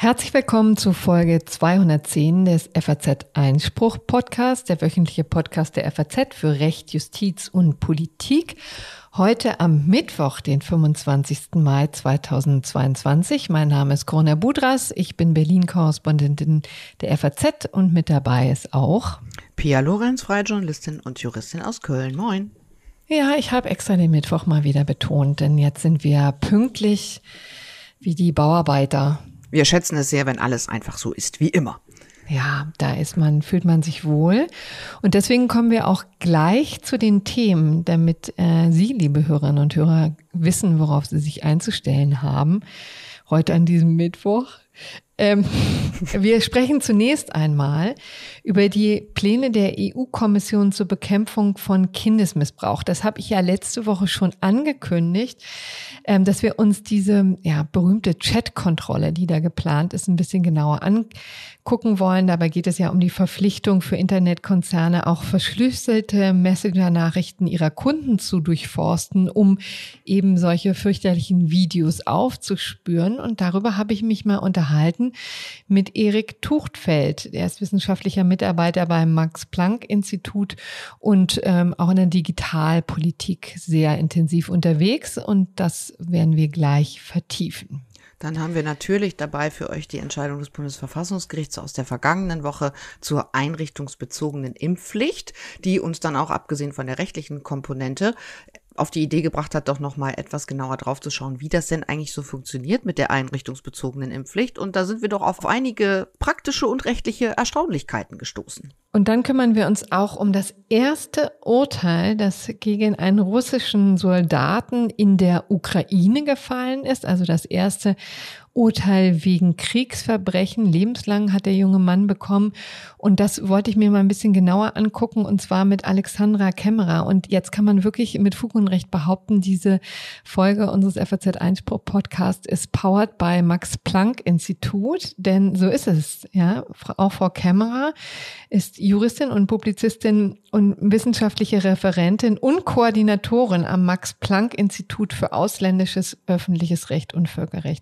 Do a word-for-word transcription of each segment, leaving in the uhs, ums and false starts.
Herzlich willkommen zu Folge zweihundertzehn des F A Z Einspruch Podcast, der wöchentliche Podcast der F A Z für Recht, Justiz und Politik. Heute am Mittwoch, den fünfundzwanzigsten Mai zweitausendzweiundzwanzig. Mein Name ist Corona Budras, ich bin Berlin-Korrespondentin der F A Z und mit dabei ist auch Pia Lorenz, freie Journalistin und Juristin aus Köln. Moin. Ja, ich habe extra den Mittwoch mal wieder betont, denn jetzt sind wir pünktlich wie die Bauarbeiter. Wir schätzen es sehr, wenn alles einfach so ist wie immer. Ja, da ist man, fühlt man sich wohl. Und deswegen kommen wir auch gleich zu den Themen, damit äh, Sie, liebe Hörerinnen und Hörer, wissen, worauf Sie sich einzustellen haben. Heute an diesem Mittwoch. Ähm, wir sprechen zunächst einmal über die Pläne der E U-Kommission zur Bekämpfung von Kindesmissbrauch. Das habe ich ja letzte Woche schon angekündigt, ähm, dass wir uns diese ja, berühmte Chat-Kontrolle, die da geplant ist, ein bisschen genauer angucken wollen. Dabei geht es ja um die Verpflichtung für Internetkonzerne, auch verschlüsselte Messenger-Nachrichten ihrer Kunden zu durchforsten, um eben solche fürchterlichen Videos aufzuspüren. Und darüber habe ich mich mal unterhalten mit Erik Tuchtfeld. Er ist wissenschaftlicher Mitarbeiter beim Max-Planck-Institut und ähm, auch in der Digitalpolitik sehr intensiv unterwegs. Und das werden wir gleich vertiefen. Dann haben wir natürlich dabei für euch die Entscheidung des Bundesverfassungsgerichts aus der vergangenen Woche zur einrichtungsbezogenen Impfpflicht, die uns dann auch, abgesehen von der rechtlichen Komponente, auf die Idee gebracht hat, doch nochmal etwas genauer drauf zu schauen, wie das denn eigentlich so funktioniert mit der einrichtungsbezogenen Impfpflicht. Und da sind wir doch auf einige praktische und rechtliche Erstaunlichkeiten gestoßen. Und dann kümmern wir uns auch um das erste Urteil, das gegen einen russischen Soldaten in der Ukraine gefallen ist. Also das erste Urteil wegen Kriegsverbrechen. Lebenslang hat der junge Mann bekommen. Und das wollte ich mir mal ein bisschen genauer angucken, und zwar mit Alexandra Kämmerer. Und jetzt kann man wirklich mit Fug und Recht behaupten, diese Folge unseres F A Z Einspruch Podcast ist powered by Max-Planck-Institut. Denn so ist es, ja. Auch Frau Kämmerer ist Juristin und Publizistin und wissenschaftliche Referentin und Koordinatorin am Max-Planck-Institut für ausländisches öffentliches Recht und Völkerrecht.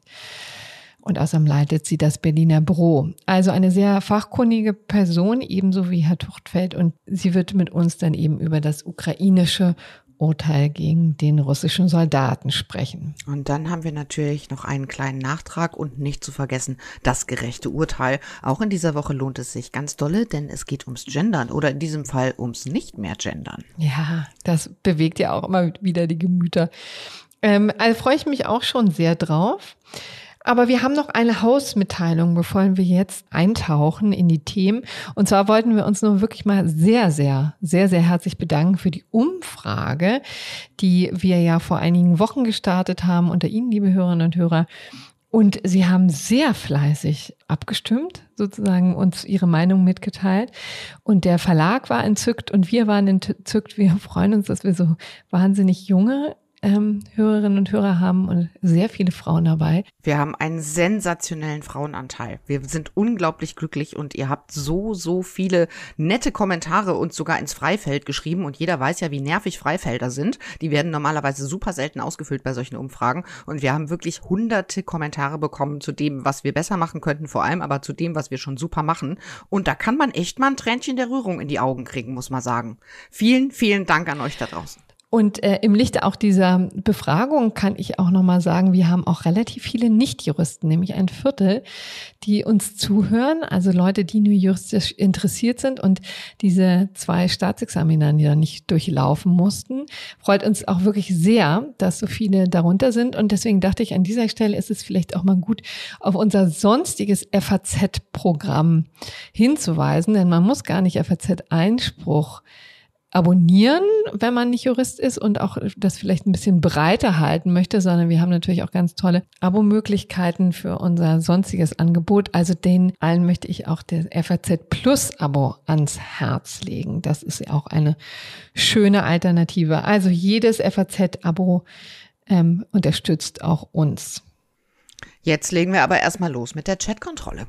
Und außerdem leitet sie das Berliner Büro. Also eine sehr fachkundige Person, ebenso wie Herr Tuchtfeld. Und sie wird mit uns dann eben über das ukrainische Urteil gegen den russischen Soldaten sprechen. Und dann haben wir natürlich noch einen kleinen Nachtrag und nicht zu vergessen das gerechte Urteil. Auch in dieser Woche lohnt es sich ganz dolle, denn es geht ums Gendern oder in diesem Fall ums Nicht-mehr-Gendern. Ja, das bewegt ja auch immer wieder die Gemüter. Ähm, also freue ich mich auch schon sehr drauf. Aber wir haben noch eine Hausmitteilung, bevor wir jetzt eintauchen in die Themen. Und zwar wollten wir uns nur wirklich mal sehr, sehr, sehr, sehr herzlich bedanken für die Umfrage, die wir ja vor einigen Wochen gestartet haben unter Ihnen, liebe Hörerinnen und Hörer. Und Sie haben sehr fleißig abgestimmt, sozusagen uns Ihre Meinung mitgeteilt. Und der Verlag war entzückt und wir waren entzückt. Wir freuen uns, dass wir so wahnsinnig junge Ähm, Hörerinnen und Hörer haben und sehr viele Frauen dabei. Wir haben einen sensationellen Frauenanteil. Wir sind unglaublich glücklich und ihr habt so, so viele nette Kommentare uns sogar ins Freifeld geschrieben und jeder weiß ja, wie nervig Freifelder sind. Die werden normalerweise super selten ausgefüllt bei solchen Umfragen und wir haben wirklich hunderte Kommentare bekommen zu dem, was wir besser machen könnten, vor allem aber zu dem, was wir schon super machen. Und da kann man echt mal ein Tränchen der Rührung in die Augen kriegen, muss man sagen. Vielen, vielen Dank an euch da draußen. Und äh, im Lichte auch dieser Befragung kann ich auch nochmal sagen, wir haben auch relativ viele Nichtjuristen, nämlich ein Viertel, die uns zuhören, also Leute, die nur juristisch interessiert sind und diese zwei Staatsexamina ja nicht durchlaufen mussten. Freut uns auch wirklich sehr, dass so viele darunter sind. Und deswegen dachte ich, an dieser Stelle ist es vielleicht auch mal gut, auf unser sonstiges F A Z-Programm hinzuweisen, denn man muss gar nicht F A Z Einspruch abonnieren, wenn man nicht Jurist ist und auch das vielleicht ein bisschen breiter halten möchte, sondern wir haben natürlich auch ganz tolle Abo-Möglichkeiten für unser sonstiges Angebot. Also den allen möchte ich auch das F A Z Plus Abo ans Herz legen. Das ist ja auch eine schöne Alternative. Also jedes F A Z-Abo ähm, unterstützt auch uns. Jetzt legen wir aber erstmal los mit der Chatkontrolle.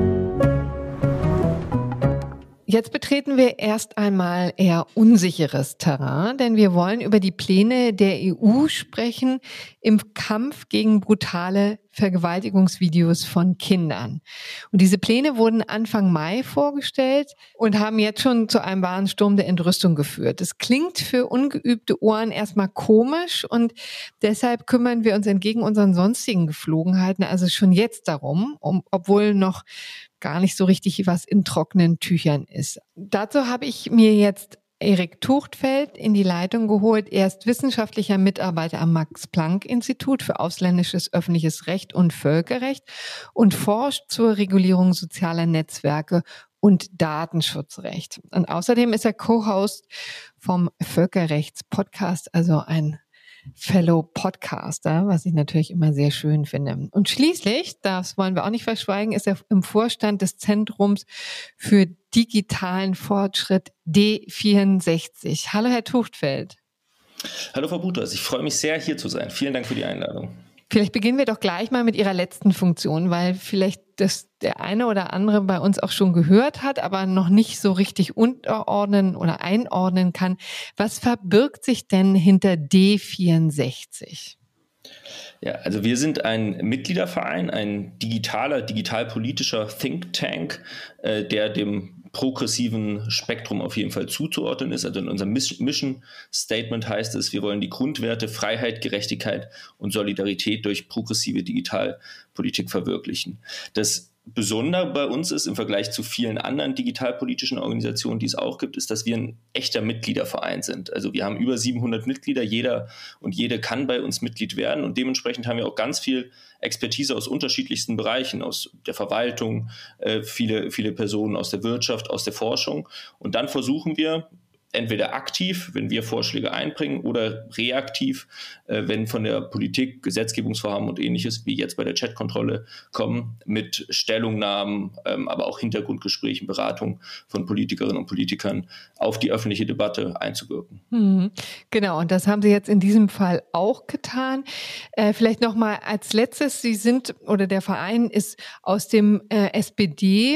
Jetzt betreten wir erst einmal eher unsicheres Terrain, denn wir wollen über die Pläne der E U sprechen im Kampf gegen brutale Vergewaltigungsvideos von Kindern. Und diese Pläne wurden Anfang Mai vorgestellt und haben jetzt schon zu einem wahren Sturm der Entrüstung geführt. Das klingt für ungeübte Ohren erstmal komisch und deshalb kümmern wir uns entgegen unseren sonstigen Geflogenheiten also schon jetzt darum, um, obwohl noch gar nicht so richtig was in trockenen Tüchern ist. Dazu habe ich mir jetzt Erik Tuchtfeld in die Leitung geholt. Er ist wissenschaftlicher Mitarbeiter am Max-Planck-Institut für ausländisches öffentliches Recht und Völkerrecht und forscht zur Regulierung sozialer Netzwerke und Datenschutzrecht. Und außerdem ist er Co-Host vom Völkerrechts-Podcast, also ein Fellow Podcaster, was ich natürlich immer sehr schön finde. Und schließlich, das wollen wir auch nicht verschweigen, ist er im Vorstand des Zentrums für digitalen Fortschritt D vierundsechzig. Hallo, Herr Tuchtfeld. Hallo, Frau Butas. Ich freue mich sehr, hier zu sein. Vielen Dank für die Einladung. Vielleicht beginnen wir doch gleich mal mit Ihrer letzten Funktion, weil vielleicht das der eine oder andere bei uns auch schon gehört hat, aber noch nicht so richtig unterordnen oder einordnen kann. Was verbirgt sich denn hinter D vierundsechzig? Ja, also wir sind ein Mitgliederverein, ein digitaler, digitalpolitischer Think Tank, äh, der dem progressiven Spektrum auf jeden Fall zuzuordnen ist. Also in unserem Mission Statement heißt es, wir wollen die Grundwerte Freiheit, Gerechtigkeit und Solidarität durch progressive Digitalpolitik verwirklichen. Das Besondere bei uns ist im Vergleich zu vielen anderen digitalpolitischen Organisationen, die es auch gibt, ist, dass wir ein echter Mitgliederverein sind. Also wir haben über siebenhundert Mitglieder, jeder und jede kann bei uns Mitglied werden und dementsprechend haben wir auch ganz viel Expertise aus unterschiedlichsten Bereichen, aus der Verwaltung, äh, viele, viele Personen aus der Wirtschaft, aus der Forschung und dann versuchen wir, entweder aktiv, wenn wir Vorschläge einbringen, oder reaktiv, äh, wenn von der Politik Gesetzgebungsvorhaben und Ähnliches, wie jetzt bei der Chatkontrolle, kommen, mit Stellungnahmen, ähm, aber auch Hintergrundgesprächen, Beratung von Politikerinnen und Politikern auf die öffentliche Debatte einzuwirken. Hm, genau, und das haben Sie jetzt in diesem Fall auch getan. Äh, vielleicht nochmal als letztes, Sie sind, oder der Verein ist aus dem äh, S P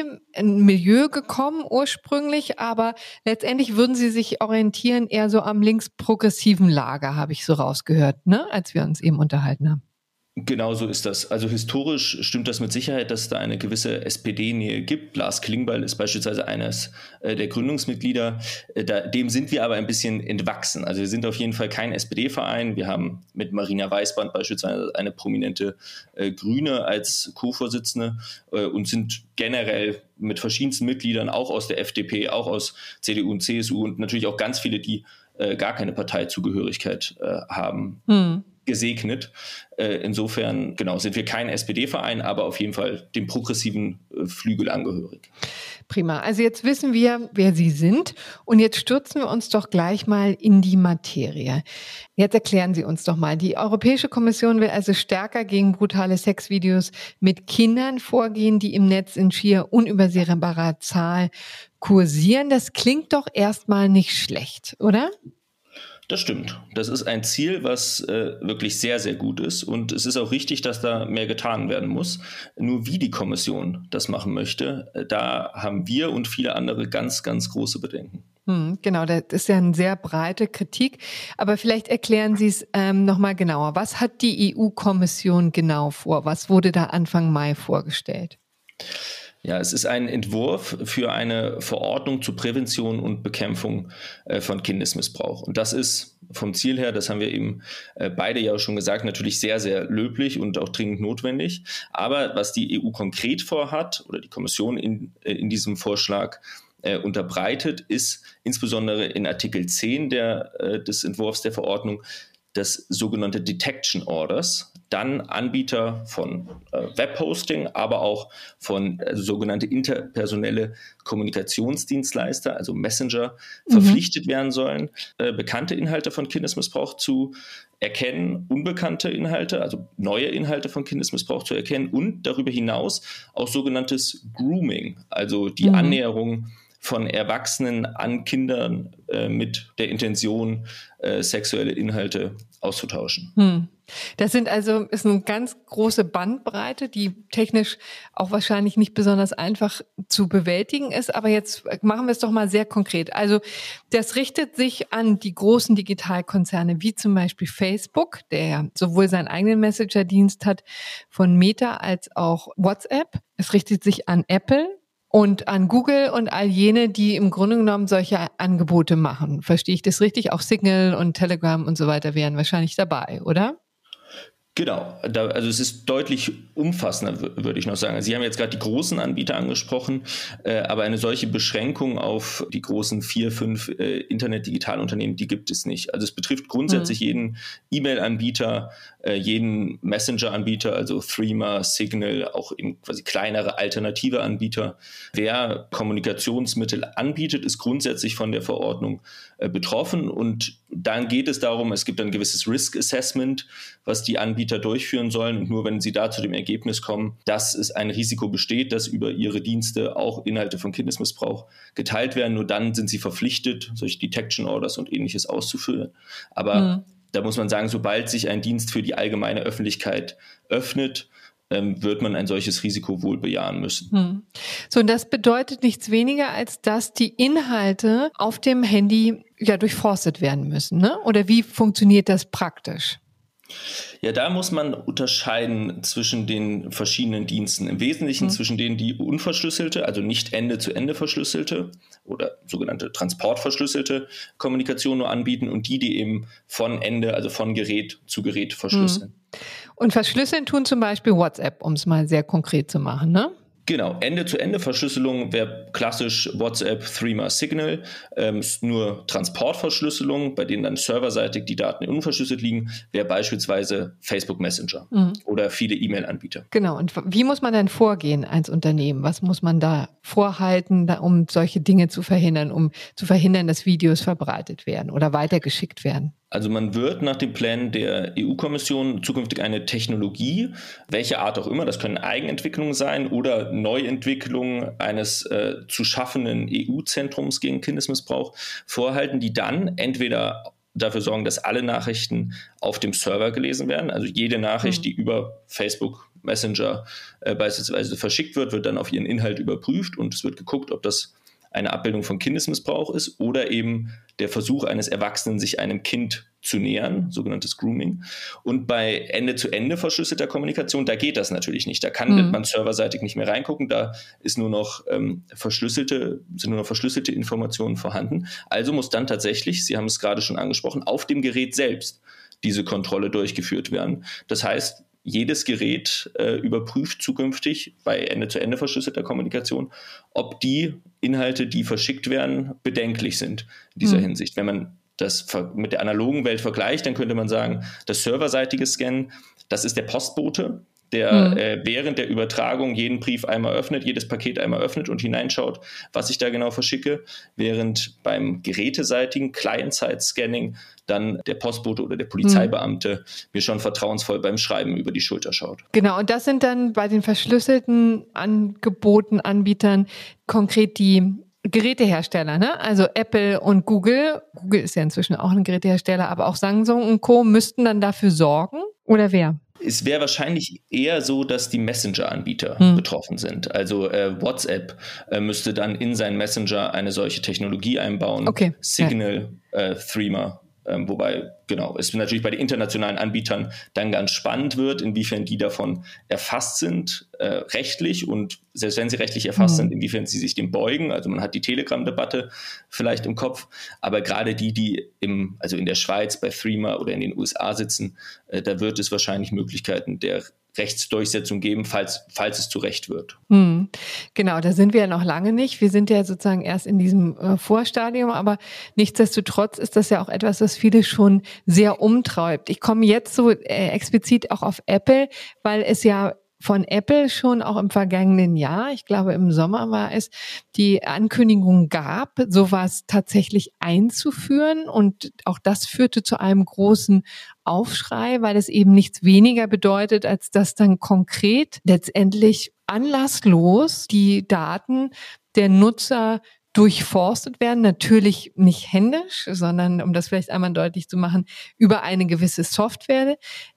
D-Milieu gekommen ursprünglich, aber letztendlich würden Sie sich orientieren eher so am linksprogressiven Lager, habe ich so rausgehört, ne, als wir uns eben unterhalten haben. Genau so ist das. Also historisch stimmt das mit Sicherheit, dass es da eine gewisse S P D-Nähe gibt. Lars Klingbeil ist beispielsweise eines äh, der Gründungsmitglieder. Äh, da, dem sind wir aber ein bisschen entwachsen. Also wir sind auf jeden Fall kein S P D-Verein. Wir haben mit Marina Weißband beispielsweise eine prominente äh, Grüne als Co-Vorsitzende äh, und sind generell mit verschiedensten Mitgliedern, auch aus der F D P, auch aus C D U und C S U und natürlich auch ganz viele, die äh, gar keine Parteizugehörigkeit äh, haben. Hm. gesegnet. Äh, insofern, genau, sind wir kein S P D-Verein, aber auf jeden Fall dem progressiven äh, Flügel angehörig. Prima. Also jetzt wissen wir, wer Sie sind und jetzt stürzen wir uns doch gleich mal in die Materie. Jetzt erklären Sie uns doch mal. Die Europäische Kommission will also stärker gegen brutale Sexvideos mit Kindern vorgehen, die im Netz in schier unübersehbarer Zahl kursieren. Das klingt doch erstmal nicht schlecht, oder? Das stimmt. Das ist ein Ziel, was äh, wirklich sehr, sehr gut ist. Und es ist auch richtig, dass da mehr getan werden muss. Nur wie die Kommission das machen möchte, äh, da haben wir und viele andere ganz, ganz große Bedenken. Hm, genau, das ist ja eine sehr breite Kritik. Aber vielleicht erklären Sie es ähm, nochmal genauer. Was hat die E U-Kommission genau vor? Was wurde da Anfang Mai vorgestellt? Ja, es ist ein Entwurf für eine Verordnung zur Prävention und Bekämpfung äh, von Kindesmissbrauch. Und das ist vom Ziel her, das haben wir eben äh, beide ja schon gesagt, natürlich sehr, sehr löblich und auch dringend notwendig. Aber was die E U konkret vorhat oder die Kommission in, äh, in diesem Vorschlag äh, unterbreitet, ist insbesondere in Artikel zehn der, äh, des Entwurfs der Verordnung das sogenannte Detection Orders, dann Anbieter von äh, Webhosting, aber auch von äh, sogenannte interpersonelle Kommunikationsdienstleister, also Messenger, mhm. verpflichtet werden sollen, äh, bekannte Inhalte von Kindesmissbrauch zu erkennen, unbekannte Inhalte, also neue Inhalte von Kindesmissbrauch zu erkennen und darüber hinaus auch sogenanntes Grooming, also die mhm. Annäherung von Erwachsenen an Kindern äh, mit der Intention, äh, sexuelle Inhalte auszutauschen. Hm. Das sind also, ist eine ganz große Bandbreite, die technisch auch wahrscheinlich nicht besonders einfach zu bewältigen ist. Aber jetzt machen wir es doch mal sehr konkret. Also das richtet sich an die großen Digitalkonzerne wie zum Beispiel Facebook, der ja sowohl seinen eigenen Messenger-Dienst hat von Meta als auch WhatsApp. Es richtet sich an Apple und an Google und all jene, die im Grunde genommen solche Angebote machen. Verstehe ich das richtig? Auch Signal und Telegram und so weiter wären wahrscheinlich dabei, oder? Genau, da, also es ist deutlich umfassender, würde ich noch sagen. Sie haben jetzt gerade die großen Anbieter angesprochen, äh, aber eine solche Beschränkung auf die großen vier, fünf äh, Internet-Digitalunternehmen, die gibt es nicht. Also es betrifft grundsätzlich mhm. jeden E-Mail-Anbieter, äh, jeden Messenger-Anbieter, also Threema, Signal, auch eben quasi kleinere alternative Anbieter. Wer Kommunikationsmittel anbietet, ist grundsätzlich von der Verordnung äh, betroffen, und dann geht es darum, es gibt ein gewisses Risk Assessment, was die Anbieter durchführen sollen, und nur wenn sie da zu dem Ergebnis kommen, dass es ein Risiko besteht, dass über ihre Dienste auch Inhalte von Kindesmissbrauch geteilt werden, nur dann sind sie verpflichtet, solche Detection Orders und Ähnliches auszuführen. Aber mhm. da muss man sagen, sobald sich ein Dienst für die allgemeine Öffentlichkeit öffnet, wird man ein solches Risiko wohl bejahen müssen. Hm. So, und das bedeutet nichts weniger, als dass die Inhalte auf dem Handy ja durchforstet werden müssen, ne? Oder wie funktioniert das praktisch? Ja, da muss man unterscheiden zwischen den verschiedenen Diensten. Im Wesentlichen mhm. zwischen denen, die unverschlüsselte, also nicht Ende-zu-Ende verschlüsselte oder sogenannte transportverschlüsselte Kommunikation nur anbieten, und die, die eben von Ende, also von Gerät zu Gerät verschlüsseln. Mhm. Und verschlüsseln tun zum Beispiel WhatsApp, um es mal sehr konkret zu machen, ne? Genau, Ende-zu-Ende-Verschlüsselung wäre klassisch WhatsApp, Threema, Signal. Ähm, nur Transportverschlüsselung, bei denen dann serverseitig die Daten unverschlüsselt liegen, wäre beispielsweise Facebook Messenger mhm. oder viele E-Mail-Anbieter. Genau, und wie muss man dann vorgehen als Unternehmen? Was muss man da vorhalten, da, um solche Dinge zu verhindern, um zu verhindern, dass Videos verbreitet werden oder weitergeschickt werden? Also man wird nach den Plänen der E U-Kommission zukünftig eine Technologie, welche Art auch immer, das können Eigenentwicklungen sein oder Neuentwicklungen eines äh, zu schaffenden E U-Zentrums gegen Kindesmissbrauch, vorhalten, die dann entweder dafür sorgen, dass alle Nachrichten auf dem Server gelesen werden. Also jede Nachricht, mhm. die über Facebook Messenger äh, beispielsweise verschickt wird, wird dann auf ihren Inhalt überprüft, und es wird geguckt, ob das eine Abbildung von Kindesmissbrauch ist oder eben der Versuch eines Erwachsenen, sich einem Kind zu nähern, sogenanntes Grooming. Und bei Ende-zu-Ende verschlüsselter Kommunikation, da geht das natürlich nicht. Da kann mhm. man serverseitig nicht mehr reingucken, da ist nur noch ähm, verschlüsselte, sind nur noch verschlüsselte Informationen vorhanden. Also muss dann tatsächlich, Sie haben es gerade schon angesprochen, auf dem Gerät selbst diese Kontrolle durchgeführt werden. Das heißt, jedes Gerät äh, überprüft zukünftig bei Ende-zu-Ende verschlüsselter Kommunikation, ob die Inhalte, die verschickt werden, bedenklich sind in dieser mhm. Hinsicht. Wenn man das mit der analogen Welt vergleicht, dann könnte man sagen, das serverseitige Scannen, das ist der Postbote, der mhm. äh, während der Übertragung jeden Brief einmal öffnet, jedes Paket einmal öffnet und hineinschaut, was ich da genau verschicke, während beim geräteseitigen Client-Side-Scanning dann der Postbote oder der Polizeibeamte mhm. mir schon vertrauensvoll beim Schreiben über die Schulter schaut. Genau, und das sind dann bei den verschlüsselten Angeboten, Anbietern konkret die Gerätehersteller, ne? Also Apple und Google. Google ist ja inzwischen auch ein Gerätehersteller, aber auch Samsung und Co. müssten dann dafür sorgen? Oder wer? Es wäre wahrscheinlich eher so, dass die Messenger-Anbieter hm. betroffen sind. Also äh, WhatsApp äh, müsste dann in seinen Messenger eine solche Technologie einbauen. Okay. Signal, ja. äh, Threema. Ähm, wobei, genau, es natürlich bei den internationalen Anbietern dann ganz spannend wird, inwiefern die davon erfasst sind, äh, rechtlich, und selbst wenn sie rechtlich erfasst mhm. sind, inwiefern sie sich dem beugen. Also man hat die Telegram-Debatte vielleicht im Kopf, aber gerade die, die im, also in der Schweiz bei Threema oder in den U S A sitzen, äh, da wird es wahrscheinlich Möglichkeiten der Rechtsdurchsetzung geben, falls, falls es zu Recht wird. Hm. Genau, da sind wir ja noch lange nicht. Wir sind ja sozusagen erst in diesem äh, Vorstadium, aber nichtsdestotrotz ist das ja auch etwas, was viele schon sehr umtreibt. Ich komme jetzt so äh, explizit auch auf Apple, weil es ja von Apple schon auch im vergangenen Jahr, ich glaube im Sommer war es, die Ankündigung gab, sowas tatsächlich einzuführen, und auch das führte zu einem großen Aufschrei, weil es eben nichts weniger bedeutet, als dass dann konkret letztendlich anlasslos die Daten der Nutzer durchforstet werden, natürlich nicht händisch, sondern, um das vielleicht einmal deutlich zu machen, über eine gewisse Software.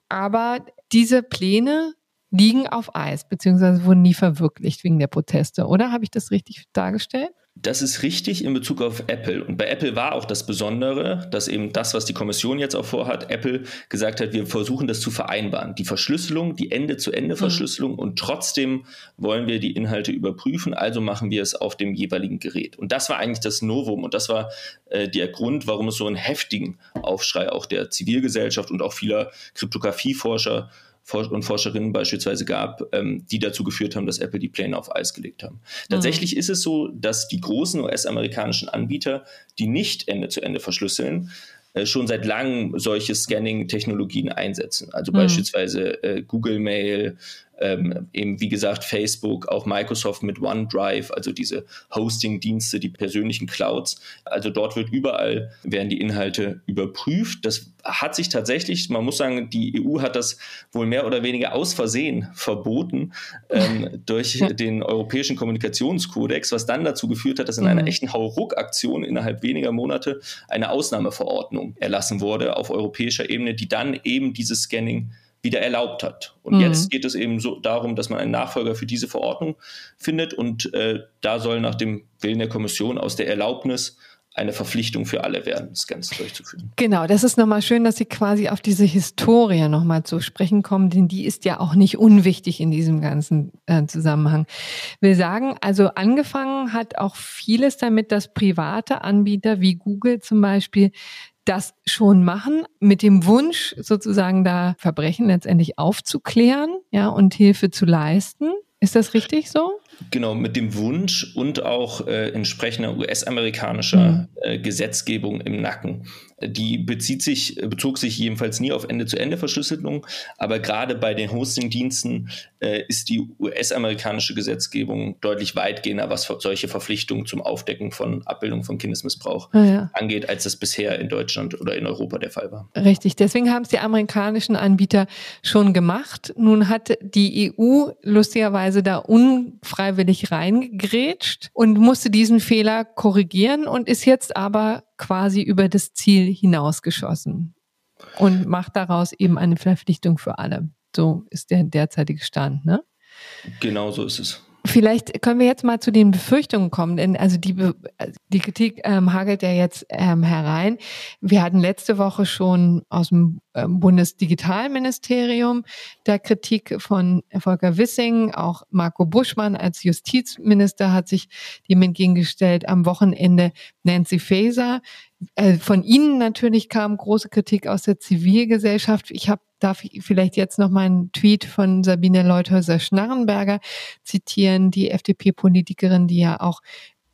aber diese Pläne liegen auf Eis, beziehungsweise wurden nie verwirklicht wegen der Proteste, oder? Habe ich das richtig dargestellt? Das ist richtig in Bezug auf Apple. Und bei Apple war auch das Besondere, dass eben das, was die Kommission jetzt auch vorhat, Apple gesagt hat, wir versuchen das zu vereinbaren. Die Verschlüsselung, die Ende-zu-Ende-Verschlüsselung mhm. und trotzdem wollen wir die Inhalte überprüfen, also machen wir es auf dem jeweiligen Gerät. Und das war eigentlich das Novum und das war äh, der Grund, warum es so einen heftigen Aufschrei auch der Zivilgesellschaft und auch vieler Kryptografieforscher und Forscherinnen beispielsweise gab, ähm, die dazu geführt haben, dass Apple die Pläne auf Eis gelegt haben. Mhm. Tatsächlich ist es so, dass die großen U S-amerikanischen Anbieter, die nicht Ende zu Ende verschlüsseln, äh, schon seit langem solche Scanning-Technologien einsetzen. Also mhm. beispielsweise äh, Google Mail, ähm, eben wie gesagt Facebook, auch Microsoft mit OneDrive, also diese Hosting-Dienste, die persönlichen Clouds. Also dort wird überall, werden die Inhalte überprüft. Das hat sich tatsächlich, man muss sagen, die E U hat das wohl mehr oder weniger aus Versehen verboten ähm, durch den Europäischen Kommunikationskodex, was dann dazu geführt hat, dass in mhm. einer echten Hauruck-Aktion innerhalb weniger Monate eine Ausnahmeverordnung erlassen wurde auf europäischer Ebene, die dann eben dieses Scanning wieder erlaubt hat. Und mhm. jetzt geht es eben so darum, dass man einen Nachfolger für diese Verordnung findet und äh, da soll nach dem Willen der Kommission aus der Erlaubnis eine Verpflichtung für alle werden, Scans durchzuführen. Genau, das ist nochmal schön, dass Sie quasi auf diese Historie nochmal zu sprechen kommen, denn die ist ja auch nicht unwichtig in diesem ganzen äh, Zusammenhang. Wir sagen, also angefangen hat auch vieles damit, dass private Anbieter wie Google zum Beispiel das schon machen, mit dem Wunsch sozusagen da Verbrechen letztendlich aufzuklären, ja, und Hilfe zu leisten. Ist das richtig so? Genau, mit dem Wunsch und auch äh, entsprechender U S-amerikanischer mhm. äh, Gesetzgebung im Nacken. Die bezieht sich, bezog sich jedenfalls nie auf Ende-zu-Ende-Verschlüsselung, aber gerade bei den Hosting-Diensten äh, ist die U S-amerikanische Gesetzgebung deutlich weitgehender, was solche Verpflichtungen zum Aufdecken von Abbildung von Kindesmissbrauch ah, ja. angeht, als das bisher in Deutschland oder in Europa der Fall war. Richtig, deswegen haben es die amerikanischen Anbieter schon gemacht. Nun hat die E U lustigerweise da unfreiwillig reingegrätscht und musste diesen Fehler korrigieren und ist jetzt aber quasi über das Ziel hinausgeschossen und macht daraus eben eine Verpflichtung für alle. So ist der derzeitige Stand, ne? Genau so ist es. Vielleicht können wir jetzt mal zu den Befürchtungen kommen, denn also die, die Kritik ähm, hagelt ja jetzt ähm, herein. Wir hatten letzte Woche schon aus dem ähm, Bundesdigitalministerium der Kritik von Volker Wissing, auch Marco Buschmann als Justizminister hat sich dem entgegengestellt. Am Wochenende Nancy Faeser. Äh, von Ihnen natürlich kam große Kritik aus der Zivilgesellschaft. Ich habe Darf ich vielleicht jetzt noch mal einen Tweet von Sabine Leuthäuser-Schnarrenberger zitieren, die F D P-Politikerin, die ja auch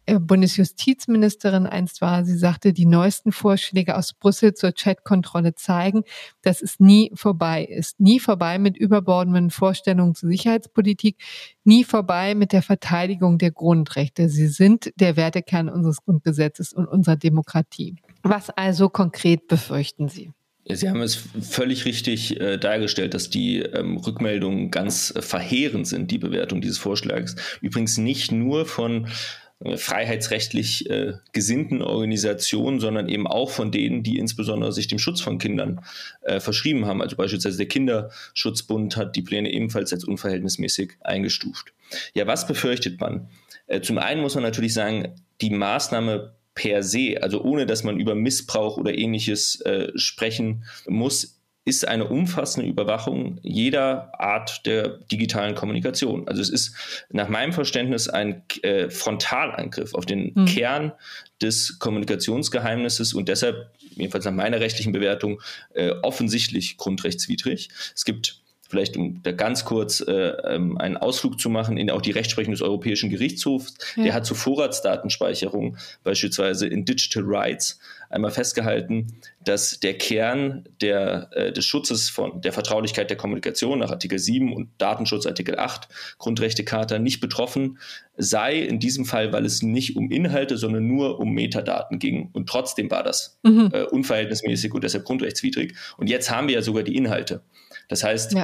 Bundesjustizministerin einst war. Sie sagte, die neuesten Vorschläge aus Brüssel zur Chatkontrolle zeigen, dass es nie vorbei ist. Nie vorbei mit überbordenden Vorstellungen zur Sicherheitspolitik, nie vorbei mit der Verteidigung der Grundrechte. Sie sind der Wertekern unseres Grundgesetzes und unserer Demokratie. Was also konkret befürchten Sie? Sie haben es völlig richtig äh, dargestellt, dass die ähm, Rückmeldungen ganz äh, verheerend sind, die Bewertung dieses Vorschlags. Übrigens nicht nur von äh, freiheitsrechtlich äh, gesinnten Organisationen, sondern eben auch von denen, die insbesondere sich dem Schutz von Kindern äh, verschrieben haben. Also beispielsweise der Kinderschutzbund hat die Pläne ebenfalls als unverhältnismäßig eingestuft. Ja, was befürchtet man? Äh, zum einen muss man natürlich sagen, die Maßnahme per se, also ohne dass man über Missbrauch oder Ähnliches äh, sprechen muss, ist eine umfassende Überwachung jeder Art der digitalen Kommunikation. Also es ist nach meinem Verständnis ein äh, Frontalangriff auf den mhm. Kern des Kommunikationsgeheimnisses und deshalb, jedenfalls nach meiner rechtlichen Bewertung, äh, offensichtlich grundrechtswidrig. Es gibt vielleicht um da ganz kurz äh, ähm, einen Ausflug zu machen in auch die Rechtsprechung des Europäischen Gerichtshofs. Ja. Der hat zur Vorratsdatenspeicherung beispielsweise in Digital Rights einmal festgehalten, dass der Kern der, äh, des Schutzes von der Vertraulichkeit der Kommunikation nach Artikel sieben und Datenschutz Artikel acht Grundrechtecharta nicht betroffen sei, in diesem Fall, weil es nicht um Inhalte, sondern nur um Metadaten ging. Und trotzdem war das mhm. äh, unverhältnismäßig und deshalb grundrechtswidrig. Und jetzt haben wir ja sogar die Inhalte. Das heißt, ja.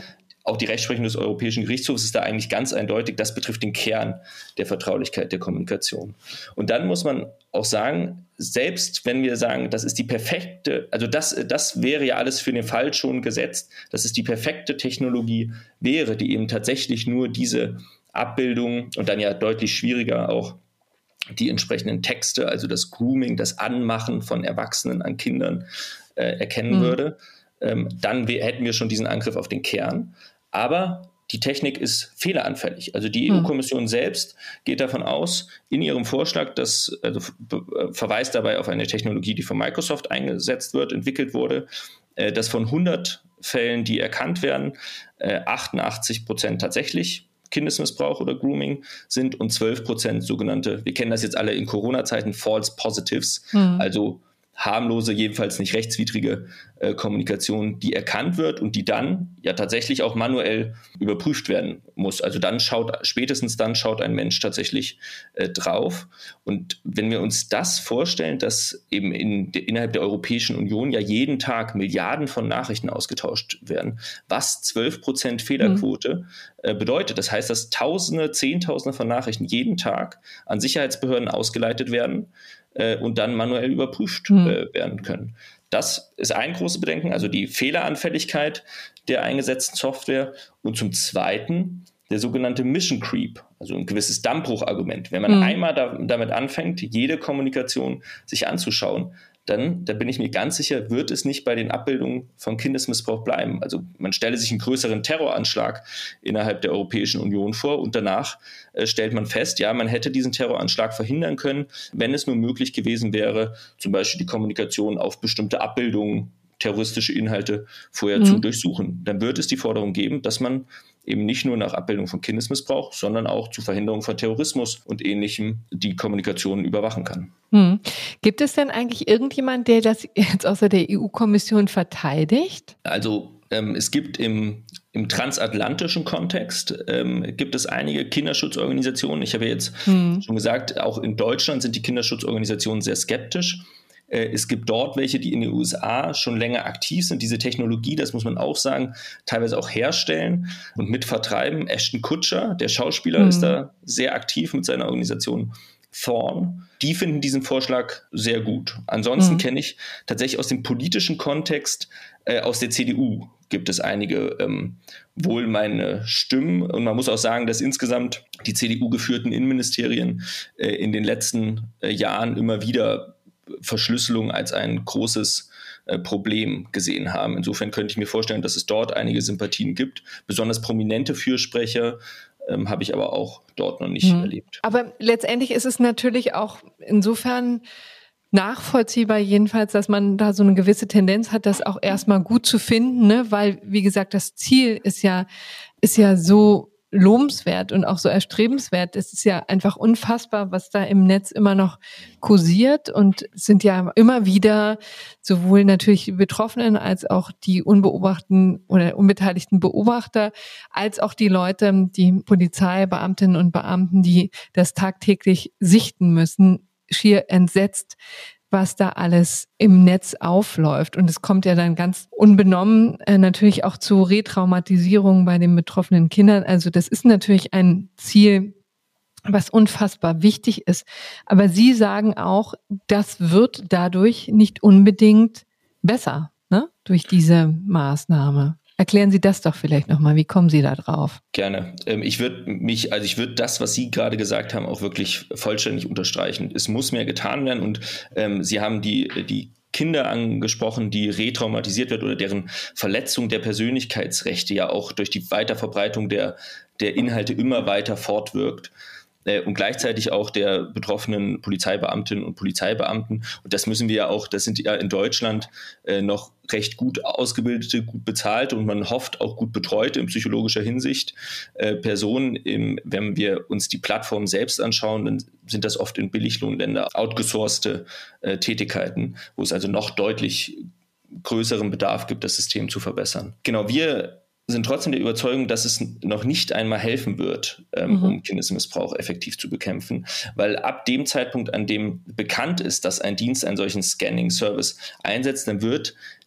auch die Rechtsprechung des Europäischen Gerichtshofs ist da eigentlich ganz eindeutig, das betrifft den Kern der Vertraulichkeit der Kommunikation. Und dann muss man auch sagen, selbst wenn wir sagen, das ist die perfekte, also das, das wäre ja alles für den Fall schon gesetzt, dass es die perfekte Technologie wäre, die eben tatsächlich nur diese Abbildung und dann ja deutlich schwieriger auch die entsprechenden Texte, also das Grooming, das Anmachen von Erwachsenen an Kindern äh, erkennen mhm. würde, ähm, dann we- hätten wir schon diesen Angriff auf den Kern. Aber die Technik ist fehleranfällig. Also die mhm. E U-Kommission selbst geht davon aus, in ihrem Vorschlag, das also be- verweist dabei auf eine Technologie, die von Microsoft eingesetzt wird, entwickelt wurde, äh, dass von hundert Fällen, die erkannt werden, äh, achtundachtzig Prozent tatsächlich Kindesmissbrauch oder Grooming sind und zwölf Prozent sogenannte, wir kennen das jetzt alle in Corona-Zeiten, False Positives, mhm. also harmlose, jedenfalls nicht rechtswidrige äh, Kommunikation, die erkannt wird und die dann ja tatsächlich auch manuell überprüft werden muss. Also dann schaut, spätestens dann schaut ein Mensch tatsächlich äh, drauf. Und wenn wir uns das vorstellen, dass eben in, de, innerhalb der Europäischen Union ja jeden Tag Milliarden von Nachrichten ausgetauscht werden, was zwölf Prozent Fehlerquote mhm. äh, bedeutet. Das heißt, dass Tausende, Zehntausende von Nachrichten jeden Tag an Sicherheitsbehörden ausgeleitet werden, und dann manuell überprüft mhm. äh, werden können. Das ist ein großes Bedenken, also die Fehleranfälligkeit der eingesetzten Software. Und zum Zweiten der sogenannte Mission Creep, also ein gewisses Dammbruchargument. Wenn man mhm. einmal da, damit anfängt, jede Kommunikation sich anzuschauen, dann, da bin ich mir ganz sicher, wird es nicht bei den Abbildungen von Kindesmissbrauch bleiben. Also man stelle sich einen größeren Terroranschlag innerhalb der Europäischen Union vor und danach äh, stellt man fest, ja, man hätte diesen Terroranschlag verhindern können, wenn es nur möglich gewesen wäre, zum Beispiel die Kommunikation auf bestimmte Abbildungen, terroristische Inhalte vorher mhm. zu durchsuchen. Dann wird es die Forderung geben, dass man eben nicht nur nach Abbildung von Kindesmissbrauch, sondern auch zur Verhinderung von Terrorismus und Ähnlichem die Kommunikation überwachen kann. Hm. Gibt es denn eigentlich irgendjemand, der das jetzt außer der E U-Kommission verteidigt? Also ähm, es gibt im, im transatlantischen Kontext ähm, gibt es einige Kinderschutzorganisationen. Ich habe jetzt hm. schon gesagt, auch in Deutschland sind die Kinderschutzorganisationen sehr skeptisch. Es gibt dort welche, die in den U S A schon länger aktiv sind, diese Technologie, das muss man auch sagen, teilweise auch herstellen und mitvertreiben. Ashton Kutcher, der Schauspieler, mhm. ist da sehr aktiv mit seiner Organisation Thorn. Die finden diesen Vorschlag sehr gut. Ansonsten mhm. kenne ich tatsächlich aus dem politischen Kontext, äh, aus der C D U gibt es einige ähm, wohlmeinende Stimmen. Und man muss auch sagen, dass insgesamt die C D U-geführten Innenministerien äh, in den letzten äh, Jahren immer wieder Verschlüsselung als ein großes äh, Problem gesehen haben. Insofern könnte ich mir vorstellen, dass es dort einige Sympathien gibt. Besonders prominente Fürsprecher ähm, habe ich aber auch dort noch nicht mhm. erlebt. Aber letztendlich ist es natürlich auch insofern nachvollziehbar jedenfalls, dass man da so eine gewisse Tendenz hat, das auch erstmal gut zu finden, ne? Weil, wie gesagt, das Ziel ist ja, ist ja so lobenswert und auch so erstrebenswert. Es ist ja einfach unfassbar, was da im Netz immer noch kursiert, und es sind ja immer wieder sowohl natürlich die Betroffenen als auch die unbeobachteten oder unbeteiligten Beobachter, als auch die Leute, die Polizeibeamtinnen und Beamten, die das tagtäglich sichten müssen, schier entsetzt, was da alles im Netz aufläuft. Und es kommt ja dann ganz unbenommen äh, natürlich auch zu Retraumatisierungen bei den betroffenen Kindern. Also das ist natürlich ein Ziel, was unfassbar wichtig ist. Aber Sie sagen auch, das wird dadurch nicht unbedingt besser, ne? Durch diese Maßnahme. Erklären Sie das doch vielleicht nochmal. Wie kommen Sie da drauf? Gerne. Ähm, ich würde mich, also ich würde das, was Sie gerade gesagt haben, auch wirklich vollständig unterstreichen. Es muss mehr getan werden, und ähm, Sie haben die, die Kinder angesprochen, die retraumatisiert wird oder deren Verletzung der Persönlichkeitsrechte ja auch durch die Weiterverbreitung der, der Inhalte immer weiter fortwirkt. Und gleichzeitig auch der betroffenen Polizeibeamtinnen und Polizeibeamten. Und das müssen wir ja auch, das sind ja in Deutschland äh, noch recht gut ausgebildete, gut bezahlte und man hofft auch gut betreute in psychologischer Hinsicht äh, Personen. Im, wenn wir uns die Plattform selbst anschauen, dann sind das oft in Billiglohnländer outgesourcete äh, Tätigkeiten, wo es also noch deutlich größeren Bedarf gibt, das System zu verbessern. Genau, wir sind trotzdem der Überzeugung, dass es noch nicht einmal helfen wird, ähm, mhm. um Kindesmissbrauch effektiv zu bekämpfen, weil ab dem Zeitpunkt, an dem bekannt ist, dass ein Dienst einen solchen Scanning-Service einsetzt, dann wird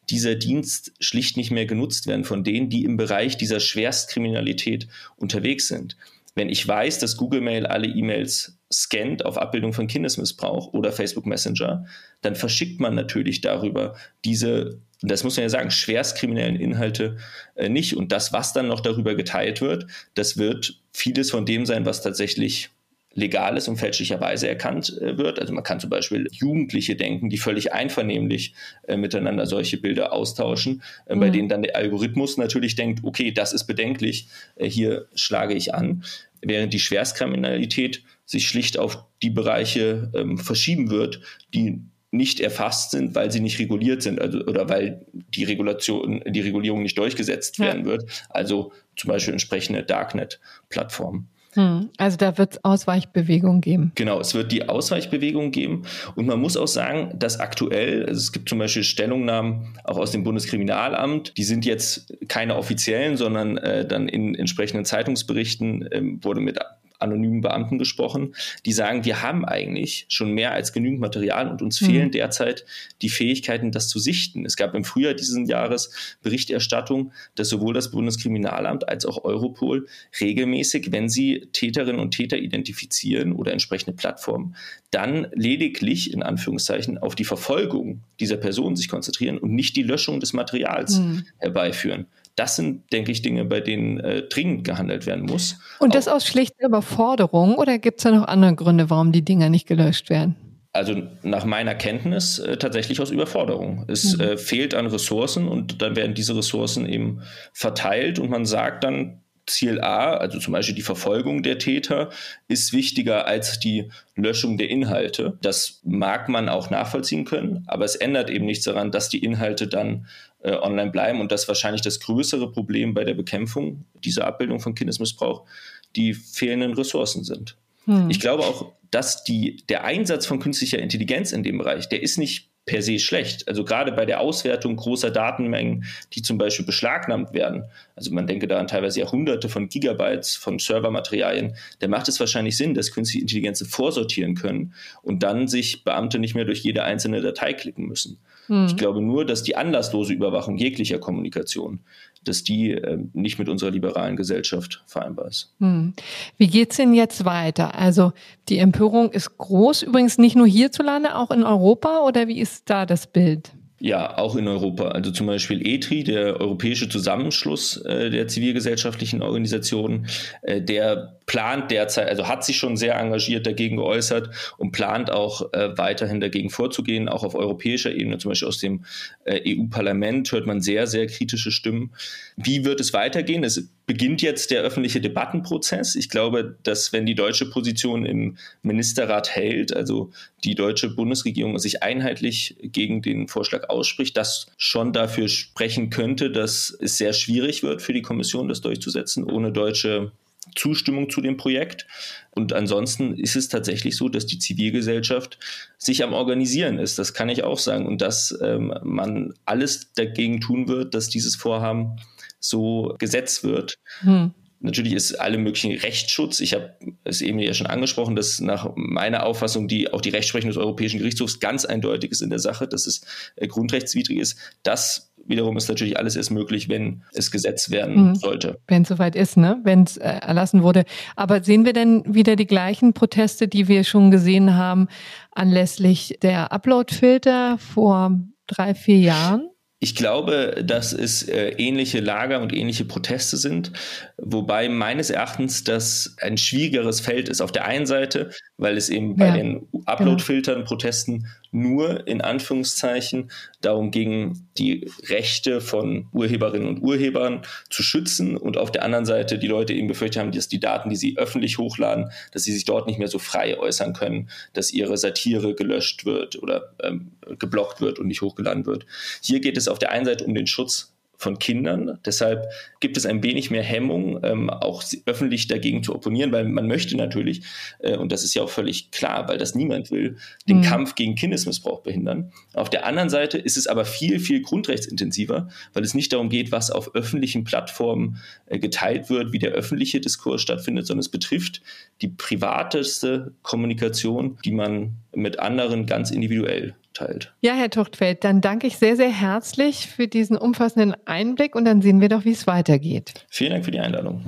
dieser Dienst schlicht nicht mehr genutzt werden von denen, die im Bereich dieser Schwerstkriminalität unterwegs sind. Wenn ich weiß, dass Google Mail alle E-Mails scannt auf Abbildung von Kindesmissbrauch oder Facebook Messenger, dann verschickt man natürlich darüber diese, das muss man ja sagen, schwerstkriminellen Inhalte äh, nicht. Und das, was dann noch darüber geteilt wird, das wird vieles von dem sein, was tatsächlich legal ist und fälschlicherweise erkannt äh, wird. Also man kann zum Beispiel Jugendliche denken, die völlig einvernehmlich äh, miteinander solche Bilder austauschen, äh, mhm. bei denen dann der Algorithmus natürlich denkt, okay, das ist bedenklich, äh, hier schlage ich an, während die Schwerstkriminalität sich schlicht auf die Bereiche ähm, verschieben wird, die nicht erfasst sind, weil sie nicht reguliert sind, also oder weil die Regulation, die Regulierung nicht durchgesetzt ja. werden wird. Also zum Beispiel entsprechende Darknet-Plattformen. Hm, also da wird es Ausweichbewegung geben. Genau, es wird die Ausweichbewegung geben. Und man muss auch sagen, dass aktuell, also es gibt zum Beispiel Stellungnahmen auch aus dem Bundeskriminalamt, die sind jetzt keine offiziellen, sondern äh, dann in entsprechenden Zeitungsberichten ähm, wurde mit anonymen Beamten gesprochen, die sagen, wir haben eigentlich schon mehr als genügend Material und uns mhm. fehlen derzeit die Fähigkeiten, das zu sichten. Es gab im Frühjahr dieses Jahres Berichterstattung, dass sowohl das Bundeskriminalamt als auch Europol regelmäßig, wenn sie Täterinnen und Täter identifizieren oder entsprechende Plattformen, dann lediglich in Anführungszeichen auf die Verfolgung dieser Person sich konzentrieren und nicht die Löschung des Materials mhm. herbeiführen. Das sind, denke ich, Dinge, bei denen äh, dringend gehandelt werden muss. Und das Auch, aus schlichter Überforderung oder gibt es da noch andere Gründe, warum die Dinger nicht gelöscht werden? Also nach meiner Kenntnis äh, tatsächlich aus Überforderung. Es mhm. äh, fehlt an Ressourcen und dann werden diese Ressourcen eben verteilt und man sagt dann, Ziel A, also zum Beispiel die Verfolgung der Täter, ist wichtiger als die Löschung der Inhalte. Das mag man auch nachvollziehen können, aber es ändert eben nichts daran, dass die Inhalte dann äh, online bleiben und dass wahrscheinlich das größere Problem bei der Bekämpfung dieser Abbildung von Kindesmissbrauch die fehlenden Ressourcen sind. Hm. Ich glaube auch, dass die, der Einsatz von künstlicher Intelligenz in dem Bereich, der ist nicht per se schlecht. Also gerade bei der Auswertung großer Datenmengen, die zum Beispiel beschlagnahmt werden, also man denke da an teilweise Jahrhunderte von Gigabytes von Servermaterialien, da macht es wahrscheinlich Sinn, dass künstliche Intelligenzen vorsortieren können und dann sich Beamte nicht mehr durch jede einzelne Datei klicken müssen. Hm. Ich glaube nur, dass die anlasslose Überwachung jeglicher Kommunikation, dass die äh, nicht mit unserer liberalen Gesellschaft vereinbar ist. Hm. Wie geht's denn jetzt weiter? Also die Empörung ist groß, übrigens nicht nur hierzulande, auch in Europa, oder wie ist da das Bild? Ja, auch in Europa. Also zum Beispiel E T R I, der Europäische Zusammenschluss äh, der zivilgesellschaftlichen Organisationen, äh, der plant derzeit, also hat sich schon sehr engagiert dagegen geäußert und plant auch äh, weiterhin dagegen vorzugehen, auch auf europäischer Ebene, zum Beispiel aus dem äh, E U-Parlament hört man sehr, sehr kritische Stimmen. Wie wird es weitergehen? Es beginnt jetzt der öffentliche Debattenprozess. Ich glaube, dass wenn die deutsche Position im Ministerrat hält, also die deutsche Bundesregierung sich einheitlich gegen den Vorschlag ausspricht, das schon dafür sprechen könnte, dass es sehr schwierig wird für die Kommission, das durchzusetzen, ohne deutsche Zustimmung zu dem Projekt. Und ansonsten ist es tatsächlich so, dass die Zivilgesellschaft sich am Organisieren ist. Das kann ich auch sagen. Und dass ähm, man alles dagegen tun wird, dass dieses Vorhaben so gesetzt wird. Hm. Natürlich ist alle möglichen Rechtsschutz. Ich habe es eben ja schon angesprochen, dass nach meiner Auffassung die auch die Rechtsprechung des Europäischen Gerichtshofs ganz eindeutig ist in der Sache, dass es äh, grundrechtswidrig ist. Das wiederum ist natürlich alles erst möglich, wenn es gesetzt werden mhm. sollte. Wenn es soweit ist, ne? Wenn es äh, erlassen wurde. Aber sehen wir denn wieder die gleichen Proteste, die wir schon gesehen haben, anlässlich der Upload-Filter vor drei, vier Jahren? Ich glaube, dass es äh, ähnliche Lager und ähnliche Proteste sind, wobei meines Erachtens das ein schwierigeres Feld ist. Auf der einen Seite, weil es eben bei ja, den Upload-Filtern, Protesten nur in Anführungszeichen darum ging, die Rechte von Urheberinnen und Urhebern zu schützen und auf der anderen Seite die Leute eben befürchtet haben, dass die Daten, die sie öffentlich hochladen, dass sie sich dort nicht mehr so frei äußern können, dass ihre Satire gelöscht wird oder ähm, geblockt wird und nicht hochgeladen wird. Hier geht es auf der einen Seite um den Schutz von Kindern. Deshalb gibt es ein wenig mehr Hemmung, ähm, auch öffentlich dagegen zu opponieren, weil man möchte natürlich, äh, und das ist ja auch völlig klar, weil das niemand will, den mhm. Kampf gegen Kindesmissbrauch behindern. Auf der anderen Seite ist es aber viel, viel grundrechtsintensiver, weil es nicht darum geht, was auf öffentlichen Plattformen äh, geteilt wird, wie der öffentliche Diskurs stattfindet, sondern es betrifft die privateste Kommunikation, die man mit anderen ganz individuell teilt. Ja, Herr Tuchtfeld, dann danke ich sehr, sehr herzlich für diesen umfassenden Einblick und dann sehen wir doch, wie es weitergeht. Vielen Dank für die Einladung.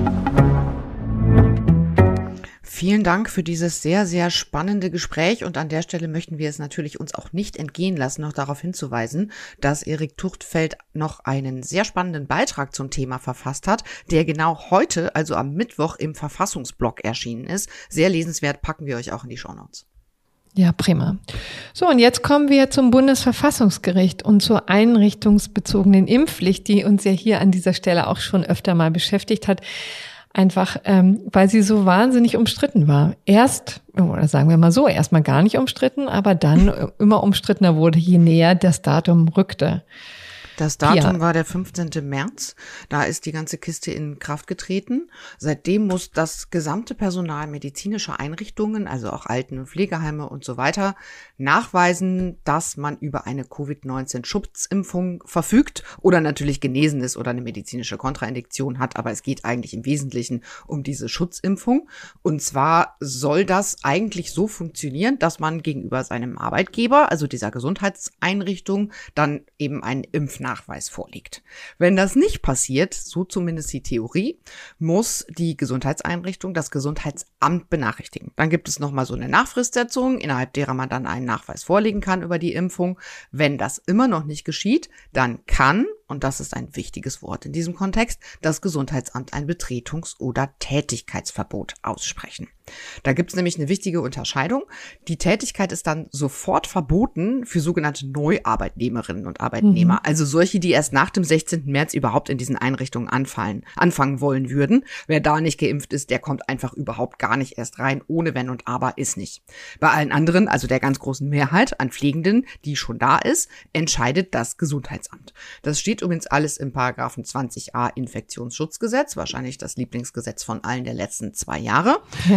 Vielen Dank für dieses sehr, sehr spannende Gespräch und an der Stelle möchten wir es natürlich uns auch nicht entgehen lassen, noch darauf hinzuweisen, dass Erik Tuchtfeld noch einen sehr spannenden Beitrag zum Thema verfasst hat, der genau heute, also am Mittwoch, im Verfassungsblog erschienen ist. Sehr lesenswert, packen wir euch auch in die Shownotes. Ja, prima. So, und jetzt kommen wir zum Bundesverfassungsgericht und zur einrichtungsbezogenen Impfpflicht, die uns ja hier an dieser Stelle auch schon öfter mal beschäftigt hat. Einfach, ähm, weil sie so wahnsinnig umstritten war. Erst, oder sagen wir mal so, erstmal gar nicht umstritten, aber dann immer umstrittener wurde, je näher das Datum rückte. Das Datum ja. war der fünfzehnten März. Da ist die ganze Kiste in Kraft getreten. Seitdem muss das gesamte Personal medizinischer Einrichtungen, also auch Alten- und Pflegeheime und so weiter, nachweisen, dass man über eine Covid neunzehn Schutzimpfung verfügt oder natürlich genesen ist oder eine medizinische Kontraindikation hat. Aber es geht eigentlich im Wesentlichen um diese Schutzimpfung. Und zwar soll das eigentlich so funktionieren, dass man gegenüber seinem Arbeitgeber, also dieser Gesundheitseinrichtung, dann eben einen Impfnachweis Nachweis vorliegt. Wenn das nicht passiert, so zumindest die Theorie, muss die Gesundheitseinrichtung das Gesundheitsamt benachrichtigen. Dann gibt es nochmal so eine Nachfristsetzung, innerhalb derer man dann einen Nachweis vorlegen kann über die Impfung. Wenn das immer noch nicht geschieht, dann kann, und das ist ein wichtiges Wort in diesem Kontext, das Gesundheitsamt ein Betretungs- oder Tätigkeitsverbot aussprechen. Da gibt es nämlich eine wichtige Unterscheidung. Die Tätigkeit ist dann sofort verboten für sogenannte Neuarbeitnehmerinnen und Arbeitnehmer, mhm. also solche, die erst nach dem sechzehnten März überhaupt in diesen Einrichtungen anfallen, anfangen wollen würden. Wer da nicht geimpft ist, der kommt einfach überhaupt gar nicht erst rein, ohne Wenn und Aber ist nicht. Bei allen anderen, also der ganz großen Mehrheit an Pflegenden, die schon da ist, entscheidet das Gesundheitsamt. Das steht übrigens alles im Paragraphen zwanzig a Infektionsschutzgesetz, wahrscheinlich das Lieblingsgesetz von allen der letzten zwei Jahre. Ja.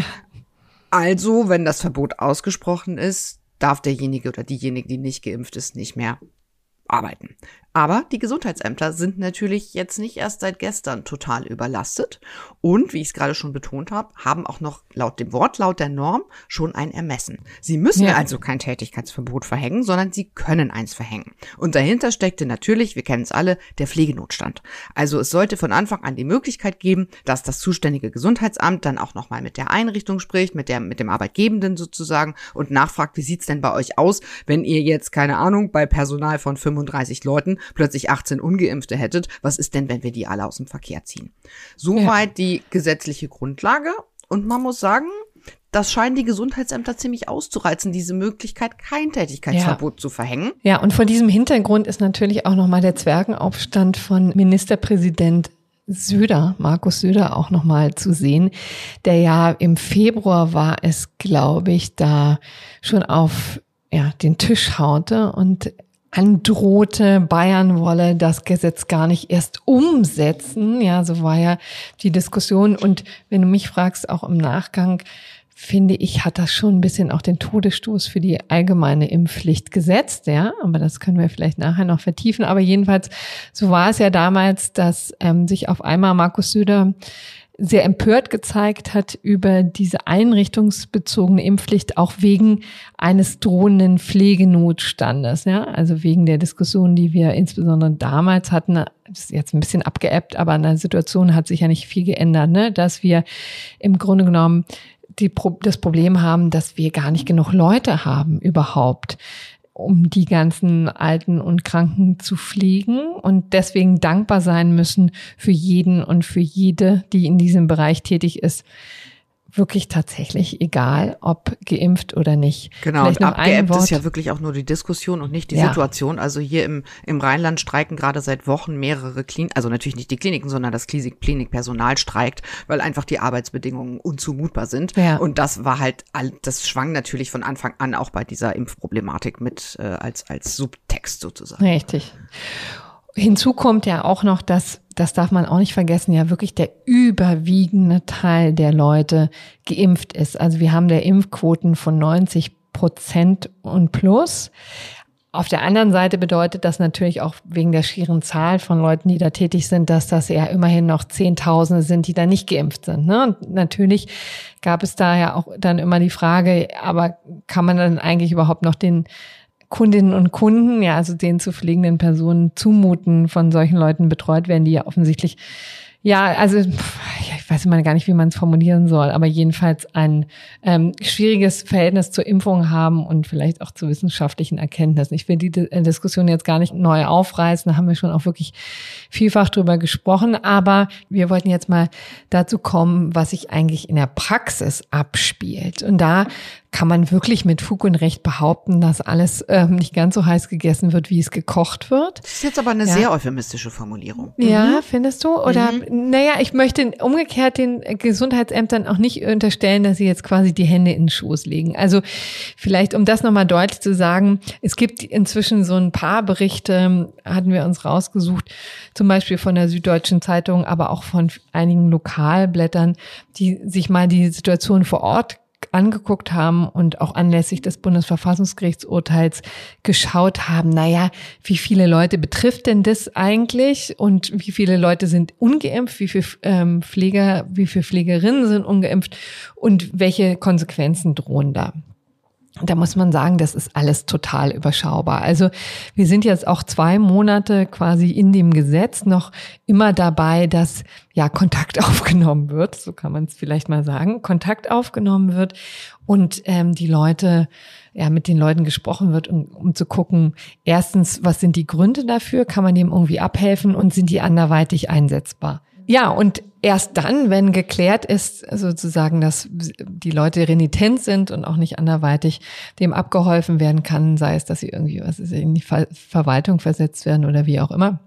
Also, wenn das Verbot ausgesprochen ist, darf derjenige oder diejenige, die nicht geimpft ist, nicht mehr arbeiten. Aber die Gesundheitsämter sind natürlich jetzt nicht erst seit gestern total überlastet und, wie ich es gerade schon betont habe, haben auch noch laut dem Wortlaut der Norm schon ein Ermessen. Sie müssen ja. also kein Tätigkeitsverbot verhängen, sondern sie können eins verhängen. Und dahinter steckte natürlich, wir kennen es alle, der Pflegenotstand. Also es sollte von Anfang an die Möglichkeit geben, dass das zuständige Gesundheitsamt dann auch nochmal mit der Einrichtung spricht, mit der mit dem Arbeitgebenden sozusagen und nachfragt, wie sieht's denn bei euch aus, wenn ihr jetzt, keine Ahnung, bei Personal von fünfunddreißig Leuten plötzlich achtzehn Ungeimpfte hättet, was ist denn, wenn wir die alle aus dem Verkehr ziehen? Soweit ja. die gesetzliche Grundlage. Und man muss sagen, das scheinen die Gesundheitsämter ziemlich auszureizen, diese Möglichkeit, kein Tätigkeitsverbot ja. zu verhängen. Ja, und vor diesem Hintergrund ist natürlich auch nochmal der Zwergenaufstand von Ministerpräsident Söder, Markus Söder auch nochmal zu sehen, der ja im Februar war es, glaube ich, da schon auf ja, den Tisch haute und androhte, Bayern wolle das Gesetz gar nicht erst umsetzen. Ja, so war ja die Diskussion. Und wenn du mich fragst, auch im Nachgang, finde ich, hat das schon ein bisschen auch den Todesstoß für die allgemeine Impfpflicht gesetzt. Ja, aber das können wir vielleicht nachher noch vertiefen. Aber jedenfalls, so war es ja damals, dass ähm, sich auf einmal Markus Söder sehr empört gezeigt hat über diese einrichtungsbezogene Impfpflicht, auch wegen eines drohenden Pflegenotstandes, ja, also wegen der Diskussion, die wir insbesondere damals hatten. Das ist jetzt ein bisschen abgeebbt, aber an der Situation hat sich ja nicht viel geändert, ne, dass wir im Grunde genommen die, das Problem haben, dass wir gar nicht genug Leute haben überhaupt, um die ganzen Alten und Kranken zu pflegen und deswegen dankbar sein müssen für jeden und für jede, die in diesem Bereich tätig ist. Wirklich tatsächlich egal, ob geimpft oder nicht. Genau, und abgeebbt ist ja wirklich auch nur die Diskussion und nicht die ja. Situation. Also hier im, im Rheinland streiken gerade seit Wochen mehrere Kliniken, also natürlich nicht die Kliniken, sondern das Klinikpersonal streikt, weil einfach die Arbeitsbedingungen unzumutbar sind. Ja. Und das war halt, das schwang natürlich von Anfang an auch bei dieser Impfproblematik mit äh, als, als Subtext sozusagen. Richtig. Hinzu kommt ja auch noch, dass, das darf man auch nicht vergessen, ja wirklich der überwiegende Teil der Leute geimpft ist. Also wir haben der Impfquoten von neunzig Prozent und plus. Auf der anderen Seite bedeutet das natürlich auch wegen der schieren Zahl von Leuten, die da tätig sind, dass das ja immerhin noch Zehntausende sind, die da nicht geimpft sind. Ne? Und natürlich gab es da ja auch dann immer die Frage, aber kann man dann eigentlich überhaupt noch den Kundinnen und Kunden, ja, also den zu pflegenden Personen zumuten, von solchen Leuten betreut werden, die ja offensichtlich, ja, also ich weiß immer gar nicht, wie man es formulieren soll, aber jedenfalls ein ähm, schwieriges Verhältnis zur Impfung haben und vielleicht auch zu wissenschaftlichen Erkenntnissen. Ich will die D- Diskussion jetzt gar nicht neu aufreißen, da haben wir schon auch wirklich vielfach drüber gesprochen, aber wir wollten jetzt mal dazu kommen, was sich eigentlich in der Praxis abspielt. Und da kann man wirklich mit Fug und Recht behaupten, dass alles ähm, nicht ganz so heiß gegessen wird, wie es gekocht wird. Das ist jetzt aber eine ja. sehr euphemistische Formulierung. Ja, mhm. findest du? Oder, mhm. naja, ich möchte umgekehrt den Gesundheitsämtern auch nicht unterstellen, dass sie jetzt quasi die Hände in den Schoß legen. Also vielleicht, um das nochmal deutlich zu sagen, es gibt inzwischen so ein paar Berichte, hatten wir uns rausgesucht, zum Beispiel von der Süddeutschen Zeitung, aber auch von einigen Lokalblättern, die sich mal die Situation vor Ort angeguckt haben und auch anlässlich des Bundesverfassungsgerichtsurteils geschaut haben, naja, wie viele Leute betrifft denn das eigentlich und wie viele Leute sind ungeimpft, wie viele ähm, Pfleger, wie viele Pflegerinnen sind ungeimpft und welche Konsequenzen drohen da. Da muss man sagen, das ist alles total überschaubar. Also wir sind jetzt auch zwei Monate quasi in dem Gesetz noch immer dabei, dass ja Kontakt aufgenommen wird, so kann man es vielleicht mal sagen, Kontakt aufgenommen wird und ähm, die Leute, ja mit den Leuten gesprochen wird, um, um zu gucken, erstens, was sind die Gründe dafür, kann man dem irgendwie abhelfen und sind die anderweitig einsetzbar? Ja, und erst dann, wenn geklärt ist, sozusagen, dass die Leute renitent sind und auch nicht anderweitig dem abgeholfen werden kann, sei es, dass sie irgendwie, was ist, in die Ver- Verwaltung versetzt werden oder wie auch immer.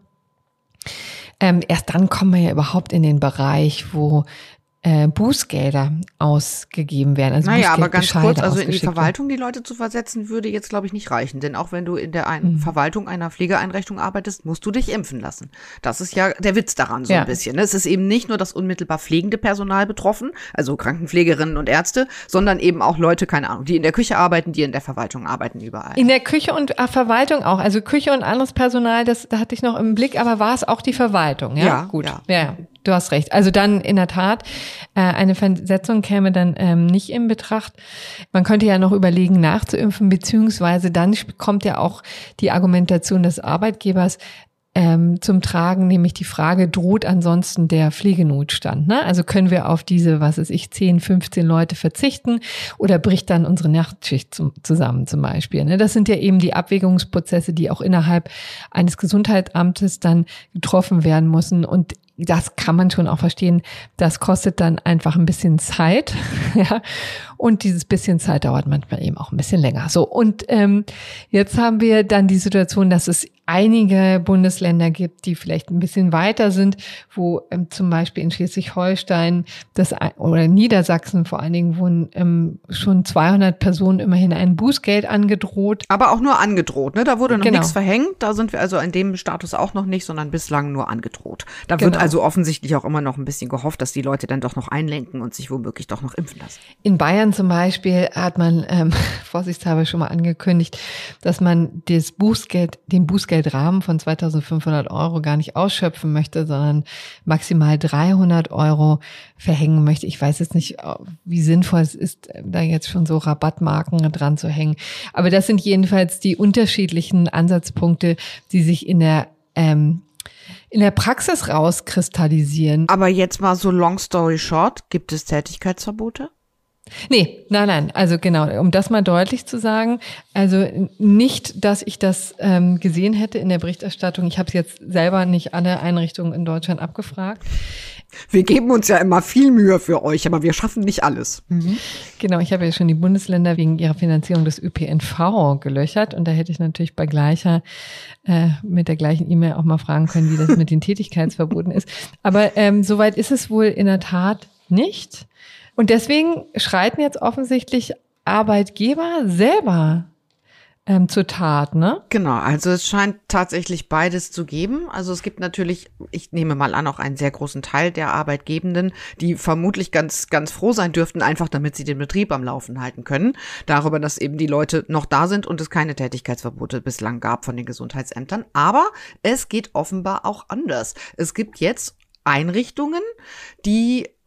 Ähm, erst dann kommen wir ja überhaupt in den Bereich, wo äh, Bußgelder ausgegeben werden. Also naja, aber ganz kurz, also in die werden. Verwaltung die Leute zu versetzen, würde jetzt, glaube ich, nicht reichen. Denn auch wenn du in der ein- mhm. Verwaltung einer Pflegeeinrichtung arbeitest, musst du dich impfen lassen. Das ist ja der Witz daran so ja. ein bisschen. Es ist eben nicht nur das unmittelbar pflegende Personal betroffen, also Krankenpflegerinnen und Ärzte, sondern eben auch Leute, keine Ahnung, die in der Küche arbeiten, die in der Verwaltung arbeiten, überall. In der Küche und äh, Verwaltung auch. Also Küche und anderes Personal, das da hatte ich noch im Blick, aber war es auch die Verwaltung? Ja, ja gut. Ja. ja. Du hast recht. Also dann in der Tat, äh, eine Versetzung käme dann ähm, nicht in Betracht. Man könnte ja noch überlegen, nachzuimpfen, beziehungsweise dann kommt ja auch die Argumentation des Arbeitgebers ähm, zum Tragen, nämlich die Frage, droht ansonsten der Pflegenotstand? Ne? Also können wir auf diese, was weiß ich, zehn, fünfzehn Leute verzichten oder bricht dann unsere Nachtschicht zum, zusammen zum Beispiel? Ne? Das sind ja eben die Abwägungsprozesse, die auch innerhalb eines Gesundheitsamtes dann getroffen werden müssen und das kann man schon auch verstehen. Das kostet dann einfach ein bisschen Zeit, ja. Und dieses bisschen Zeit dauert manchmal eben auch ein bisschen länger. So, und ähm, jetzt haben wir dann die Situation, dass es einige Bundesländer gibt, die vielleicht ein bisschen weiter sind, wo ähm, zum Beispiel in Schleswig-Holstein das oder Niedersachsen vor allen Dingen wurden ähm, schon zweihundert Personen immerhin ein Bußgeld angedroht. Aber auch nur angedroht, ne? Da wurde noch genau. nichts verhängt. Da sind wir also in dem Status auch noch nicht, sondern bislang nur angedroht. Da genau. wird also offensichtlich auch immer noch ein bisschen gehofft, dass die Leute dann doch noch einlenken und sich womöglich doch noch impfen lassen. In Bayern zum Beispiel hat man ähm, vorsichtshalber schon mal angekündigt, dass man das Bußgeld, den Bußgeldrahmen von zweitausendfünfhundert Euro gar nicht ausschöpfen möchte, sondern maximal dreihundert Euro verhängen möchte. Ich weiß jetzt nicht, wie sinnvoll es ist, da jetzt schon so Rabattmarken dran zu hängen. Aber das sind jedenfalls die unterschiedlichen Ansatzpunkte, die sich in der ähm, in der Praxis rauskristallisieren. Aber jetzt mal so long story short, gibt es Tätigkeitsverbote? Nee, nein, nein, also genau, um das mal deutlich zu sagen, also nicht, dass ich das ähm, gesehen hätte in der Berichterstattung. Ich habe es jetzt selber nicht alle Einrichtungen in Deutschland abgefragt. Wir geben uns ja immer viel Mühe für euch, aber wir schaffen nicht alles. Mhm. Genau, ich habe ja schon die Bundesländer wegen ihrer Finanzierung des Ö P N V gelöchert und da hätte ich natürlich bei gleicher, äh, mit der gleichen E-Mail auch mal fragen können, wie das mit den Tätigkeitsverboten ist. Aber ähm, soweit ist es wohl in der Tat nicht. Und deswegen schreiten jetzt offensichtlich Arbeitgeber selber ähm, zur Tat, ne? Genau, also es scheint tatsächlich beides zu geben. Also es gibt natürlich, ich nehme mal an, auch einen sehr großen Teil der Arbeitgebenden, die vermutlich ganz, ganz froh sein dürften, einfach damit sie den Betrieb am Laufen halten können. Darüber, dass eben die Leute noch da sind und es keine Tätigkeitsverbote bislang gab von den Gesundheitsämtern. Aber es geht offenbar auch anders. Es gibt jetzt Einrichtungen, die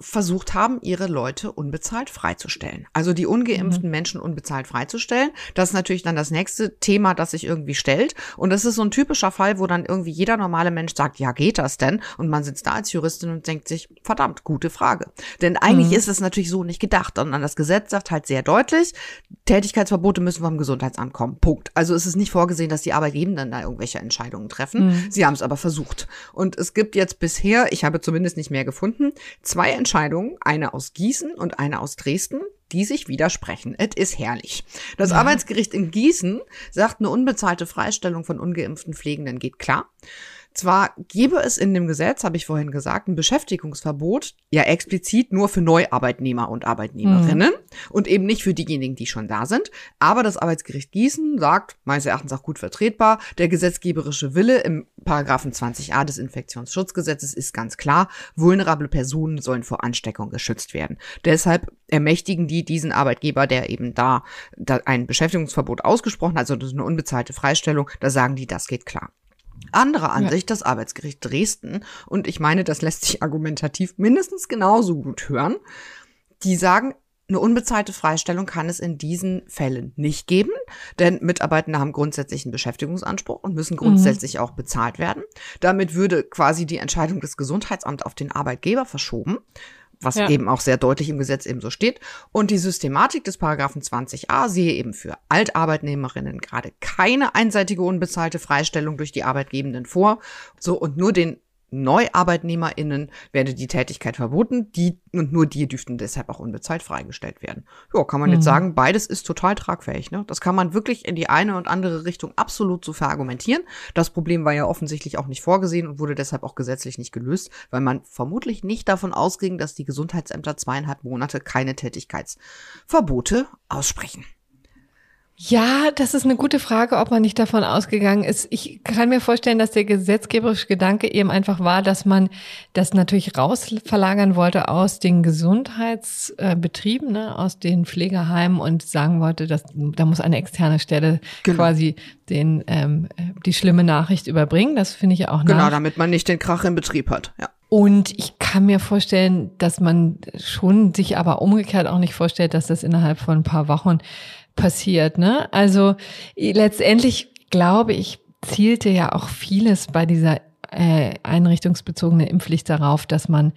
versucht haben, ihre Leute unbezahlt freizustellen. Also die ungeimpften mhm. Menschen unbezahlt freizustellen. Das ist natürlich dann das nächste Thema, das sich irgendwie stellt. Und das ist so ein typischer Fall, wo dann irgendwie jeder normale Mensch sagt, ja, geht das denn? Und man sitzt da als Juristin und denkt sich, verdammt, gute Frage. Denn eigentlich mhm. ist es natürlich so nicht gedacht, sondern das Gesetz sagt halt sehr deutlich, Tätigkeitsverbote müssen vom Gesundheitsamt kommen. Punkt. Also es ist nicht vorgesehen, dass die Arbeitgebenden da irgendwelche Entscheidungen treffen. Mhm. Sie haben es aber versucht. Und es gibt jetzt bisher, ich habe zumindest nicht mehr gefunden, zwei Entscheidungen, Entscheidungen, eine aus Gießen und eine aus Dresden, die sich widersprechen. Es ist herrlich. Das ja. Arbeitsgericht in Gießen sagt, eine unbezahlte Freistellung von ungeimpften Pflegenden geht klar. Zwar gäbe es in dem Gesetz, habe ich vorhin gesagt, ein Beschäftigungsverbot, ja explizit nur für Neuarbeitnehmer und Arbeitnehmerinnen mhm. und eben nicht für diejenigen, die schon da sind. Aber das Arbeitsgericht Gießen sagt, meines Erachtens auch gut vertretbar, der gesetzgeberische Wille im Paragraphen zwanzig a des Infektionsschutzgesetzes ist ganz klar, vulnerable Personen sollen vor Ansteckung geschützt werden. Deshalb ermächtigen die diesen Arbeitgeber, der eben da, da ein Beschäftigungsverbot ausgesprochen hat, also das ist eine unbezahlte Freistellung, da sagen die, das geht klar. Andere Ansicht, ja. das Arbeitsgericht Dresden, und ich meine, das lässt sich argumentativ mindestens genauso gut hören, die sagen, eine unbezahlte Freistellung kann es in diesen Fällen nicht geben, denn Mitarbeitende haben grundsätzlich einen Beschäftigungsanspruch und müssen grundsätzlich mhm. auch bezahlt werden. Damit würde quasi die Entscheidung des Gesundheitsamts auf den Arbeitgeber verschoben, was ja. eben auch sehr deutlich im Gesetz eben so steht. Und die Systematik des Paragraphen zwanzig a sehe eben für Altarbeitnehmerinnen gerade keine einseitige unbezahlte Freistellung durch die Arbeitgebenden vor. So, und nur den NeuarbeitnehmerInnen werde die Tätigkeit verboten, die und nur die dürften deshalb auch unbezahlt freigestellt werden. Ja, kann man mhm. jetzt sagen, beides ist total tragfähig, ne? Das kann man wirklich in die eine und andere Richtung absolut so verargumentieren. Das Problem war ja offensichtlich auch nicht vorgesehen und wurde deshalb auch gesetzlich nicht gelöst, weil man vermutlich nicht davon ausging, dass die Gesundheitsämter zweieinhalb Monate keine Tätigkeitsverbote aussprechen. Ja, das ist eine gute Frage, ob man nicht davon ausgegangen ist. Ich kann mir vorstellen, dass der gesetzgeberische Gedanke eben einfach war, dass man das natürlich rausverlagern wollte aus den Gesundheitsbetrieben, ne, aus den Pflegeheimen und sagen wollte, dass da muss eine externe Stelle genau. quasi den ähm, die schlimme Nachricht überbringen. Das finde ich auch Genau, nach. damit man nicht den Krach im Betrieb hat, ja. Und ich kann mir vorstellen, dass man schon sich aber umgekehrt auch nicht vorstellt, dass das innerhalb von ein paar Wochen passiert, ne? Also letztendlich glaube ich, zielte ja auch vieles bei dieser äh, einrichtungsbezogenen Impfpflicht darauf, dass man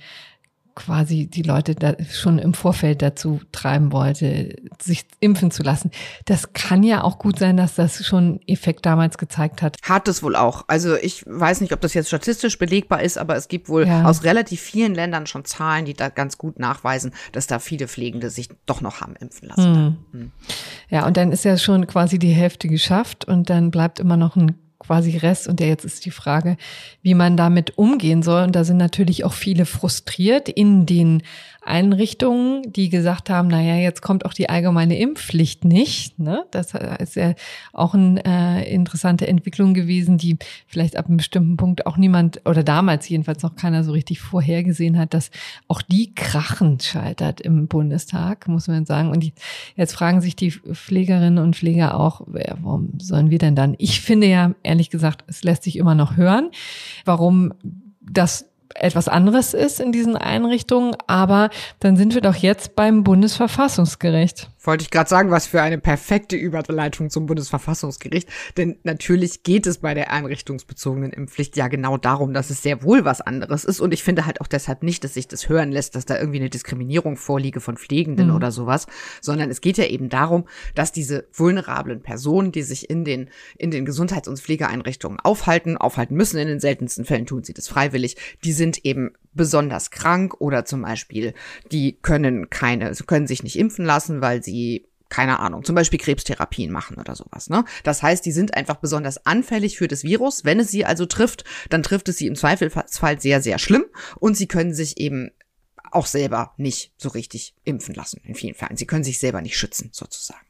quasi die Leute da schon im Vorfeld dazu treiben wollte, sich impfen zu lassen. Das kann ja auch gut sein, dass das schon Effekt damals gezeigt hat. Hat es wohl auch. Also ich weiß nicht, ob das jetzt statistisch belegbar ist, aber es gibt wohl ja. aus relativ vielen Ländern schon Zahlen, die da ganz gut nachweisen, dass da viele Pflegende sich doch noch haben impfen lassen. Hm. Hm. Ja, und dann ist ja schon quasi die Hälfte geschafft und dann bleibt immer noch ein quasi Rest. Und ja, jetzt ist die Frage, wie man damit umgehen soll. Und da sind natürlich auch viele frustriert in den Einrichtungen, die gesagt haben, naja, jetzt kommt auch die allgemeine Impfpflicht nicht. Ne? Das ist ja auch eine äh, interessante Entwicklung gewesen, die vielleicht ab einem bestimmten Punkt auch niemand, oder damals jedenfalls noch keiner so richtig vorhergesehen hat, dass auch die krachend scheitert im Bundestag, muss man sagen. Und die, jetzt fragen sich die Pflegerinnen und Pfleger auch, ja, warum sollen wir denn dann? Ich finde ja, ehrlich gesagt, es lässt sich immer noch hören, warum das etwas anderes ist in diesen Einrichtungen, aber dann sind wir doch jetzt beim Bundesverfassungsgericht. Wollte ich gerade sagen, was für eine perfekte Überleitung zum Bundesverfassungsgericht. Denn natürlich geht es bei der einrichtungsbezogenen Impfpflicht ja genau darum, dass es sehr wohl was anderes ist. Und ich finde halt auch deshalb nicht, dass sich das hören lässt, dass da irgendwie eine Diskriminierung vorliege von Pflegenden mhm. oder sowas. Sondern es geht ja eben darum, dass diese vulnerablen Personen, die sich in den, in den Gesundheits- und Pflegeeinrichtungen aufhalten, aufhalten müssen, in den seltensten Fällen tun sie das freiwillig, die sind eben besonders krank oder zum Beispiel, die können keine, können sich nicht impfen lassen, weil sie, keine Ahnung, zum Beispiel Krebstherapien machen oder sowas, ne? Das heißt, die sind einfach besonders anfällig für das Virus. Wenn es sie also trifft, dann trifft es sie im Zweifelsfall sehr, sehr schlimm und sie können sich eben auch selber nicht so richtig impfen lassen, in vielen Fällen. Sie können sich selber nicht schützen, sozusagen.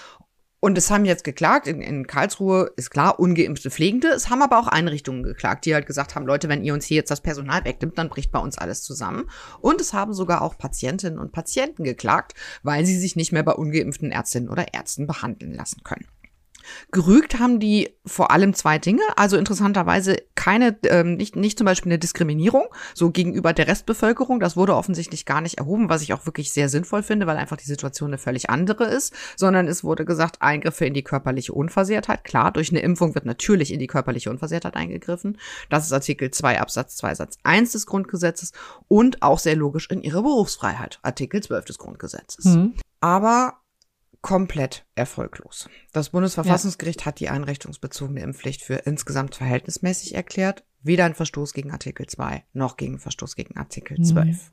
Und es haben jetzt geklagt, in, in Karlsruhe ist klar, ungeimpfte Pflegende. Es haben aber auch Einrichtungen geklagt, die halt gesagt haben, Leute, wenn ihr uns hier jetzt das Personal wegnimmt, dann bricht bei uns alles zusammen. Und es haben sogar auch Patientinnen und Patienten geklagt, weil sie sich nicht mehr bei ungeimpften Ärztinnen oder Ärzten behandeln lassen können. Gerügt haben die vor allem zwei Dinge, also interessanterweise keine, ähm, nicht, nicht zum Beispiel eine Diskriminierung, so gegenüber der Restbevölkerung, das wurde offensichtlich gar nicht erhoben, was ich auch wirklich sehr sinnvoll finde, weil einfach die Situation eine völlig andere ist, sondern es wurde gesagt, Eingriffe in die körperliche Unversehrtheit, klar, durch eine Impfung wird natürlich in die körperliche Unversehrtheit eingegriffen, das ist Artikel zwei Absatz zwei Satz eins des Grundgesetzes und auch sehr logisch in ihre Berufsfreiheit, Artikel zwölf des Grundgesetzes. Mhm. Aber komplett erfolglos. Das Bundesverfassungsgericht ja. hat die einrichtungsbezogene Impfpflicht für insgesamt verhältnismäßig erklärt. Weder ein Verstoß gegen Artikel zwei noch gegen Verstoß gegen Artikel zwölf.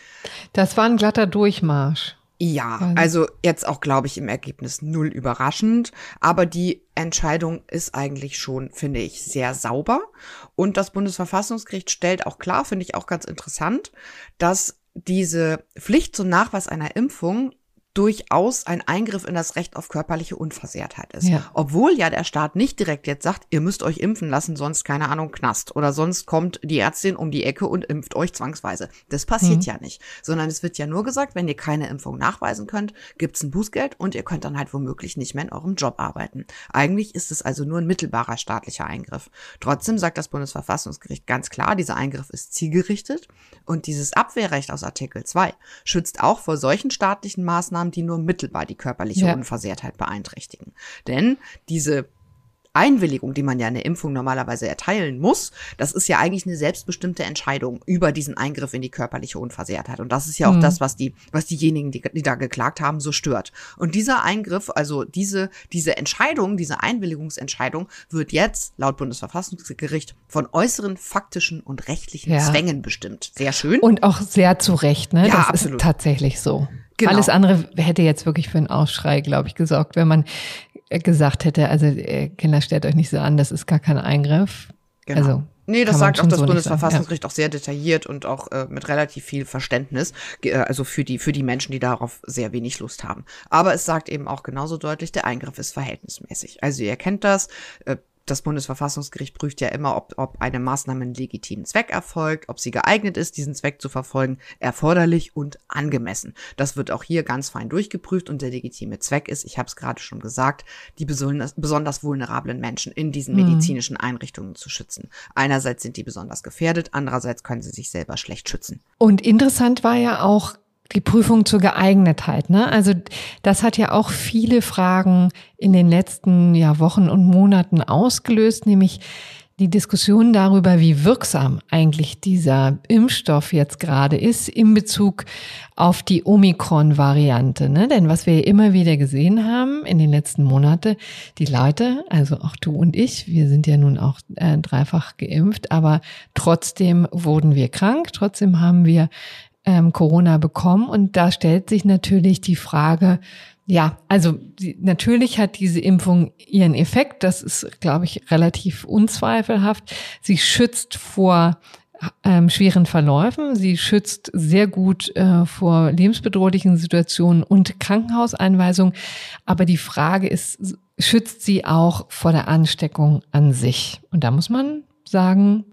Das war ein glatter Durchmarsch. Ja, also jetzt auch, glaube ich, im Ergebnis null überraschend. Aber die Entscheidung ist eigentlich schon, finde ich, sehr sauber. Und das Bundesverfassungsgericht stellt auch klar, finde ich auch ganz interessant, dass diese Pflicht zum Nachweis einer Impfung durchaus ein Eingriff in das Recht auf körperliche Unversehrtheit ist. Ja. Obwohl ja der Staat nicht direkt jetzt sagt, ihr müsst euch impfen lassen, sonst, keine Ahnung, Knast. Oder sonst kommt die Ärztin um die Ecke und impft euch zwangsweise. Das passiert mhm. ja nicht. Sondern es wird ja nur gesagt, wenn ihr keine Impfung nachweisen könnt, gibt's ein Bußgeld und ihr könnt dann halt womöglich nicht mehr in eurem Job arbeiten. Eigentlich ist es also nur ein mittelbarer staatlicher Eingriff. Trotzdem sagt das Bundesverfassungsgericht ganz klar, dieser Eingriff ist zielgerichtet und dieses Abwehrrecht aus Artikel zwei schützt auch vor solchen staatlichen Maßnahmen, die nur mittelbar die körperliche ja. Unversehrtheit beeinträchtigen. Denn diese Einwilligung, die man ja in der Impfung normalerweise erteilen muss, das ist ja eigentlich eine selbstbestimmte Entscheidung über diesen Eingriff in die körperliche Unversehrtheit. Und das ist ja auch mhm. das, was die, was diejenigen, die, die da geklagt haben, so stört. Und dieser Eingriff, also diese, diese Entscheidung, diese Einwilligungsentscheidung wird jetzt laut Bundesverfassungsgericht von äußeren faktischen und rechtlichen ja. Zwängen bestimmt. Sehr schön. Und auch sehr zu Recht, ne? Ja, das absolut. ist tatsächlich so. Genau. Alles andere hätte jetzt wirklich für einen Aufschrei, glaube ich, gesorgt, wenn man gesagt hätte, also Kinder, stellt euch nicht so an, das ist gar kein Eingriff. Genau. Also, nee, das sagt auch das so Bundesverfassungsgericht ja. auch sehr detailliert und auch äh, mit relativ viel Verständnis, äh, also für die für die Menschen, die darauf sehr wenig Lust haben. Aber es sagt eben auch genauso deutlich, der Eingriff ist verhältnismäßig. Also ihr kennt das, äh, das Bundesverfassungsgericht prüft ja immer, ob, ob eine Maßnahme einen legitimen Zweck erfolgt, ob sie geeignet ist, diesen Zweck zu verfolgen, erforderlich und angemessen. Das wird auch hier ganz fein durchgeprüft und der legitime Zweck ist, ich habe es gerade schon gesagt, die besonders, besonders vulnerablen Menschen in diesen medizinischen Einrichtungen zu schützen. Einerseits sind die besonders gefährdet, andererseits können sie sich selber schlecht schützen. Und interessant war ja auch die Prüfung zur Geeignetheit, ne? Also das hat ja auch viele Fragen in den letzten ja, Wochen und Monaten ausgelöst, nämlich die Diskussion darüber, wie wirksam eigentlich dieser Impfstoff jetzt gerade ist in Bezug auf die Omikron-Variante, ne? Denn was wir immer wieder gesehen haben in den letzten Monaten, die Leute, also auch du und ich, wir sind ja nun auch äh, dreifach geimpft, aber trotzdem wurden wir krank, trotzdem haben wir Ähm, Corona bekommen und da stellt sich natürlich die Frage, ja, also die, natürlich hat diese Impfung ihren Effekt, das ist, glaube ich, relativ unzweifelhaft. Sie schützt vor ähm, schweren Verläufen, sie schützt sehr gut äh, vor lebensbedrohlichen Situationen und Krankenhauseinweisungen, aber die Frage ist, schützt sie auch vor der Ansteckung an sich? Und da muss man sagen,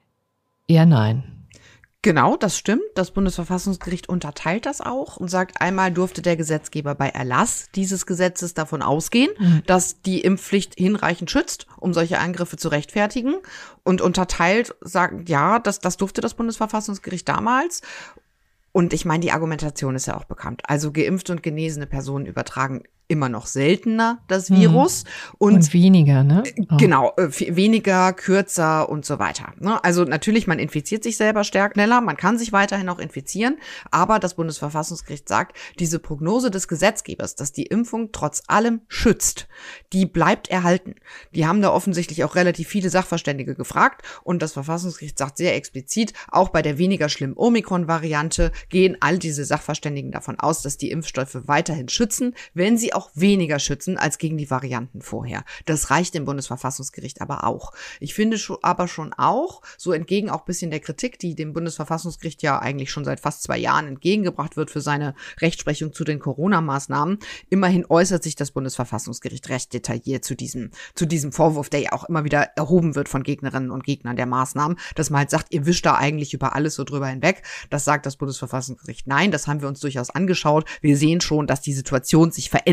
eher nein. Genau, das stimmt. Das Bundesverfassungsgericht unterteilt das auch und sagt, einmal durfte der Gesetzgeber bei Erlass dieses Gesetzes davon ausgehen, mhm. dass die Impfpflicht hinreichend schützt, um solche Angriffe zu rechtfertigen. Und unterteilt sagt, ja, das, das durfte das Bundesverfassungsgericht damals. Und ich meine, die Argumentation ist ja auch bekannt. Also geimpfte und genesene Personen übertragen immer noch seltener das Virus. Mhm. Und, und weniger, ne? Oh. Genau, äh, weniger, kürzer und so weiter. Ne? Also natürlich, man infiziert sich selber stärker, schneller, man kann sich weiterhin auch infizieren, aber das Bundesverfassungsgericht sagt, diese Prognose des Gesetzgebers, dass die Impfung trotz allem schützt, die bleibt erhalten. Die haben da offensichtlich auch relativ viele Sachverständige gefragt und das Verfassungsgericht sagt sehr explizit, auch bei der weniger schlimmen Omikron-Variante gehen all diese Sachverständigen davon aus, dass die Impfstoffe weiterhin schützen, wenn sie auch weniger schützen als gegen die Varianten vorher. Das reicht dem Bundesverfassungsgericht aber auch. Ich finde schon, aber schon auch, so entgegen auch ein bisschen der Kritik, die dem Bundesverfassungsgericht ja eigentlich schon seit fast zwei Jahren entgegengebracht wird für seine Rechtsprechung zu den Corona-Maßnahmen, immerhin äußert sich das Bundesverfassungsgericht recht detailliert zu diesem, zu diesem Vorwurf, der ja auch immer wieder erhoben wird von Gegnerinnen und Gegnern der Maßnahmen, dass man halt sagt, ihr wischt da eigentlich über alles so drüber hinweg. Das sagt das Bundesverfassungsgericht nein, das haben wir uns durchaus angeschaut. Wir sehen schon, dass die Situation sich verändert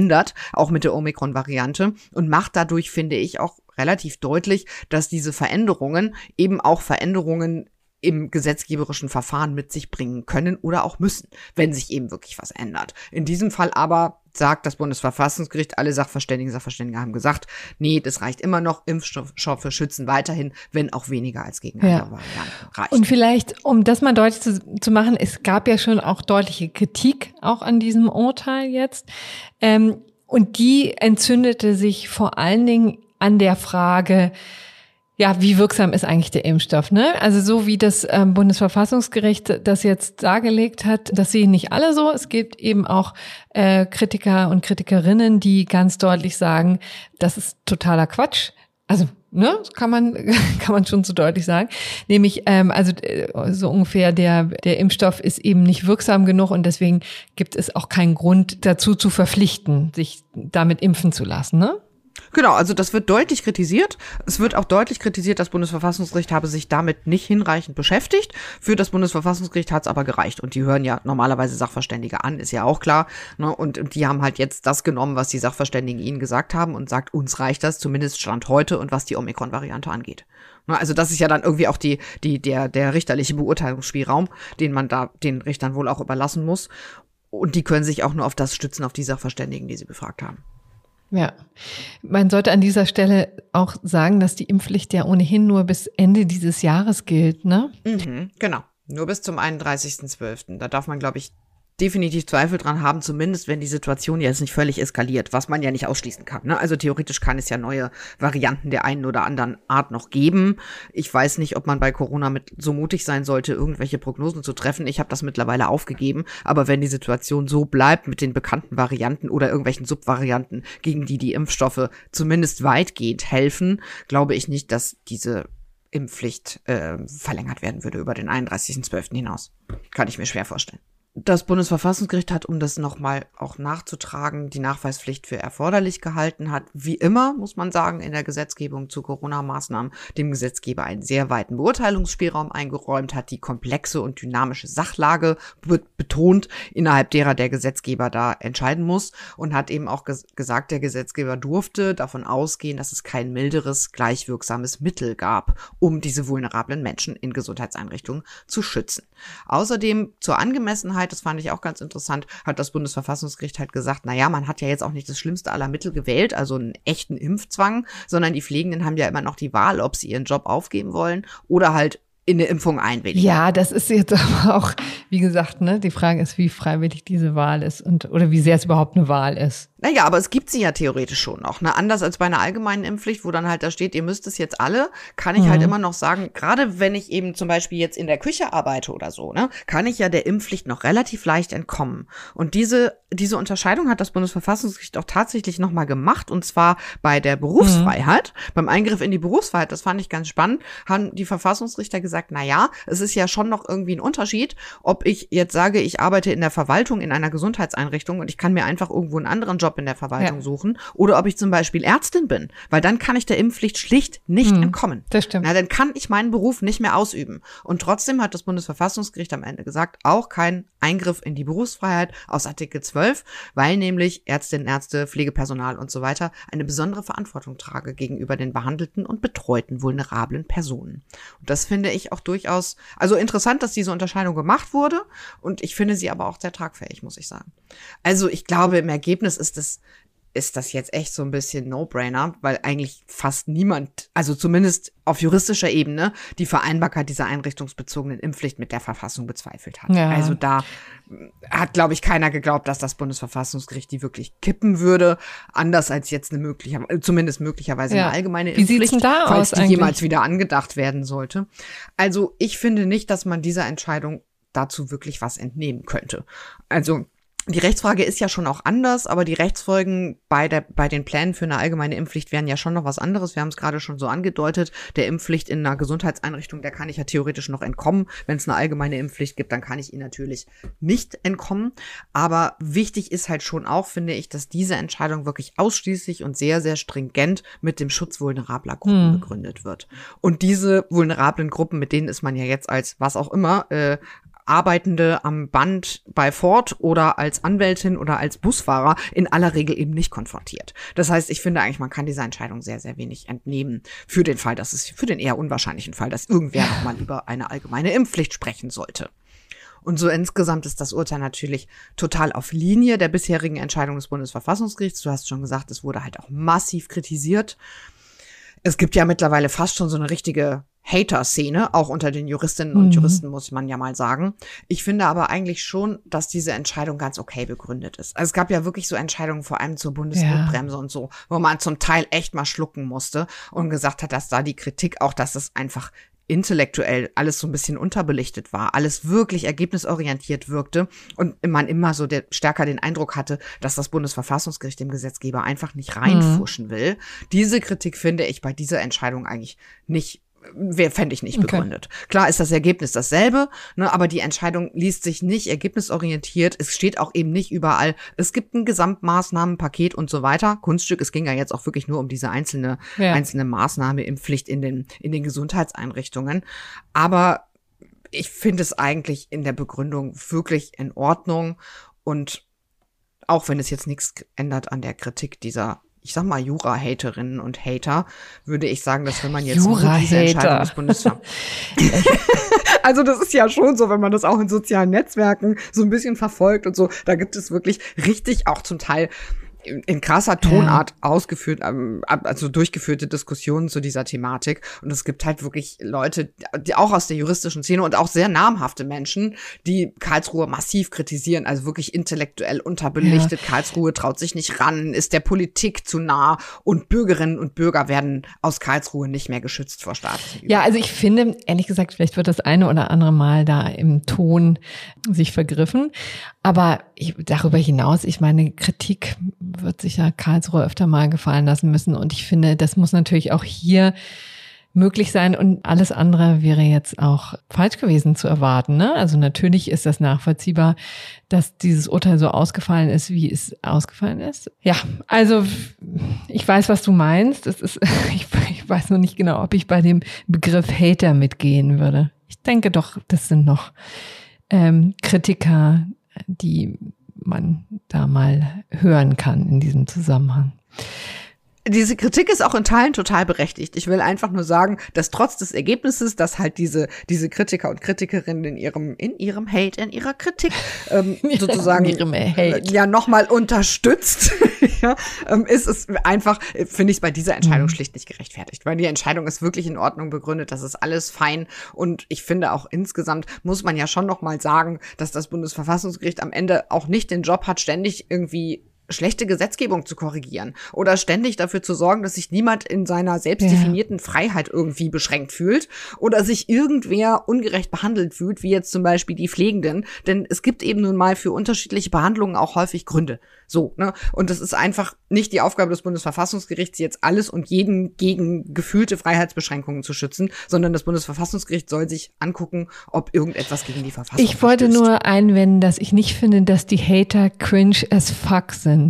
verändert, auch mit der Omikron-Variante, und macht dadurch, finde ich, auch relativ deutlich, dass diese Veränderungen eben auch Veränderungen im gesetzgeberischen Verfahren mit sich bringen können oder auch müssen, wenn sich eben wirklich was ändert. In diesem Fall aber sagt das Bundesverfassungsgericht, alle Sachverständigen, Sachverständige haben gesagt, nee, das reicht immer noch, Impfstoffe schützen weiterhin, wenn auch weniger als gegen andere ja. Varianten reicht. Und vielleicht, um das mal deutlich zu, zu machen, es gab ja schon auch deutliche Kritik auch an diesem Urteil jetzt. Ähm, und die entzündete sich vor allen Dingen an der Frage, ja, wie wirksam ist eigentlich der Impfstoff, ne? Also so wie das ähm, Bundesverfassungsgericht das jetzt dargelegt hat, das sehen nicht alle so. Es gibt eben auch äh, Kritiker und Kritikerinnen, die ganz deutlich sagen, das ist totaler Quatsch. Also, ne, das kann man kann man schon so deutlich sagen. Nämlich, ähm, also äh, so ungefähr der der Impfstoff ist eben nicht wirksam genug und deswegen gibt es auch keinen Grund dazu zu verpflichten, sich damit impfen zu lassen, ne? Genau, also das wird deutlich kritisiert. Es wird auch deutlich kritisiert, das Bundesverfassungsgericht habe sich damit nicht hinreichend beschäftigt. Für das Bundesverfassungsgericht hat es aber gereicht. Und die hören ja normalerweise Sachverständige an, ist ja auch klar. Ne? Und, und die haben halt jetzt das genommen, was die Sachverständigen ihnen gesagt haben und sagt, uns reicht das, zumindest Stand heute und was die Omikron-Variante angeht. Ne? Also das ist ja dann irgendwie auch die, die, der, der richterliche Beurteilungsspielraum, den man da den Richtern wohl auch überlassen muss. Und die können sich auch nur auf das stützen, auf die Sachverständigen, die sie befragt haben. Ja, man sollte an dieser Stelle auch sagen, dass die Impfpflicht ja ohnehin nur bis Ende dieses Jahres gilt, ne? Mhm, genau, nur bis zum einunddreißigsten zwölften Da darf man, glaube ich, definitiv Zweifel dran haben, zumindest wenn die Situation jetzt nicht völlig eskaliert, was man ja nicht ausschließen kann. Ne? Also theoretisch kann es ja neue Varianten der einen oder anderen Art noch geben. Ich weiß nicht, ob man bei Corona mit so mutig sein sollte, irgendwelche Prognosen zu treffen. Ich habe das mittlerweile aufgegeben. Aber wenn die Situation so bleibt mit den bekannten Varianten oder irgendwelchen Subvarianten, gegen die die Impfstoffe zumindest weitgehend helfen, glaube ich nicht, dass diese Impfpflicht äh, verlängert werden würde über den einunddreißigsten zwölften hinaus. Kann ich mir schwer vorstellen. Das Bundesverfassungsgericht hat, um das nochmal auch nachzutragen, die Nachweispflicht für erforderlich gehalten, hat wie immer, muss man sagen, in der Gesetzgebung zu Corona-Maßnahmen dem Gesetzgeber einen sehr weiten Beurteilungsspielraum eingeräumt, hat die komplexe und dynamische Sachlage be- betont, innerhalb derer der Gesetzgeber da entscheiden muss, und hat eben auch ges- gesagt, der Gesetzgeber durfte davon ausgehen, dass es kein milderes, gleichwirksames Mittel gab, um diese vulnerablen Menschen in Gesundheitseinrichtungen zu schützen. Außerdem zur Angemessenheit, das fand ich auch ganz interessant, hat das Bundesverfassungsgericht halt gesagt, naja, man hat ja jetzt auch nicht das schlimmste aller Mittel gewählt, also einen echten Impfzwang, sondern die Pflegenden haben ja immer noch die Wahl, ob sie ihren Job aufgeben wollen oder halt in eine Impfung einwilligen. Ja, das ist jetzt aber auch, wie gesagt, ne, die Frage ist, wie freiwillig diese Wahl ist und oder wie sehr es überhaupt eine Wahl ist. Naja, aber es gibt sie ja theoretisch schon noch. Ne? Anders als bei einer allgemeinen Impfpflicht, wo dann halt da steht, ihr müsst es jetzt alle, kann ich mhm. halt immer noch sagen, gerade wenn ich eben zum Beispiel jetzt in der Küche arbeite oder so, ne, kann ich ja der Impfpflicht noch relativ leicht entkommen. Und diese diese Unterscheidung hat das Bundesverfassungsgericht auch tatsächlich nochmal gemacht, und zwar bei der Berufsfreiheit. Mhm. Beim Eingriff in die Berufsfreiheit, das fand ich ganz spannend, haben die Verfassungsrichter gesagt, na ja, es ist ja schon noch irgendwie ein Unterschied, ob ich jetzt sage, ich arbeite in der Verwaltung in einer Gesundheitseinrichtung und ich kann mir einfach irgendwo einen anderen Job in der Verwaltung ja. suchen, oder ob ich zum Beispiel Ärztin bin, weil dann kann ich der Impfpflicht schlicht nicht hm, entkommen. Das stimmt. Na, dann kann ich meinen Beruf nicht mehr ausüben. Und trotzdem hat das Bundesverfassungsgericht am Ende gesagt, auch kein Eingriff in die Berufsfreiheit aus Artikel zwölf, weil nämlich Ärztinnen, Ärzte, Pflegepersonal und so weiter eine besondere Verantwortung trage gegenüber den behandelten und betreuten vulnerablen Personen. Und das finde ich auch durchaus, also interessant, dass diese Unterscheidung gemacht wurde, und ich finde sie aber auch sehr tragfähig, muss ich sagen. Also ich glaube, im Ergebnis ist es ist das jetzt echt so ein bisschen No-Brainer, weil eigentlich fast niemand, also zumindest auf juristischer Ebene, die Vereinbarkeit dieser einrichtungsbezogenen Impfpflicht mit der Verfassung bezweifelt hat. Ja. Also da hat, glaube ich, keiner geglaubt, dass das Bundesverfassungsgericht die wirklich kippen würde, anders als jetzt eine mögliche, zumindest möglicherweise ja. eine allgemeine Wie Impfpflicht, sieht's denn da falls aus die eigentlich? jemals wieder angedacht werden sollte. Also ich finde nicht, dass man dieser Entscheidung dazu wirklich was entnehmen könnte. Also die Rechtsfrage ist ja schon auch anders, aber die Rechtsfolgen bei der bei den Plänen für eine allgemeine Impfpflicht wären ja schon noch was anderes. Wir haben es gerade schon so angedeutet, der Impfpflicht in einer Gesundheitseinrichtung, der kann ich ja theoretisch noch entkommen. Wenn es eine allgemeine Impfpflicht gibt, dann kann ich ihnen natürlich nicht entkommen. Aber wichtig ist halt schon auch, finde ich, dass diese Entscheidung wirklich ausschließlich und sehr, sehr stringent mit dem Schutz vulnerabler Gruppen hm. begründet wird. Und diese vulnerablen Gruppen, mit denen ist man ja jetzt als was auch immer äh, Arbeitende am Band bei Ford oder als Anwältin oder als Busfahrer in aller Regel eben nicht konfrontiert. Das heißt, ich finde eigentlich, man kann dieser Entscheidung sehr, sehr wenig entnehmen für den Fall, dass es, für den eher unwahrscheinlichen Fall, dass irgendwer nochmal über eine allgemeine Impfpflicht sprechen sollte. Und so insgesamt ist das Urteil natürlich total auf Linie der bisherigen Entscheidung des Bundesverfassungsgerichts. Du hast schon gesagt, es wurde halt auch massiv kritisiert. Es gibt ja mittlerweile fast schon so eine richtige Hater-Szene, auch unter den Juristinnen und mhm. Juristen, muss man ja mal sagen. Ich finde aber eigentlich schon, dass diese Entscheidung ganz okay begründet ist. Also es gab ja wirklich so Entscheidungen, vor allem zur Bundesnotbremse ja. und so, wo man zum Teil echt mal schlucken musste und gesagt hat, dass da die Kritik auch, dass es einfach intellektuell alles so ein bisschen unterbelichtet war, alles wirklich ergebnisorientiert wirkte und man immer so der, stärker den Eindruck hatte, dass das Bundesverfassungsgericht dem Gesetzgeber einfach nicht reinfuschen mhm. will. Diese Kritik finde ich bei dieser Entscheidung eigentlich nicht fände ich nicht okay. begründet. Klar ist das Ergebnis dasselbe, ne, aber die Entscheidung liest sich nicht ergebnisorientiert. Es steht auch eben nicht überall, es gibt ein Gesamtmaßnahmenpaket und so weiter. Kunststück, es ging ja jetzt auch wirklich nur um diese einzelne ja. einzelne Maßnahme, Impfpflicht in den in den Gesundheitseinrichtungen. Aber ich finde es eigentlich in der Begründung wirklich in Ordnung. Und auch wenn es jetzt nichts ändert an der Kritik dieser, ich sag mal, Jura-Haterinnen und Hater, würde ich sagen, dass wenn man jetzt diese Entscheidung des Bundesverfassungsgerichts also das ist ja schon so, wenn man das auch in sozialen Netzwerken so ein bisschen verfolgt und so, da gibt es wirklich richtig auch zum Teil in krasser Tonart ja. ausgeführt, also durchgeführte Diskussionen zu dieser Thematik. Und es gibt halt wirklich Leute, die auch aus der juristischen Szene und auch sehr namhafte Menschen, die Karlsruhe massiv kritisieren, also wirklich intellektuell unterbelichtet. Ja. Karlsruhe traut sich nicht ran, ist der Politik zu nah und Bürgerinnen und Bürger werden aus Karlsruhe nicht mehr geschützt vor staatlichen Ja, also ich finde, ehrlich gesagt, vielleicht wird das eine oder andere Mal da im Ton sich vergriffen. Aber ich, darüber hinaus, ich meine, Kritik wird sich ja Karlsruhe öfter mal gefallen lassen müssen. Und ich finde, das muss natürlich auch hier möglich sein. Und alles andere wäre jetzt auch falsch gewesen zu erwarten, ne? Also natürlich ist das nachvollziehbar, dass dieses Urteil so ausgefallen ist, wie es ausgefallen ist. Ja, also ich weiß, was du meinst. Es ist, ich, ich weiß noch nicht genau, ob ich bei dem Begriff Hater mitgehen würde. Ich denke doch, das sind noch ähm, Kritiker, die man da mal hören kann in diesem Zusammenhang. Diese Kritik ist auch in Teilen total berechtigt. Ich will einfach nur sagen, dass trotz des Ergebnisses, dass halt diese diese Kritiker und Kritikerinnen in ihrem in ihrem Hate, in ihrer Kritik ähm, sozusagen in ihrem Hate. ja nochmal unterstützt, ja, ähm, ist es einfach, finde ich es bei dieser Entscheidung mhm. schlicht nicht gerechtfertigt, weil die Entscheidung ist wirklich in Ordnung begründet, das ist alles fein und ich finde auch insgesamt muss man ja schon nochmal sagen, dass das Bundesverfassungsgericht am Ende auch nicht den Job hat, ständig irgendwie schlechte Gesetzgebung zu korrigieren oder ständig dafür zu sorgen, dass sich niemand in seiner selbstdefinierten ja. Freiheit irgendwie beschränkt fühlt oder sich irgendwer ungerecht behandelt fühlt, wie jetzt zum Beispiel die Pflegenden. Denn es gibt eben nun mal für unterschiedliche Behandlungen auch häufig Gründe. So, ne? Und es ist einfach nicht die Aufgabe des Bundesverfassungsgerichts, jetzt alles und jeden gegen gefühlte Freiheitsbeschränkungen zu schützen, sondern das Bundesverfassungsgericht soll sich angucken, ob irgendetwas gegen die Verfassung Ich wollte verstößt. Nur einwenden, dass ich nicht finde, dass die Hater cringe as fuck sind.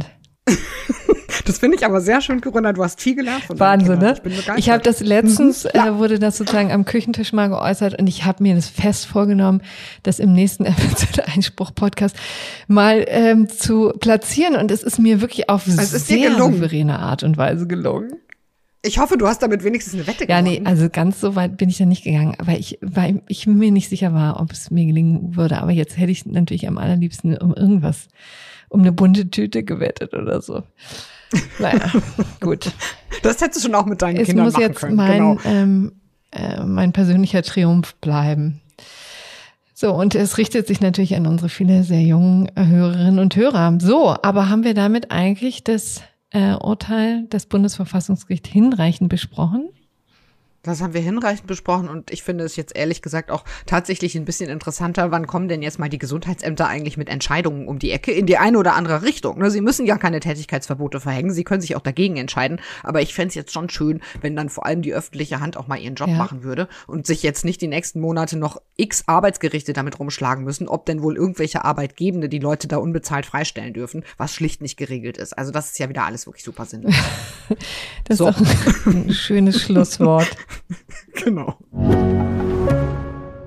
Das finde ich aber sehr schön, Corinna. Du hast viel gelernt von Wahnsinn, ne? Ich bin begeistert. Ich habe das letztens, ja. äh, wurde das sozusagen am Küchentisch mal geäußert und ich habe mir das fest vorgenommen, das im nächsten Einspruch-Podcast mal ähm, zu platzieren und es ist mir wirklich auf also sehr souveräne Art und Weise gelungen. Ich hoffe, du hast damit wenigstens eine Wette gewonnen. Ja, nee, also ganz so weit bin ich da nicht gegangen, aber ich, weil ich mir nicht sicher war, ob es mir gelingen würde. Aber jetzt hätte ich natürlich am allerliebsten um irgendwas, um eine bunte Tüte gewettet oder so. Naja, gut. Das hättest du schon auch mit deinen es Kindern machen können. Es muss jetzt mein, genau. ähm, äh, mein persönlicher Triumph bleiben. So, und es richtet sich natürlich an unsere viele sehr jungen Hörerinnen und Hörer. So, aber haben wir damit eigentlich das äh, Urteil des Bundesverfassungsgerichts hinreichend besprochen? Das haben wir hinreichend besprochen und ich finde es jetzt ehrlich gesagt auch tatsächlich ein bisschen interessanter, wann kommen denn jetzt mal die Gesundheitsämter eigentlich mit Entscheidungen um die Ecke in die eine oder andere Richtung. Sie müssen ja keine Tätigkeitsverbote verhängen, sie können sich auch dagegen entscheiden, aber ich fände es jetzt schon schön, wenn dann vor allem die öffentliche Hand auch mal ihren Job ja. machen würde und sich jetzt nicht die nächsten Monate noch x Arbeitsgerichte damit rumschlagen müssen, ob denn wohl irgendwelche Arbeitgebende die Leute da unbezahlt freistellen dürfen, was schlicht nicht geregelt ist. Also das ist ja wieder alles wirklich super sinnlos. Das so. ist auch ein schönes Schlusswort. Genau.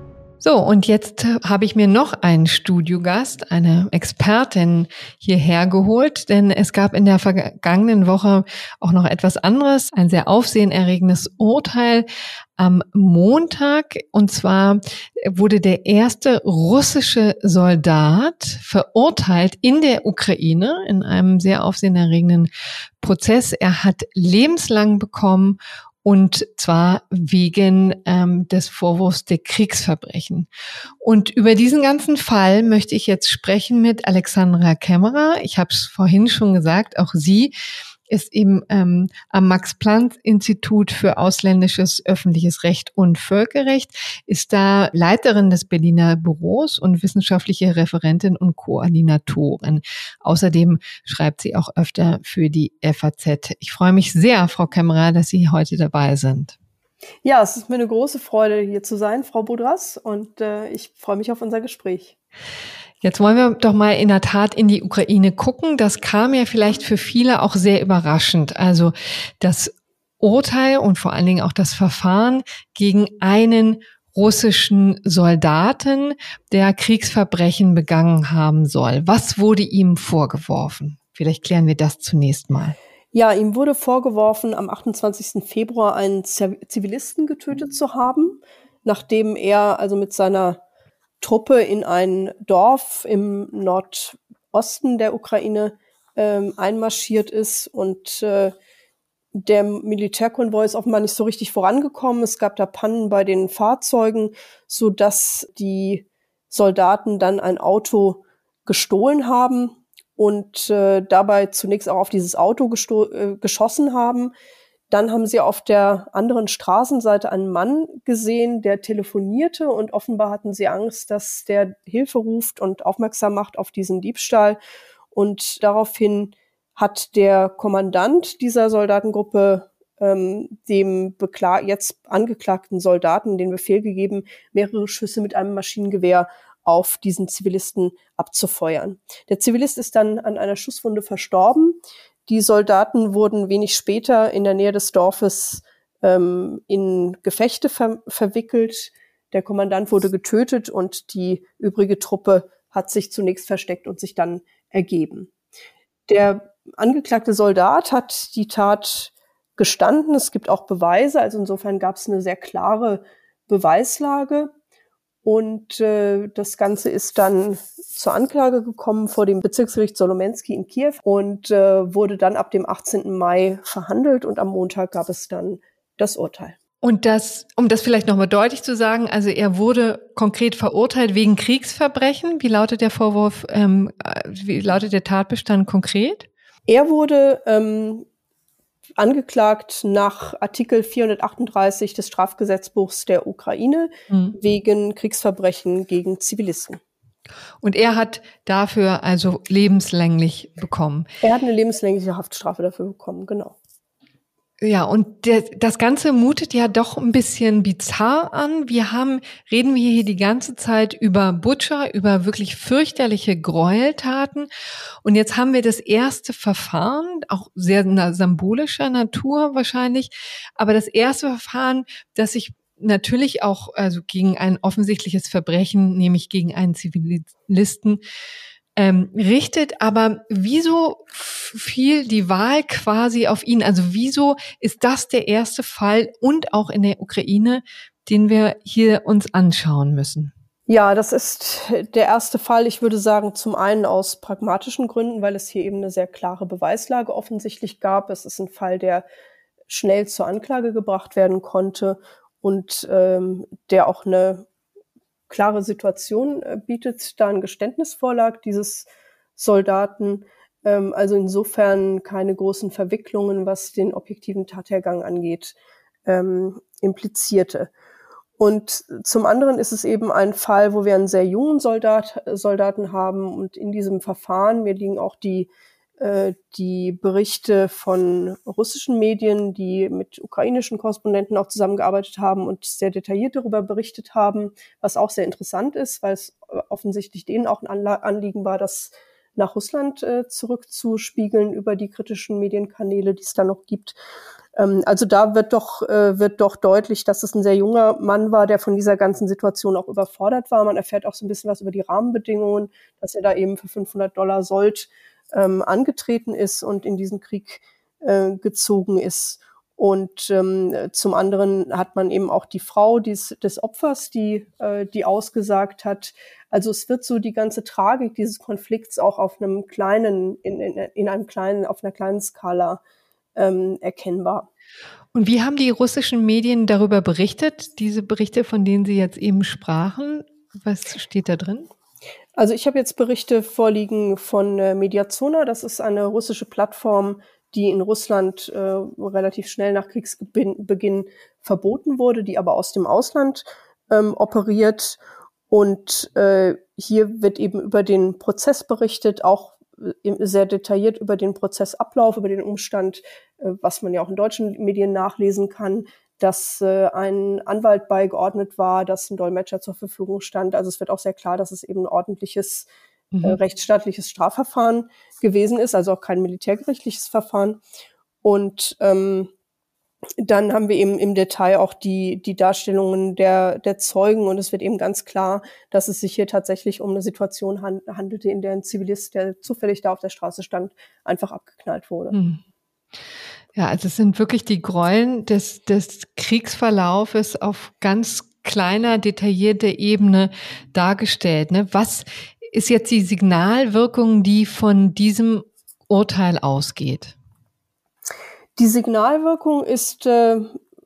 So, und jetzt habe ich mir noch einen Studiogast, eine Expertin hierher geholt, denn es gab in der vergangenen Woche auch noch etwas anderes, ein sehr aufsehenerregendes Urteil am Montag. Und zwar wurde der erste russische Soldat verurteilt in der Ukraine in einem sehr aufsehenerregenden Prozess. Er hat lebenslang bekommen, und zwar wegen ähm, des Vorwurfs der Kriegsverbrechen. Und über diesen ganzen Fall möchte ich jetzt sprechen mit Alexandra Kämmerer. Ich habe es vorhin schon gesagt, auch sie ist eben ähm, am Max-Planck-Institut für ausländisches öffentliches Recht und Völkerrecht, ist da Leiterin des Berliner Büros und wissenschaftliche Referentin und Koordinatorin. Außerdem schreibt sie auch öfter für die F A Z. Ich freue mich sehr, Frau Kämmerer, dass Sie heute dabei sind. Ja, es ist mir eine große Freude, hier zu sein, Frau Budras, und äh, ich freue mich auf unser Gespräch. Jetzt wollen wir doch mal in der Tat in die Ukraine gucken. Das kam ja vielleicht für viele auch sehr überraschend. Also das Urteil und vor allen Dingen auch das Verfahren gegen einen russischen Soldaten, der Kriegsverbrechen begangen haben soll. Was wurde ihm vorgeworfen? Vielleicht klären wir das zunächst mal. Ja, ihm wurde vorgeworfen, am achtundzwanzigsten Februar einen Zivilisten getötet zu haben, nachdem er also mit seiner Truppe in ein Dorf im Nordosten der Ukraine ähm, einmarschiert ist, und äh, der Militärkonvoi ist offenbar nicht so richtig vorangekommen. Es gab da Pannen bei den Fahrzeugen, so dass die Soldaten dann ein Auto gestohlen haben und äh, dabei zunächst auch auf dieses Auto gesto- äh, geschossen haben. Dann haben sie auf der anderen Straßenseite einen Mann gesehen, der telefonierte, und offenbar hatten sie Angst, dass der Hilfe ruft und aufmerksam macht auf diesen Diebstahl. Und daraufhin hat der Kommandant dieser Soldatengruppe ähm, dem bekla- jetzt angeklagten Soldaten den Befehl gegeben, mehrere Schüsse mit einem Maschinengewehr auf diesen Zivilisten abzufeuern. Der Zivilist ist dann an einer Schusswunde verstorben. Die Soldaten wurden wenig später in der Nähe des Dorfes ähm, in Gefechte ver- verwickelt. Der Kommandant wurde getötet und die übrige Truppe hat sich zunächst versteckt und sich dann ergeben. Der angeklagte Soldat hat die Tat gestanden. Es gibt auch Beweise, also insofern gab es eine sehr klare Beweislage. Und äh, das Ganze ist dann zur Anklage gekommen vor dem Bezirksgericht Solomensky in Kiew und äh, wurde dann ab dem achtzehnten Mai verhandelt, und am Montag gab es dann das Urteil. Und das, um das vielleicht nochmal deutlich zu sagen, also er wurde konkret verurteilt wegen Kriegsverbrechen. Wie lautet der Vorwurf, ähm, wie lautet der Tatbestand konkret? Er wurde ähm, angeklagt nach Artikel vierhundertachtunddreißig des Strafgesetzbuchs der Ukraine mhm. wegen Kriegsverbrechen gegen Zivilisten. Und er hat dafür also lebenslänglich bekommen. Er hat eine lebenslängliche Haftstrafe dafür bekommen, genau. Ja, und der, das Ganze mutet ja doch ein bisschen bizarr an. Wir haben, reden wir hier die ganze Zeit über Butscha, über wirklich fürchterliche Gräueltaten. Und jetzt haben wir das erste Verfahren, auch sehr symbolischer Natur wahrscheinlich, aber das erste Verfahren, das sich natürlich auch also gegen ein offensichtliches Verbrechen, nämlich gegen einen Zivilisten, Ähm, richtet, aber wieso fiel die Wahl quasi auf ihn? Also wieso ist das der erste Fall und auch in der Ukraine, den wir hier uns anschauen müssen? Ja, das ist der erste Fall. Ich würde sagen, zum einen aus pragmatischen Gründen, weil es hier eben eine sehr klare Beweislage offensichtlich gab. Es ist ein Fall, der schnell zur Anklage gebracht werden konnte und ähm, der auch eine klare Situation äh, bietet, da ein Geständnis vorlag dieses Soldaten. Ähm, also insofern keine großen Verwicklungen, was den objektiven Tathergang angeht, ähm, implizierte. Und zum anderen ist es eben ein Fall, wo wir einen sehr jungen Soldat, Soldaten haben, und in diesem Verfahren, mir liegen auch die die Berichte von russischen Medien, die mit ukrainischen Korrespondenten auch zusammengearbeitet haben und sehr detailliert darüber berichtet haben, was auch sehr interessant ist, weil es offensichtlich denen auch ein Anliegen war, das nach Russland äh, zurückzuspiegeln über die kritischen Medienkanäle, die es da noch gibt. Ähm, also da wird doch, äh, wird doch deutlich, dass es ein sehr junger Mann war, der von dieser ganzen Situation auch überfordert war. Man erfährt auch so ein bisschen was über die Rahmenbedingungen, dass er da eben für fünfhundert Dollar Sold ähm, angetreten ist und in diesen Krieg äh, gezogen ist. Und ähm, zum anderen hat man eben auch die Frau des, des Opfers, die, äh, die ausgesagt hat. Also es wird so die ganze Tragik dieses Konflikts auch auf einem kleinen, in, in, in einem kleinen, auf einer kleinen Skala ähm, erkennbar. Und wie haben die russischen Medien darüber berichtet, diese Berichte, von denen Sie jetzt eben sprachen? Was steht da drin? Also ich habe jetzt Berichte vorliegen von äh, Mediazona. Das ist eine russische Plattform, die in Russland äh, relativ schnell nach Kriegsbeginn verboten wurde, die aber aus dem Ausland ähm, operiert. Und äh, hier wird eben über den Prozess berichtet, auch äh, sehr detailliert über den Prozessablauf, über den Umstand, äh, was man ja auch in deutschen Medien nachlesen kann, dass äh, ein Anwalt beigeordnet war, dass ein Dolmetscher zur Verfügung stand. Also es wird auch sehr klar, dass es eben ein ordentliches mhm. äh, rechtsstaatliches Strafverfahren gewesen ist, also auch kein militärgerichtliches Verfahren. Und ähm, dann haben wir eben im Detail auch die, die Darstellungen der, der Zeugen und es wird eben ganz klar, dass es sich hier tatsächlich um eine Situation hand, handelte, in der ein Zivilist, der zufällig da auf der Straße stand, einfach abgeknallt wurde. Hm. Ja, also es sind wirklich die Gräueln des, des Kriegsverlaufes auf ganz kleiner, detaillierter Ebene dargestellt. Ne? Was ist jetzt die Signalwirkung, die von diesem Urteil ausgeht? Die Signalwirkung ist äh,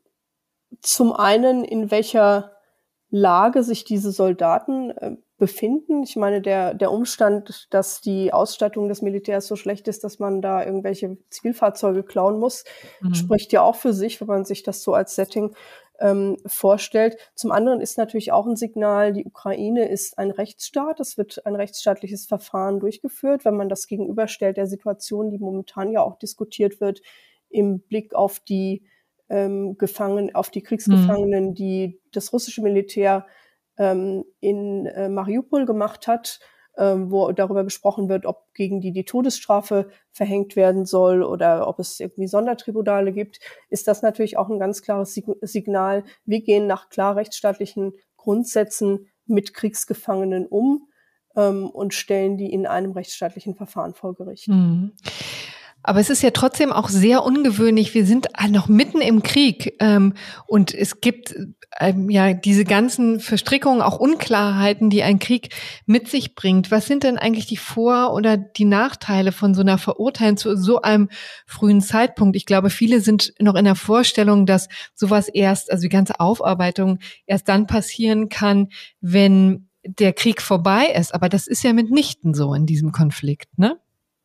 zum einen, in welcher Lage sich diese Soldaten äh, befinden. Ich meine, der, der Umstand, dass die Ausstattung des Militärs so schlecht ist, dass man da irgendwelche Zivilfahrzeuge klauen muss, mhm. spricht ja auch für sich, wenn man sich das so als Setting ähm, vorstellt. Zum anderen ist natürlich auch ein Signal, die Ukraine ist ein Rechtsstaat. Es wird ein rechtsstaatliches Verfahren durchgeführt. Wenn man das gegenüberstellt der Situation, die momentan ja auch diskutiert wird, im Blick auf die ähm, Gefangenen, auf die Kriegsgefangenen, mhm. die das russische Militär ähm, in äh, Mariupol gemacht hat, ähm, wo darüber gesprochen wird, ob gegen die die Todesstrafe verhängt werden soll oder ob es irgendwie Sondertribunale gibt, ist das natürlich auch ein ganz klares Sig- Signal. Wir gehen nach klar rechtsstaatlichen Grundsätzen mit Kriegsgefangenen um ähm, und stellen die in einem rechtsstaatlichen Verfahren vor Gericht. Mhm. Aber es ist ja trotzdem auch sehr ungewöhnlich. Wir sind noch mitten im Krieg ähm, und es gibt ähm, ja diese ganzen Verstrickungen, auch Unklarheiten, die ein Krieg mit sich bringt. Was sind denn eigentlich die Vor- oder die Nachteile von so einer Verurteilung zu so einem frühen Zeitpunkt? Ich glaube, viele sind noch in der Vorstellung, dass sowas erst, also die ganze Aufarbeitung erst dann passieren kann, wenn der Krieg vorbei ist. Aber das ist ja mitnichten so in diesem Konflikt, ne?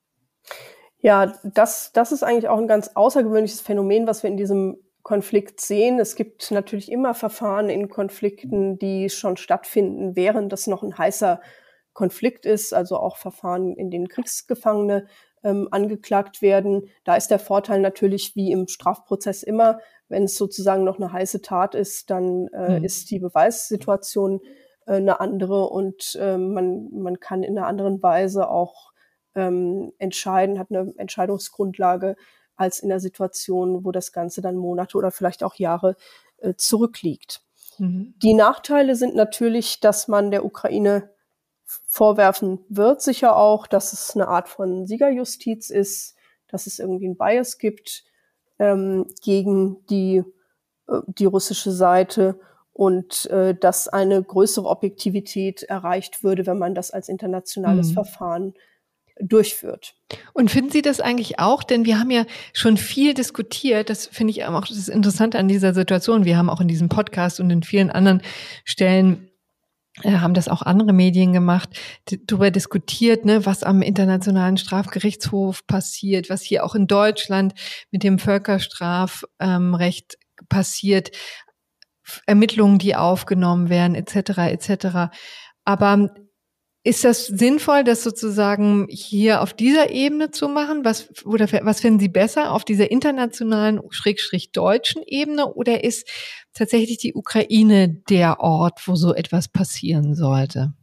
Ja, das, das ist eigentlich auch ein ganz außergewöhnliches Phänomen, was wir in diesem Konflikt sehen. Es gibt natürlich immer Verfahren in Konflikten, die schon stattfinden, während das noch ein heißer Konflikt ist, also auch Verfahren, in denen Kriegsgefangene ähm, angeklagt werden. Da ist der Vorteil natürlich wie im Strafprozess immer, wenn es sozusagen noch eine heiße Tat ist, dann äh, mhm. ist die Beweissituation äh, eine andere und äh, man, man kann in einer anderen Weise auch Ähm, entscheiden, hat eine Entscheidungsgrundlage als in der Situation, wo das Ganze dann Monate oder vielleicht auch Jahre äh, zurückliegt. Mhm. Die Nachteile sind natürlich, dass man der Ukraine vorwerfen wird, sicher auch, dass es eine Art von Siegerjustiz ist, dass es irgendwie einen Bias gibt ähm, gegen die, äh, die russische Seite und äh, dass eine größere Objektivität erreicht würde, wenn man das als internationales mhm. Verfahren durchführt. Und finden Sie das eigentlich auch? Denn wir haben ja schon viel diskutiert, das finde ich auch das Interessante an dieser Situation. Wir haben auch in diesem Podcast und in vielen anderen Stellen äh, haben das auch andere Medien gemacht, die, darüber diskutiert, ne, was am Internationalen Strafgerichtshof passiert, was hier auch in Deutschland mit dem Völkerstrafrecht ähm, passiert, Ermittlungen, die aufgenommen werden, et cetera, et cetera. Aber ist das sinnvoll, das sozusagen hier auf dieser Ebene zu machen? Was, oder was finden Sie besser, auf dieser internationalen, schrägstrich deutschen Ebene? Oder ist tatsächlich die Ukraine der Ort, wo so etwas passieren sollte?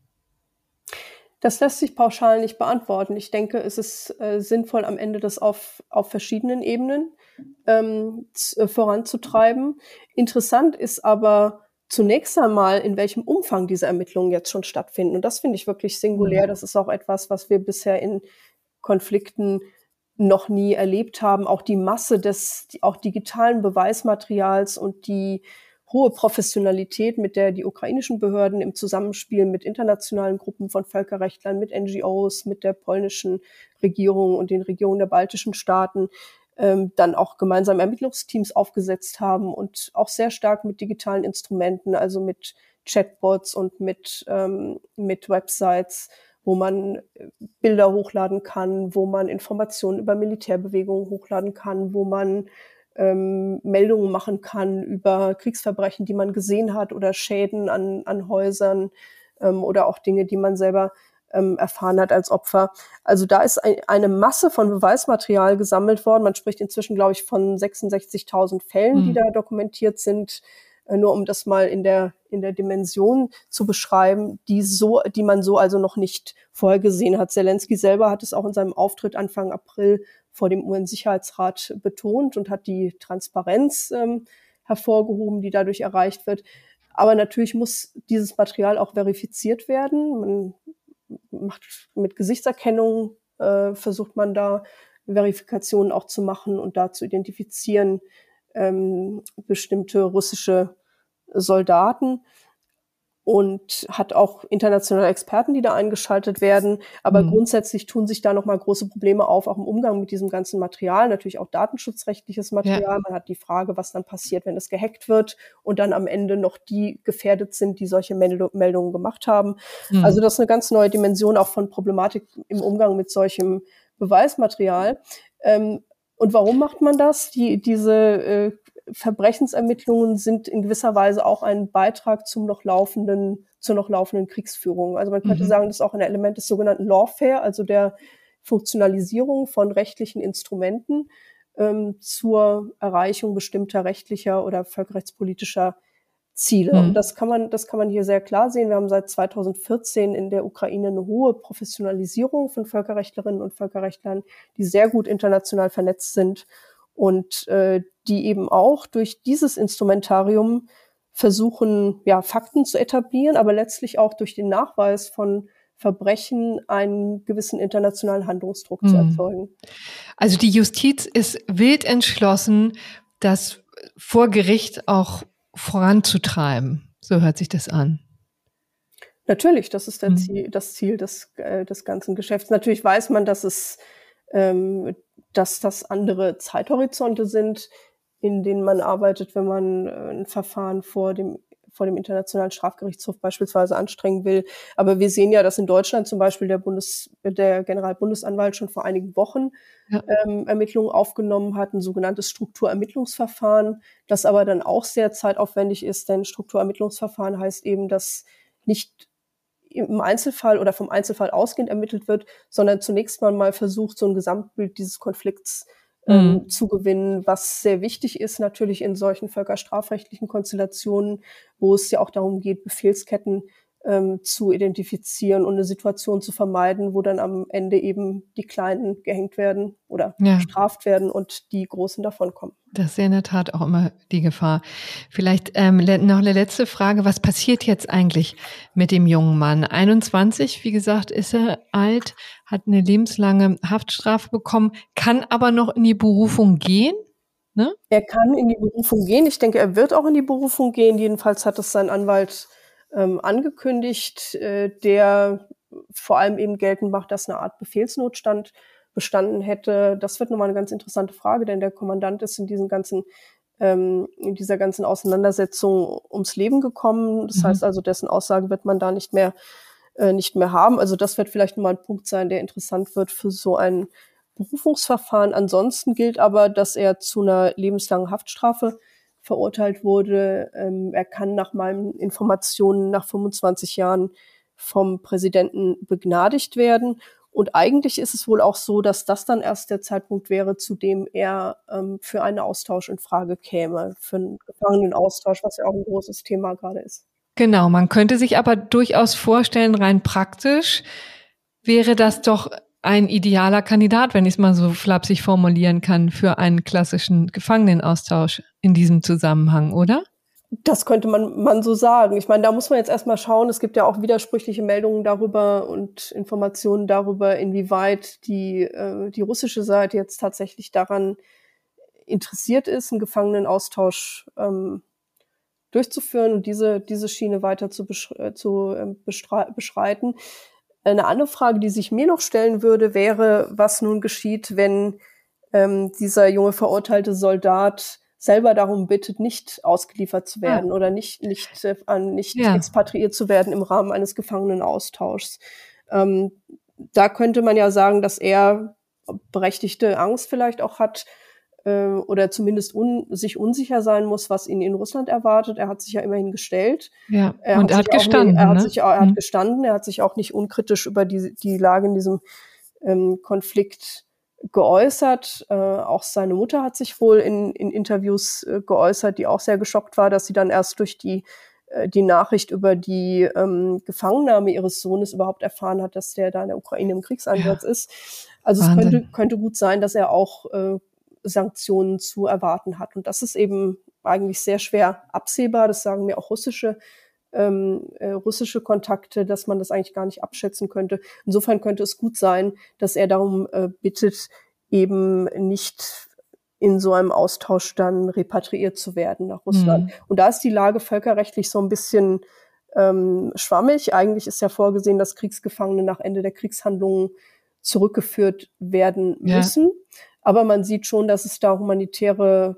Das lässt sich pauschal nicht beantworten. Ich denke, es ist äh, sinnvoll, am Ende das auf, auf verschiedenen Ebenen ähm, z- äh, voranzutreiben. Interessant ist aber zunächst einmal, in welchem Umfang diese Ermittlungen jetzt schon stattfinden. Und das finde ich wirklich singulär. Das ist auch etwas, was wir bisher in Konflikten noch nie erlebt haben. Auch die Masse des, auch digitalen Beweismaterials und die hohe Professionalität, mit der die ukrainischen Behörden im Zusammenspiel mit internationalen Gruppen von Völkerrechtlern, mit N G Os, mit der polnischen Regierung und den Regierungen der baltischen Staaten ähm, dann auch gemeinsam Ermittlungsteams aufgesetzt haben und auch sehr stark mit digitalen Instrumenten, also mit Chatbots und mit, ähm, mit Websites, wo man Bilder hochladen kann, wo man Informationen über Militärbewegungen hochladen kann, wo man ähm, Meldungen machen kann über Kriegsverbrechen, die man gesehen hat oder Schäden an, an Häusern ähm, oder auch Dinge, die man selber ähm, erfahren hat als Opfer. Also da ist ein, eine Masse von Beweismaterial gesammelt worden. Man spricht inzwischen, glaube ich, von sechsundsechzigtausend Fällen, mhm. die da dokumentiert sind. Nur um das mal in der in der Dimension zu beschreiben, die so, die man so also noch nicht vorher gesehen hat. Zelensky selber hat es auch in seinem Auftritt Anfang April vor dem U N-Sicherheitsrat betont und hat die Transparenz ähm, hervorgehoben, die dadurch erreicht wird. Aber natürlich muss dieses Material auch verifiziert werden. Man macht mit Gesichtserkennung äh, versucht man da Verifikationen auch zu machen und da zu identifizieren ähm, bestimmte russische Soldaten und hat auch internationale Experten, die da eingeschaltet werden. Aber mhm. grundsätzlich tun sich da nochmal große Probleme auf, auch im Umgang mit diesem ganzen Material, natürlich auch datenschutzrechtliches Material. Ja. Man hat die Frage, was dann passiert, wenn es gehackt wird und dann am Ende noch die gefährdet sind, die solche Meld- Meldungen gemacht haben. Mhm. Also das ist eine ganz neue Dimension auch von Problematik im Umgang mit solchem Beweismaterial. Ähm, und warum macht man das? Die, diese äh, Verbrechensermittlungen sind in gewisser Weise auch ein Beitrag zum noch laufenden, zur noch laufenden Kriegsführung. Also man könnte mhm. sagen, das ist auch ein Element des sogenannten Lawfare, also der Funktionalisierung von rechtlichen Instrumenten ähm, zur Erreichung bestimmter rechtlicher oder völkerrechtspolitischer Ziele. Mhm. Und das kann man, das kann man hier sehr klar sehen. Wir haben seit zweitausendvierzehn in der Ukraine eine hohe Professionalisierung von Völkerrechtlerinnen und Völkerrechtlern, die sehr gut international vernetzt sind und äh, die eben auch durch dieses Instrumentarium versuchen, ja, Fakten zu etablieren, aber letztlich auch durch den Nachweis von Verbrechen einen gewissen internationalen Handlungsdruck hm. zu erzeugen. Also die Justiz ist wild entschlossen, das vor Gericht auch voranzutreiben. So hört sich das an. Natürlich, das ist der hm. Ziel, das Ziel des, äh, des ganzen Geschäfts. Natürlich weiß man, dass es ähm, dass das andere Zeithorizonte sind, in denen man arbeitet, wenn man ein Verfahren vor dem vor dem Internationalen Strafgerichtshof beispielsweise anstrengen will. Aber wir sehen ja, dass in Deutschland zum Beispiel der Bundes der Generalbundesanwalt schon vor einigen Wochen ja. ähm, Ermittlungen aufgenommen hat, ein sogenanntes Strukturermittlungsverfahren, das aber dann auch sehr zeitaufwendig ist, denn Strukturermittlungsverfahren heißt eben, dass nicht im Einzelfall oder vom Einzelfall ausgehend ermittelt wird, sondern zunächst mal mal versucht, so ein Gesamtbild dieses Konflikts ähm, mhm. zu gewinnen, was sehr wichtig ist natürlich in solchen völkerstrafrechtlichen Konstellationen, wo es ja auch darum geht, Befehlsketten ähm, zu identifizieren und eine Situation zu vermeiden, wo dann am Ende eben die Kleinen gehängt werden oder ja. bestraft werden und die Großen davonkommen. Das ist ja in der Tat auch immer die Gefahr. Vielleicht ähm, noch eine letzte Frage. Was passiert jetzt eigentlich mit dem jungen Mann? einundzwanzig, wie gesagt, ist er alt, hat eine lebenslange Haftstrafe bekommen, kann aber noch in die Berufung gehen? Ne? Er kann in die Berufung gehen. Ich denke, er wird auch in die Berufung gehen. Jedenfalls hat es sein Anwalt ähm, angekündigt, äh, der vor allem eben geltend macht, dass eine Art Befehlsnotstand bestanden hätte. Das wird nochmal eine ganz interessante Frage, denn der Kommandant ist in diesen ganzen, ähm, in dieser ganzen Auseinandersetzung ums Leben gekommen. Das mhm. heißt also, dessen Aussage wird man da nicht mehr, äh, nicht mehr haben. Also das wird vielleicht nochmal ein Punkt sein, der interessant wird für so ein Berufungsverfahren. Ansonsten gilt aber, dass er zu einer lebenslangen Haftstrafe verurteilt wurde. Ähm, er kann nach meinen Informationen nach fünfundzwanzig Jahren vom Präsidenten begnadigt werden. Und eigentlich ist es wohl auch so, dass das dann erst der Zeitpunkt wäre, zu dem er ähm, für einen Austausch in Frage käme, für einen Gefangenenaustausch, was ja auch ein großes Thema gerade ist. Genau, man könnte sich aber durchaus vorstellen, rein praktisch wäre das doch ein idealer Kandidat, wenn ich es mal so flapsig formulieren kann, für einen klassischen Gefangenenaustausch in diesem Zusammenhang, oder? Das könnte man, man so sagen. Ich meine, da muss man jetzt erstmal schauen. Es gibt ja auch widersprüchliche Meldungen darüber und Informationen darüber, inwieweit die, äh, die russische Seite jetzt tatsächlich daran interessiert ist, einen Gefangenenaustausch ähm, durchzuführen und diese, diese Schiene weiter zu, besch- zu äh, bestre- beschreiten. Eine andere Frage, die sich mir noch stellen würde, wäre, was nun geschieht, wenn ähm, dieser junge verurteilte Soldat selber darum bittet, nicht ausgeliefert zu werden ja. oder nicht nicht äh, nicht ja. expatriiert zu werden im Rahmen eines Gefangenenaustauschs. Ähm, da könnte man ja sagen, dass er berechtigte Angst vielleicht auch hat äh, oder zumindest un, sich unsicher sein muss, was ihn in Russland erwartet. Er hat sich ja immerhin gestellt. Ja. Er und hat er hat gestanden. Nicht, er hat ne? sich er hat mhm. gestanden. Er hat sich auch nicht unkritisch über die die Lage in diesem ähm, Konflikt geäußert. Äh, auch seine Mutter hat sich wohl in, in Interviews äh, geäußert, die auch sehr geschockt war, dass sie dann erst durch die, äh, die Nachricht über die ähm, Gefangennahme ihres Sohnes überhaupt erfahren hat, dass der da in der Ukraine im Kriegseinsatz ja. ist. Also Wahnsinn. es könnte, könnte gut sein, dass er auch äh, Sanktionen zu erwarten hat. Und das ist eben eigentlich sehr schwer absehbar. Das sagen mir auch russische Ähm, äh, russische Kontakte, dass man das eigentlich gar nicht abschätzen könnte. Insofern könnte es gut sein, dass er darum äh, bittet, eben nicht in so einem Austausch dann repatriiert zu werden nach Russland. Mhm. Und da ist die Lage völkerrechtlich so ein bisschen ähm, schwammig. Eigentlich ist ja vorgesehen, dass Kriegsgefangene nach Ende der Kriegshandlungen zurückgeführt werden müssen. Ja. Aber man sieht schon, dass es da humanitäre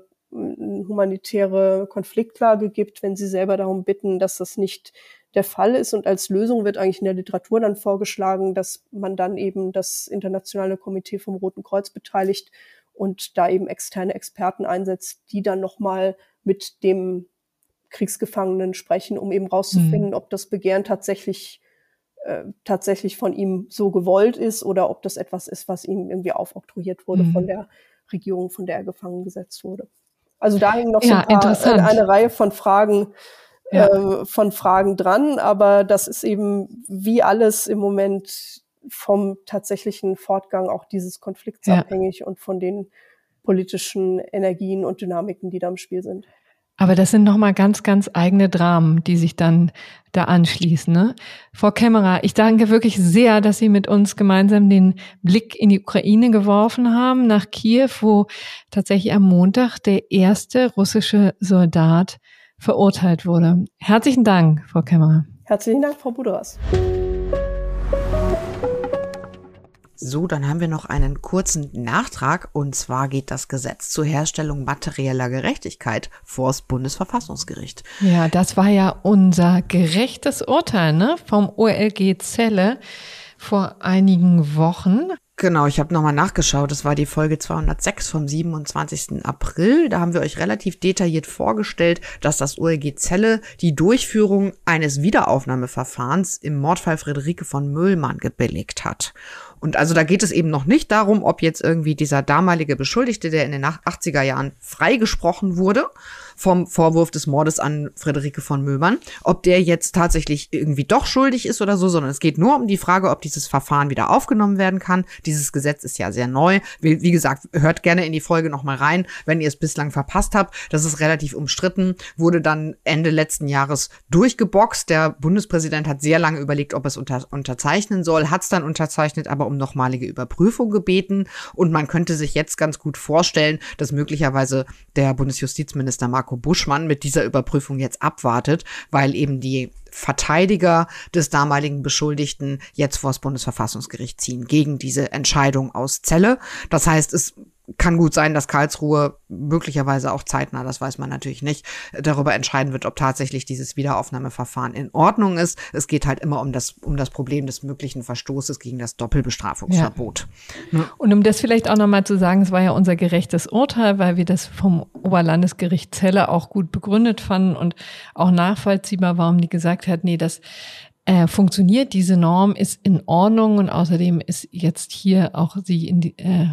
humanitäre Konfliktlage gibt, wenn sie selber darum bitten, dass das nicht der Fall ist. Und als Lösung wird eigentlich in der Literatur dann vorgeschlagen, dass man dann eben das Internationale Komitee vom Roten Kreuz beteiligt und da eben externe Experten einsetzt, die dann nochmal mit dem Kriegsgefangenen sprechen, um eben rauszufinden, mhm. ob das Begehren tatsächlich äh, tatsächlich von ihm so gewollt ist oder ob das etwas ist, was ihm irgendwie aufoktroyiert wurde mhm. von der Regierung, von der er gefangen gesetzt wurde. Also da hängen noch so ja, ein paar, äh, eine Reihe von Fragen, ja. äh, von Fragen dran, aber das ist eben wie alles im Moment vom tatsächlichen Fortgang auch dieses Konflikts ja. abhängig und von den politischen Energien und Dynamiken, die da im Spiel sind. Aber das sind nochmal ganz, ganz eigene Dramen, die sich dann da anschließen. Ne? Frau Kämmerer, ich danke wirklich sehr, dass Sie mit uns gemeinsam den Blick in die Ukraine geworfen haben, nach Kiew, wo tatsächlich am Montag der erste russische Soldat verurteilt wurde. Herzlichen Dank, Frau Kämmerer. Herzlichen Dank, Frau Budras. So, dann haben wir noch einen kurzen Nachtrag, und zwar geht das Gesetz zur Herstellung materieller Gerechtigkeit vors Bundesverfassungsgericht. Ja, das war ja unser gerechtes Urteil, ne, vom O L G Celle vor einigen Wochen. Genau, ich habe nochmal nachgeschaut, das war die Folge zweihundertsechs vom siebenundzwanzigsten April. Da haben wir euch relativ detailliert vorgestellt, dass das O L G Celle die Durchführung eines Wiederaufnahmeverfahrens im Mordfall Friederike von Möllmann gebilligt hat. Und also da geht es eben noch nicht darum, ob jetzt irgendwie dieser damalige Beschuldigte, der in den achtziger Jahren freigesprochen wurde vom Vorwurf des Mordes an Friederike von Möllmann, ob der jetzt tatsächlich irgendwie doch schuldig ist oder so, sondern es geht nur um die Frage, ob dieses Verfahren wieder aufgenommen werden kann. Dieses Gesetz ist ja sehr neu. Wie, wie gesagt, hört gerne in die Folge nochmal rein, wenn ihr es bislang verpasst habt. Das ist relativ umstritten, wurde dann Ende letzten Jahres durchgeboxt. Der Bundespräsident hat sehr lange überlegt, ob es unter, unterzeichnen soll, hat es dann unterzeichnet, aber um nochmalige Überprüfung gebeten. Und man könnte sich jetzt ganz gut vorstellen, dass möglicherweise der Bundesjustizminister Marco Buschmann mit dieser Überprüfung jetzt abwartet, weil eben die Verteidiger des damaligen Beschuldigten jetzt vor das Bundesverfassungsgericht ziehen gegen diese Entscheidung aus Celle. Das heißt, es kann gut sein, dass Karlsruhe möglicherweise auch zeitnah, das weiß man natürlich nicht, darüber entscheiden wird, ob tatsächlich dieses Wiederaufnahmeverfahren in Ordnung ist. Es geht halt immer um das, um das Problem des möglichen Verstoßes gegen das Doppelbestrafungsverbot. Ja. Ja. Und um das vielleicht auch nochmal zu sagen, es war ja unser gerechtes Urteil, weil wir das vom Oberlandesgericht Celle auch gut begründet fanden und auch nachvollziehbar, warum die gesagt hat, nee, das äh, funktioniert, diese Norm ist in Ordnung und außerdem ist jetzt hier auch sie in die, äh,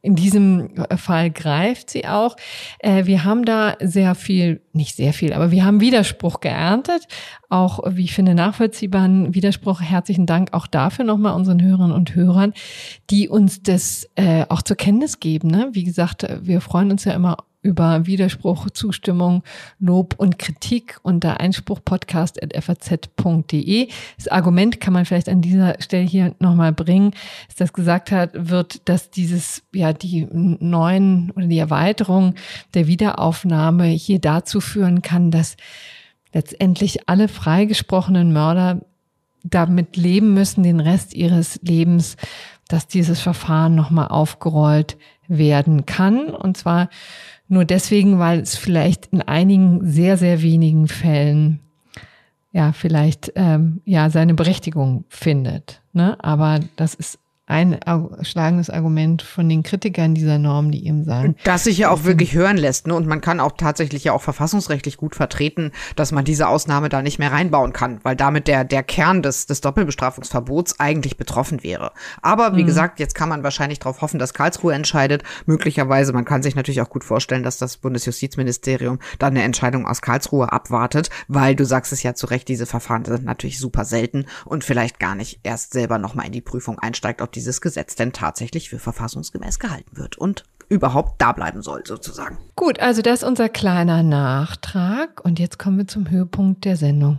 in diesem Fall greift sie auch. Äh, wir haben da sehr viel, nicht sehr viel, aber wir haben Widerspruch geerntet. Auch, wie ich finde, nachvollziehbaren Widerspruch. Herzlichen Dank auch dafür nochmal unseren Hörerinnen und Hörern, die uns das äh, auch zur Kenntnis geben. Ne? Wie gesagt, wir freuen uns ja immer über Widerspruch, Zustimmung, Lob und Kritik unter einspruch podcast at f a z punkt d e. Das Argument kann man vielleicht an dieser Stelle hier nochmal bringen, dass das gesagt hat, wird, dass dieses, ja, die neuen oder die Erweiterung der Wiederaufnahme hier dazu führen kann, dass letztendlich alle freigesprochenen Mörder damit leben müssen, den Rest ihres Lebens, dass dieses Verfahren nochmal aufgerollt werden kann. Und zwar nur deswegen, weil es vielleicht in einigen sehr, sehr wenigen Fällen ja vielleicht ähm, ja seine Berechtigung findet. Ne? Aber das ist ein schlagendes Argument von den Kritikern dieser Norm, die eben sagen. Das sich ja auch wirklich hören lässt, ne? Und man kann auch tatsächlich ja auch verfassungsrechtlich gut vertreten, dass man diese Ausnahme da nicht mehr reinbauen kann, weil damit der der Kern des des Doppelbestrafungsverbots eigentlich betroffen wäre. Aber wie mhm. gesagt, jetzt kann man wahrscheinlich darauf hoffen, dass Karlsruhe entscheidet. Möglicherweise, man kann sich natürlich auch gut vorstellen, dass das Bundesjustizministerium dann eine Entscheidung aus Karlsruhe abwartet, weil du sagst es ja zu Recht, diese Verfahren sind natürlich super selten und vielleicht gar nicht erst selber nochmal in die Prüfung einsteigt, ob dieses Gesetz denn tatsächlich für verfassungsgemäß gehalten wird und überhaupt da bleiben soll, sozusagen. Gut, also das ist unser kleiner Nachtrag und jetzt kommen wir zum Höhepunkt der Sendung.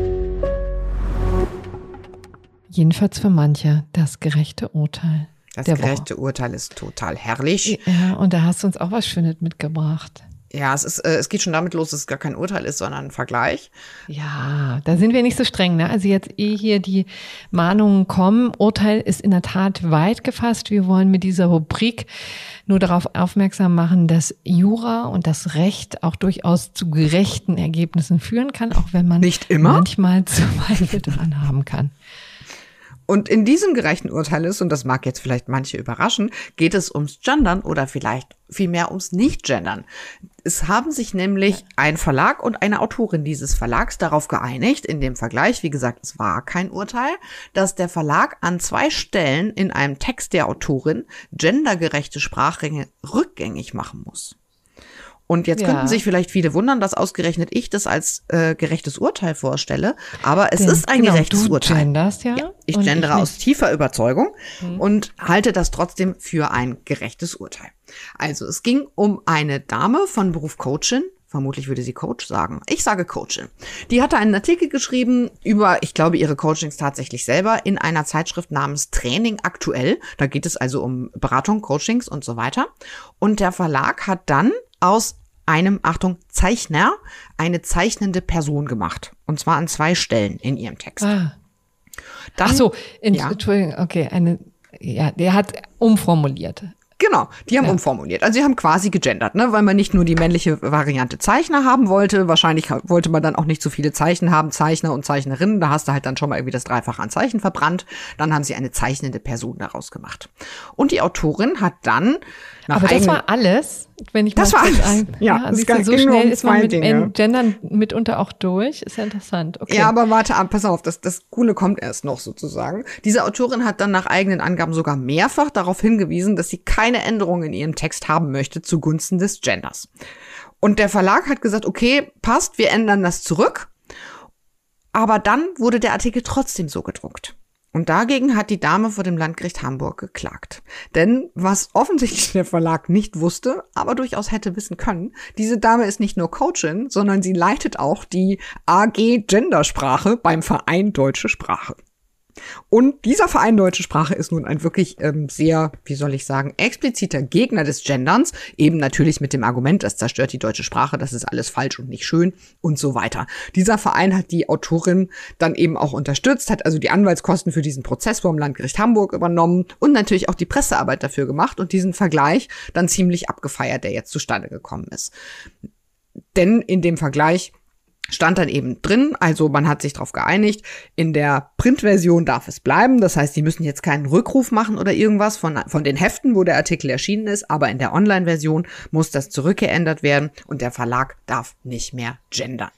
Jedenfalls für manche das gerechte Urteil. Das gerechte Woche. Urteil ist total herrlich. Ja, und da hast du uns auch was Schönes mitgebracht. Ja, es ist, äh, es geht schon damit los, dass es gar kein Urteil ist, sondern ein Vergleich. Ja, da sind wir nicht so streng, ne? Also jetzt eh hier die Mahnungen kommen. Urteil ist in der Tat weit gefasst. Wir wollen mit dieser Rubrik nur darauf aufmerksam machen, dass Jura und das Recht auch durchaus zu gerechten Ergebnissen führen kann, auch wenn man nicht immer manchmal Zweifel daran haben kann. Und in diesem gerechten Urteil ist, und das mag jetzt vielleicht manche überraschen, geht es ums Gendern oder vielleicht vielmehr ums Nicht-Gendern. Es haben sich nämlich ein Verlag und eine Autorin dieses Verlags darauf geeinigt, in dem Vergleich, wie gesagt, es war kein Urteil, dass der Verlag an zwei Stellen in einem Text der Autorin gendergerechte Sprachgänge rückgängig machen muss. Und jetzt ja. könnten sich vielleicht viele wundern, dass ausgerechnet ich das als äh, gerechtes Urteil vorstelle. Aber es Denn, ist ein genau, gerechtes du Urteil. Genderst, ja? Ja, ich gendere ich aus tiefer Überzeugung hm. und halte das trotzdem für ein gerechtes Urteil. Also es ging um eine Dame von Beruf Coachin. Vermutlich würde sie Coach sagen. Ich sage Coachin. Die hatte einen Artikel geschrieben über, ich glaube, ihre Coachings tatsächlich selber in einer Zeitschrift namens Training aktuell. Da geht es also um Beratung, Coachings und so weiter. Und der Verlag hat dann aus einem, Achtung, Zeichner, eine zeichnende Person gemacht. Und zwar an zwei Stellen in ihrem Text. Ah. Dann, Ach so, in, ja. Entschuldigung, okay, eine, ja, der hat umformuliert. Genau, die haben ja. umformuliert. Also sie haben quasi gegendert, ne, weil man nicht nur die männliche Variante Zeichner haben wollte. Wahrscheinlich wollte man dann auch nicht so viele Zeichen haben, Zeichner und Zeichnerinnen. Da hast du halt dann schon mal irgendwie das Dreifache an Zeichen verbrannt. Dann haben sie eine zeichnende Person daraus gemacht. Und die Autorin hat dann nach Aber das war alles, wenn ich das mal war alles. Ein, ja, ja das ist so schnell um ist man mit Dinge. Gendern mitunter auch durch. Ist ja interessant. Okay. Ja, aber warte ab, pass auf, das, das Coole kommt erst noch sozusagen. Diese Autorin hat dann nach eigenen Angaben sogar mehrfach darauf hingewiesen, dass sie keine Änderungen in ihrem Text haben möchte zugunsten des Genders. Und der Verlag hat gesagt, okay, passt, wir ändern das zurück. Aber dann wurde der Artikel trotzdem so gedruckt. Und dagegen hat die Dame vor dem Landgericht Hamburg geklagt. Denn was offensichtlich der Verlag nicht wusste, aber durchaus hätte wissen können, diese Dame ist nicht nur Coachin, sondern sie leitet auch die A G Gendersprache beim Verein Deutsche Sprache. Und dieser Verein Deutsche Sprache ist nun ein wirklich ähm, sehr, wie soll ich sagen, expliziter Gegner des Genderns. Eben natürlich mit dem Argument, das zerstört die deutsche Sprache, das ist alles falsch und nicht schön und so weiter. Dieser Verein hat die Autorin dann eben auch unterstützt, hat also die Anwaltskosten für diesen Prozess vor dem Landgericht Hamburg übernommen und natürlich auch die Pressearbeit dafür gemacht und diesen Vergleich dann ziemlich abgefeiert, der jetzt zustande gekommen ist. Denn in dem Vergleich stand dann eben drin, also man hat sich darauf geeinigt, in der Printversion darf es bleiben, das heißt, die müssen jetzt keinen Rückruf machen oder irgendwas von, von den Heften, wo der Artikel erschienen ist, aber in der Online-Version muss das zurückgeändert werden und der Verlag darf nicht mehr gendern.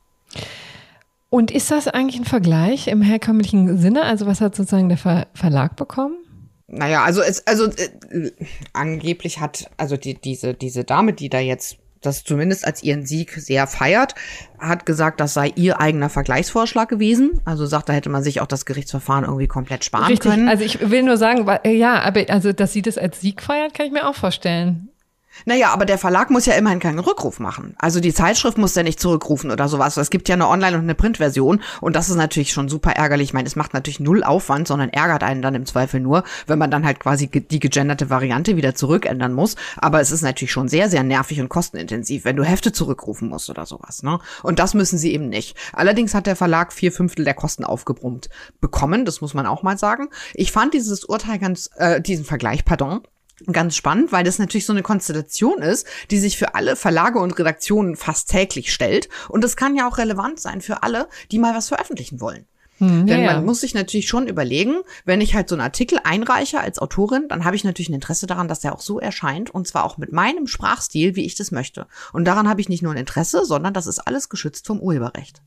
Und ist das eigentlich ein Vergleich im herkömmlichen Sinne? Also was hat sozusagen der Ver- Verlag bekommen? Naja, also es, also äh, angeblich hat, also die, diese, diese Dame, die da jetzt das zumindest als ihren Sieg sehr feiert, hat gesagt, das sei ihr eigener Vergleichsvorschlag gewesen. Also sagt, da hätte man sich auch das Gerichtsverfahren irgendwie komplett sparen Richtig. können. Also ich will nur sagen, ja, aber also, dass sie das als Sieg feiert, kann ich mir auch vorstellen. Naja, aber der Verlag muss ja immerhin keinen Rückruf machen. Also die Zeitschrift muss ja nicht zurückrufen oder sowas. Es gibt ja eine Online- und eine Printversion und das ist natürlich schon super ärgerlich. Ich meine, es macht natürlich null Aufwand, sondern ärgert einen dann im Zweifel nur, wenn man dann halt quasi die gegenderte Variante wieder zurückändern muss. Aber es ist natürlich schon sehr, sehr nervig und kostenintensiv, wenn du Hefte zurückrufen musst oder sowas, ne? Und das müssen sie eben nicht. Allerdings hat der Verlag vier Fünftel der Kosten aufgebrummt bekommen, das muss man auch mal sagen. Ich fand dieses Urteil ganz, äh, diesen Vergleich, pardon, ganz spannend, weil das natürlich so eine Konstellation ist, die sich für alle Verlage und Redaktionen fast täglich stellt. Und das kann ja auch relevant sein für alle, die mal was veröffentlichen wollen. Hm, Denn ja, man ja. muss sich natürlich schon überlegen, wenn ich halt so einen Artikel einreiche als Autorin, dann habe ich natürlich ein Interesse daran, dass der auch so erscheint und zwar auch mit meinem Sprachstil, wie ich das möchte. Und daran habe ich nicht nur ein Interesse, sondern das ist alles geschützt vom Urheberrecht.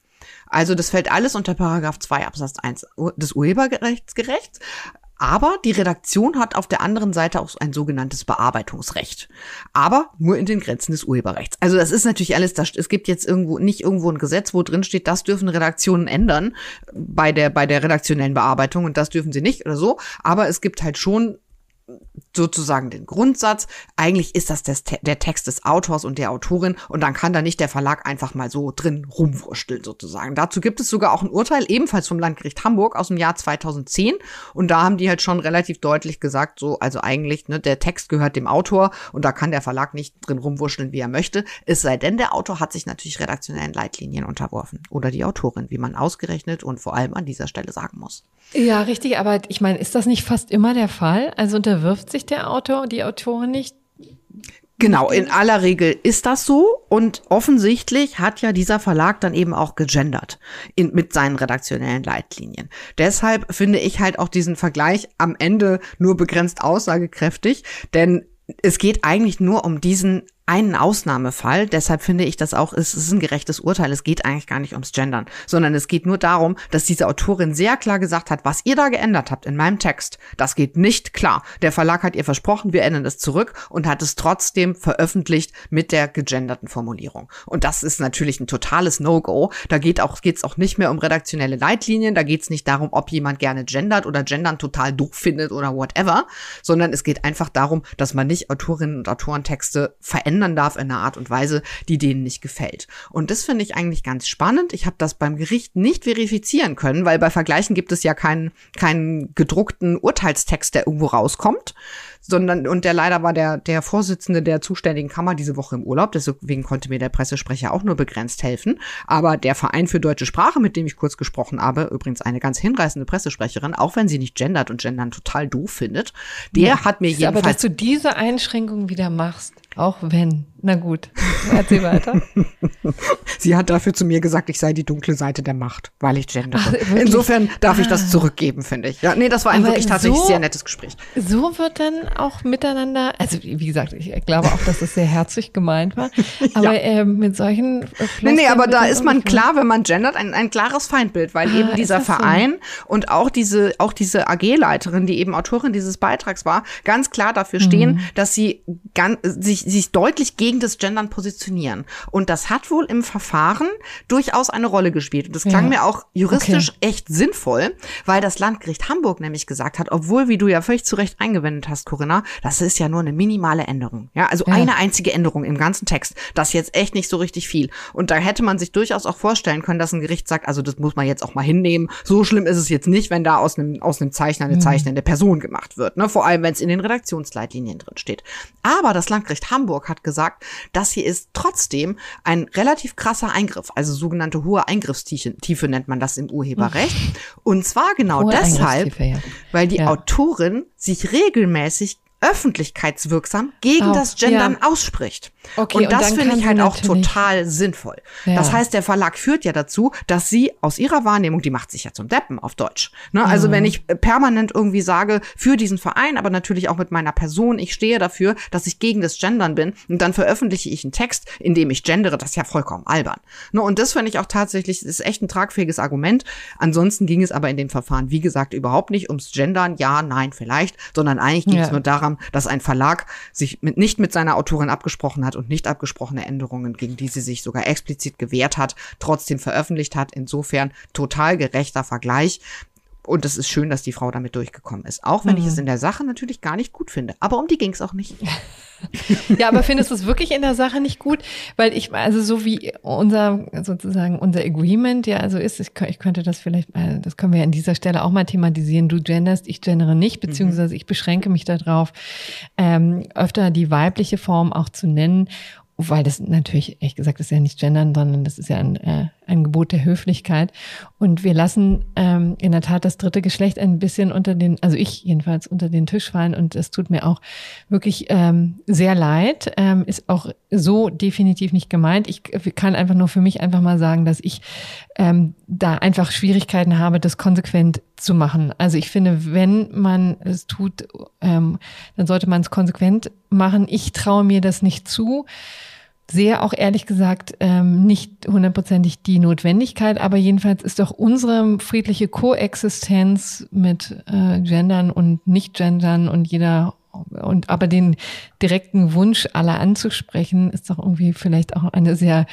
Also das fällt alles unter Paragraph zwei Absatz eins des Urheberrechtsgerechts. Aber die Redaktion hat auf der anderen Seite auch ein sogenanntes Bearbeitungsrecht. Aber nur in den Grenzen des Urheberrechts. Also das ist natürlich alles, das, es gibt jetzt irgendwo nicht irgendwo ein Gesetz, wo drin steht, das dürfen Redaktionen ändern bei der, bei der redaktionellen Bearbeitung und das dürfen sie nicht oder so. Aber es gibt halt schon sozusagen den Grundsatz, eigentlich ist das des, der Text des Autors und der Autorin und dann kann da nicht der Verlag einfach mal so drin rumwursteln sozusagen. Dazu gibt es sogar auch ein Urteil, ebenfalls vom Landgericht Hamburg aus dem Jahr zweitausendzehn und da haben die halt schon relativ deutlich gesagt, so, also eigentlich, ne, der Text gehört dem Autor und da kann der Verlag nicht drin rumwurschteln, wie er möchte, es sei denn, der Autor hat sich natürlich redaktionellen Leitlinien unterworfen oder die Autorin, wie man ausgerechnet und vor allem an dieser Stelle sagen muss. Ja, richtig, aber ich meine, ist das nicht fast immer der Fall? Also unterwirft sich der Autor und die Autorin nicht? Genau, in aller Regel ist das so und offensichtlich hat ja dieser Verlag dann eben auch gegendert in, mit seinen redaktionellen Leitlinien. Deshalb finde ich halt auch diesen Vergleich am Ende nur begrenzt aussagekräftig, denn es geht eigentlich nur um diesen einen Ausnahmefall, deshalb finde ich das auch, es ist ein gerechtes Urteil, es geht eigentlich gar nicht ums Gendern, sondern es geht nur darum, dass diese Autorin sehr klar gesagt hat, was ihr da geändert habt in meinem Text, das geht nicht klar. Der Verlag hat ihr versprochen, wir ändern es zurück und hat es trotzdem veröffentlicht mit der gegenderten Formulierung. Und das ist natürlich ein totales No-Go. Da geht auch, geht's auch nicht mehr um redaktionelle Leitlinien, da geht's nicht darum, ob jemand gerne gendert oder gendern total doof findet oder whatever, sondern es geht einfach darum, dass man nicht Autorinnen und Autorentexte verändern darf in einer Art und Weise, die denen nicht gefällt. Und das finde ich eigentlich ganz spannend. Ich habe das beim Gericht nicht verifizieren können, weil bei Vergleichen gibt es ja keinen keinen gedruckten Urteilstext, der irgendwo rauskommt, sondern, und der leider war der der Vorsitzende der zuständigen Kammer diese Woche im Urlaub, deswegen konnte mir der Pressesprecher auch nur begrenzt helfen. Aber der Verein für deutsche Sprache, mit dem ich kurz gesprochen habe, übrigens eine ganz hinreißende Pressesprecherin, auch wenn sie nicht gendert und gendern total doof findet, der ja, hat mir jedenfalls... Aber dass du diese Einschränkung wieder machst, auch wenn. Na gut, erzähl weiter. Sie hat dafür zu mir gesagt, ich sei die dunkle Seite der Macht, weil ich gendere. Ach, insofern darf ah. ich das zurückgeben, finde ich. Ja, nee, das war ein Aber wirklich tatsächlich so, sehr nettes Gespräch. So wird dann auch miteinander, also wie gesagt, ich glaube auch, dass es sehr herzlich gemeint war, aber ja. äh, mit solchen Nee, nee, aber da ist man klar, wenn man gendert, ein, ein klares Feindbild, weil ah, eben dieser Verein so? und auch diese, auch diese A G-Leiterin, die eben Autorin dieses Beitrags war, ganz klar dafür stehen, mhm. dass sie ganz, sich, sich deutlich gegen das Gendern positionieren. Und das hat wohl im Verfahren durchaus eine Rolle gespielt. Und das klang ja. mir auch juristisch okay. echt sinnvoll, weil das Landgericht Hamburg nämlich gesagt hat, obwohl, wie du ja völlig zu Recht eingewendet hast, Corinna, das ist ja nur eine minimale Änderung. Ja, also ja. eine einzige Änderung im ganzen Text. Das ist jetzt echt nicht so richtig viel. Und da hätte man sich durchaus auch vorstellen können, dass ein Gericht sagt, also das muss man jetzt auch mal hinnehmen. So schlimm ist es jetzt nicht, wenn da aus einem, aus einem Zeichner eine mhm. zeichnende Person gemacht wird. Ne? Vor allem, wenn es in den Redaktionsleitlinien drin steht. Aber das Landgericht Hamburg hat gesagt, das hier ist trotzdem ein relativ krasser Eingriff, also sogenannte hohe Eingriffstiefe Tiefe nennt man das im Urheberrecht. Und zwar genau hohe deshalb, ja. weil die ja. Autorin sich regelmäßig öffentlichkeitswirksam gegen oh, das Gendern ja. ausspricht. Okay, und und das finde ich halt auch natürlich total sinnvoll. Ja. Das heißt, der Verlag führt ja dazu, dass sie aus ihrer Wahrnehmung, die macht sich ja zum Deppen auf Deutsch. Ne? Also mhm. wenn ich permanent irgendwie sage, für diesen Verein, aber natürlich auch mit meiner Person, ich stehe dafür, dass ich gegen das Gendern bin und dann veröffentliche ich einen Text, in dem ich gendere, das ist ja vollkommen albern. Ne? Und das finde ich auch tatsächlich, ist echt ein tragfähiges Argument. Ansonsten ging es aber in dem Verfahren, wie gesagt, überhaupt nicht ums Gendern, ja, nein, vielleicht, sondern eigentlich ging es ja. nur darum, dass ein Verlag sich mit, nicht mit seiner Autorin abgesprochen hat und nicht abgesprochene Änderungen, gegen die sie sich sogar explizit gewehrt hat, trotzdem veröffentlicht hat. Insofern total gerechter Vergleich. Und es ist schön, dass die Frau damit durchgekommen ist. Auch wenn mhm. ich es in der Sache natürlich gar nicht gut finde. Aber um die ging es auch nicht. Ja, aber findest du es wirklich in der Sache nicht gut? Weil ich, also so wie unser, sozusagen unser Agreement ja also ist, ich, ich könnte das vielleicht mal, das können wir ja an dieser Stelle auch mal thematisieren. Du genderst, ich gendere nicht, beziehungsweise ich beschränke mich darauf, ähm, öfter die weibliche Form auch zu nennen. Weil das natürlich, ehrlich gesagt, ist ja nicht gendern, sondern das ist ja ein, äh, ein Gebot der Höflichkeit. Und wir lassen ähm, in der Tat das dritte Geschlecht ein bisschen unter den, also ich jedenfalls unter den Tisch fallen. Und es tut mir auch wirklich ähm, sehr leid. Ähm, ist auch so definitiv nicht gemeint. Ich kann einfach nur für mich einfach mal sagen, dass ich ähm, da einfach Schwierigkeiten habe, das konsequent zu machen. Also ich finde, wenn man es tut, ähm, dann sollte man es konsequent machen. Ich traue mir das nicht zu. Sehe auch ehrlich gesagt ähm, nicht hundertprozentig die Notwendigkeit, aber jedenfalls ist doch unsere friedliche Koexistenz mit äh, Gendern und Nicht-Gendern und jeder und aber den direkten Wunsch aller anzusprechen, ist doch irgendwie vielleicht auch eine sehr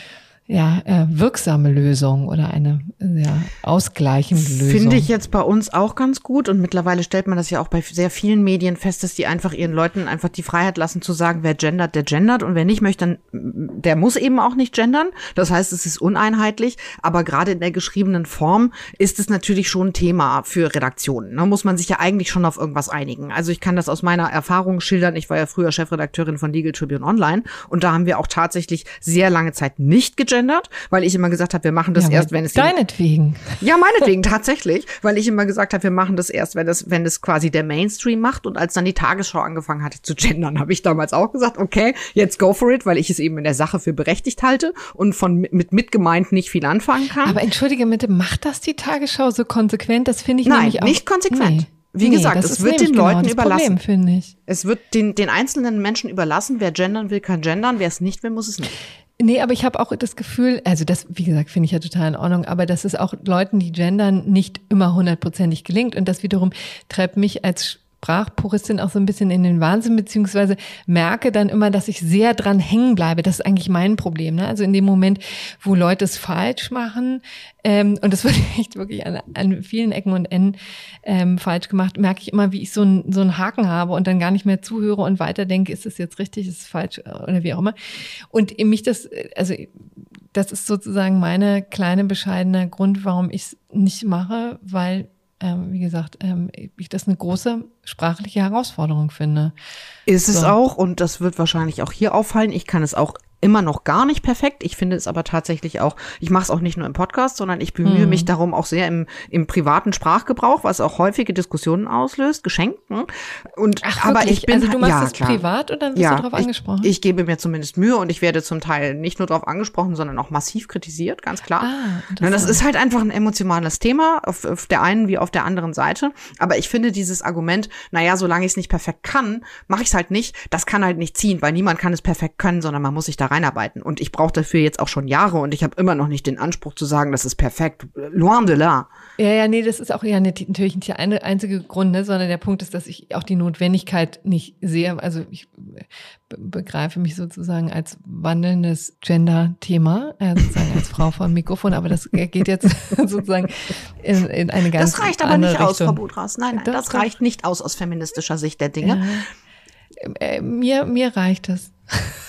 ja, äh, wirksame Lösung oder eine sehr ausgleichende Lösung. Finde ich jetzt bei uns auch ganz gut und mittlerweile stellt man das ja auch bei sehr vielen Medien fest, dass die einfach ihren Leuten einfach die Freiheit lassen zu sagen, wer gendert, der gendert und wer nicht möchte, dann der muss eben auch nicht gendern. Das heißt, es ist uneinheitlich, aber gerade in der geschriebenen Form ist es natürlich schon ein Thema für Redaktionen. Da muss man sich ja eigentlich schon auf irgendwas einigen. Also ich kann das aus meiner Erfahrung schildern. Ich war ja früher Chefredakteurin von Legal Tribune Online und da haben wir auch tatsächlich sehr lange Zeit nicht gegendert, weil ich immer gesagt habe, wir machen das ja, erst, wenn es deinetwegen. Ja, meinetwegen tatsächlich, weil ich immer gesagt habe, wir machen das erst, wenn es wenn es quasi der Mainstream macht und als dann die Tagesschau angefangen hatte zu gendern, habe ich damals auch gesagt, okay, jetzt go for it, weil ich es eben in der Sache für berechtigt halte und von mit mitgemeint nicht viel anfangen kann. Aber entschuldige bitte, macht das die Tagesschau so konsequent? Das finde ich Nein, nämlich auch nicht konsequent. Nee. Wie nee, gesagt, es wird den genau Leuten das überlassen. Problem, finde ich. Es wird den den einzelnen Menschen überlassen, wer gendern will, kann gendern, wer es nicht will, muss es nicht. Nee, aber ich habe auch das Gefühl, also das, wie gesagt, finde ich ja total in Ordnung, aber dass es auch Leuten, die gendern, nicht immer hundertprozentig gelingt. Und das wiederum treibt mich als Sprachpuristin auch so ein bisschen in den Wahnsinn, beziehungsweise merke dann immer, dass ich sehr dran hängen bleibe. Das ist eigentlich mein Problem. Ne? Also in dem Moment, wo Leute es falsch machen, ähm, und das wird echt wirklich an, an vielen Ecken und Enden ähm, falsch gemacht, merke ich immer, wie ich so, ein, so einen Haken habe und dann gar nicht mehr zuhöre und weiterdenke, ist es jetzt richtig, ist es falsch oder wie auch immer. Und mich das, also das ist sozusagen meine kleine bescheidene Grund, warum ich es nicht mache, weil Ähm, wie gesagt, ähm, ich das eine große sprachliche Herausforderung finde. Ist so. Es auch, und das wird wahrscheinlich auch hier auffallen, ich kann es auch immer noch gar nicht perfekt. Ich finde es aber tatsächlich auch, ich mache es auch nicht nur im Podcast, sondern ich bemühe mhm. mich darum auch sehr im, im privaten Sprachgebrauch, was auch häufige Diskussionen auslöst, geschenkt. Ne? Und, Ach, aber wirklich? ich bin, also du machst ja, das klar. privat oder wirst ja, du darauf angesprochen? Ich, ich gebe mir zumindest Mühe und ich werde zum Teil nicht nur darauf angesprochen, sondern auch massiv kritisiert, ganz klar. Ah, Na, das ist halt einfach ein emotionales Thema, auf, auf der einen wie auf der anderen Seite. Aber ich finde dieses Argument, naja, solange ich es nicht perfekt kann, mache ich es halt nicht. Das kann halt nicht ziehen, weil niemand kann es perfekt können, sondern man muss sich da reinarbeiten. Und ich brauche dafür jetzt auch schon Jahre und ich habe immer noch nicht den Anspruch zu sagen, das ist perfekt. Loin de là. Ja, ja, nee, das ist auch ja nicht, natürlich nicht der eine, einzige Grund, ne, sondern der Punkt ist, dass ich auch die Notwendigkeit nicht sehe. Also ich be- begreife mich sozusagen als wandelndes Gender-Thema, äh, sozusagen als Frau vor dem Mikrofon, aber das geht jetzt sozusagen in, in eine ganz andere Richtung. Das reicht aber andere nicht aus, Richtung. Frau Budras. Nein, nein, das, das reicht nicht aus aus feministischer Sicht der Dinge. Ja. Äh, mir, mir reicht das.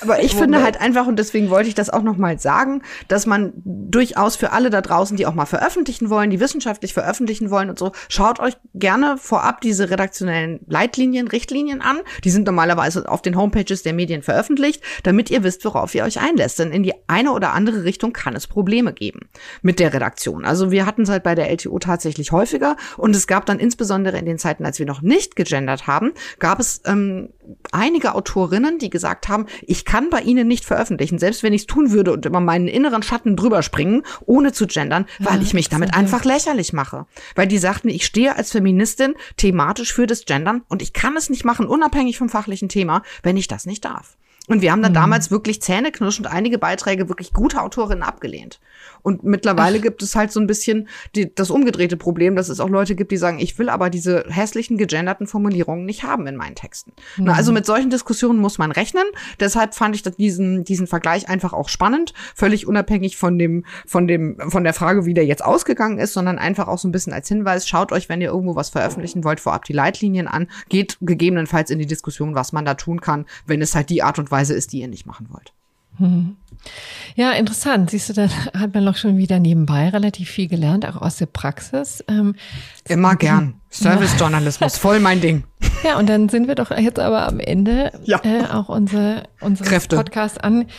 Aber ich finde halt einfach, und deswegen wollte ich das auch noch mal sagen, dass man durchaus für alle da draußen, die auch mal veröffentlichen wollen, die wissenschaftlich veröffentlichen wollen und so, schaut euch gerne vorab diese redaktionellen Leitlinien, Richtlinien an. Die sind normalerweise auf den Homepages der Medien veröffentlicht, damit ihr wisst, worauf ihr euch einlässt. Denn in die eine oder andere Richtung kann es Probleme geben mit der Redaktion. Also wir hatten es halt bei der L T O tatsächlich häufiger und es gab dann insbesondere in den Zeiten, als wir noch nicht gegendert haben, gab es ähm, einige Autorinnen, die gesagt haben, ich kann bei Ihnen nicht veröffentlichen, selbst wenn ich es tun würde und über meinen inneren Schatten drüber springen, ohne zu gendern, ja, weil ich mich damit einfach lächerlich mache. Weil die sagten, ich stehe als Feministin thematisch für das Gendern und ich kann es nicht machen, unabhängig vom fachlichen Thema, wenn ich das nicht darf. Und wir haben dann mhm. damals wirklich zähneknirschend einige Beiträge wirklich gute Autorinnen abgelehnt. Und mittlerweile Ach. gibt es halt so ein bisschen die, das umgedrehte Problem, dass es auch Leute gibt, die sagen, ich will aber diese hässlichen, gegenderten Formulierungen nicht haben in meinen Texten. Mhm. Na, also mit solchen Diskussionen muss man rechnen. Deshalb fand ich diesen, diesen Vergleich einfach auch spannend, völlig unabhängig von dem, von dem, von der Frage, wie der jetzt ausgegangen ist, sondern einfach auch so ein bisschen als Hinweis, schaut euch, wenn ihr irgendwo was veröffentlichen wollt, vorab die Leitlinien an, geht gegebenenfalls in die Diskussion, was man da tun kann, wenn es halt die Art und Weise ist, die ihr nicht machen wollt. Hm. Ja, interessant. Siehst du, da hat man doch schon wieder nebenbei relativ viel gelernt, auch aus der Praxis. Ähm, Immer gern. Servicejournalismus, voll mein Ding. Ja, und dann sind wir doch jetzt aber am Ende ja. äh, auch unsere, unseres Podcasts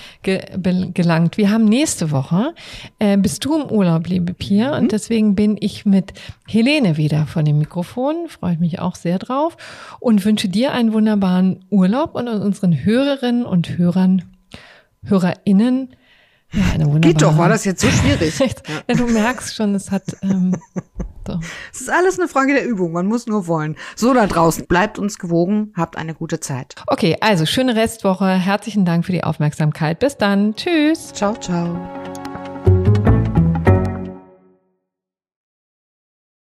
angelangt. Wir haben nächste Woche, äh, bist du im Urlaub, liebe Pia, mhm. und deswegen bin ich mit Helene wieder vor dem Mikrofon, freue ich mich auch sehr drauf und wünsche dir einen wunderbaren Urlaub und unseren Hörerinnen und Hörern HörerInnen, ja, eine wunderbare... Geht doch, war das jetzt so schwierig? Ja, du merkst schon, es hat... Ähm, so. Es ist alles eine Frage der Übung, man muss nur wollen. So da draußen, bleibt uns gewogen, habt eine gute Zeit. Okay, also schöne Restwoche, herzlichen Dank für die Aufmerksamkeit. Bis dann, tschüss. Ciao, ciao.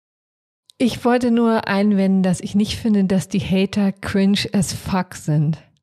Ich wollte nur einwenden, dass ich nicht finde, dass die Hater cringe as fuck sind.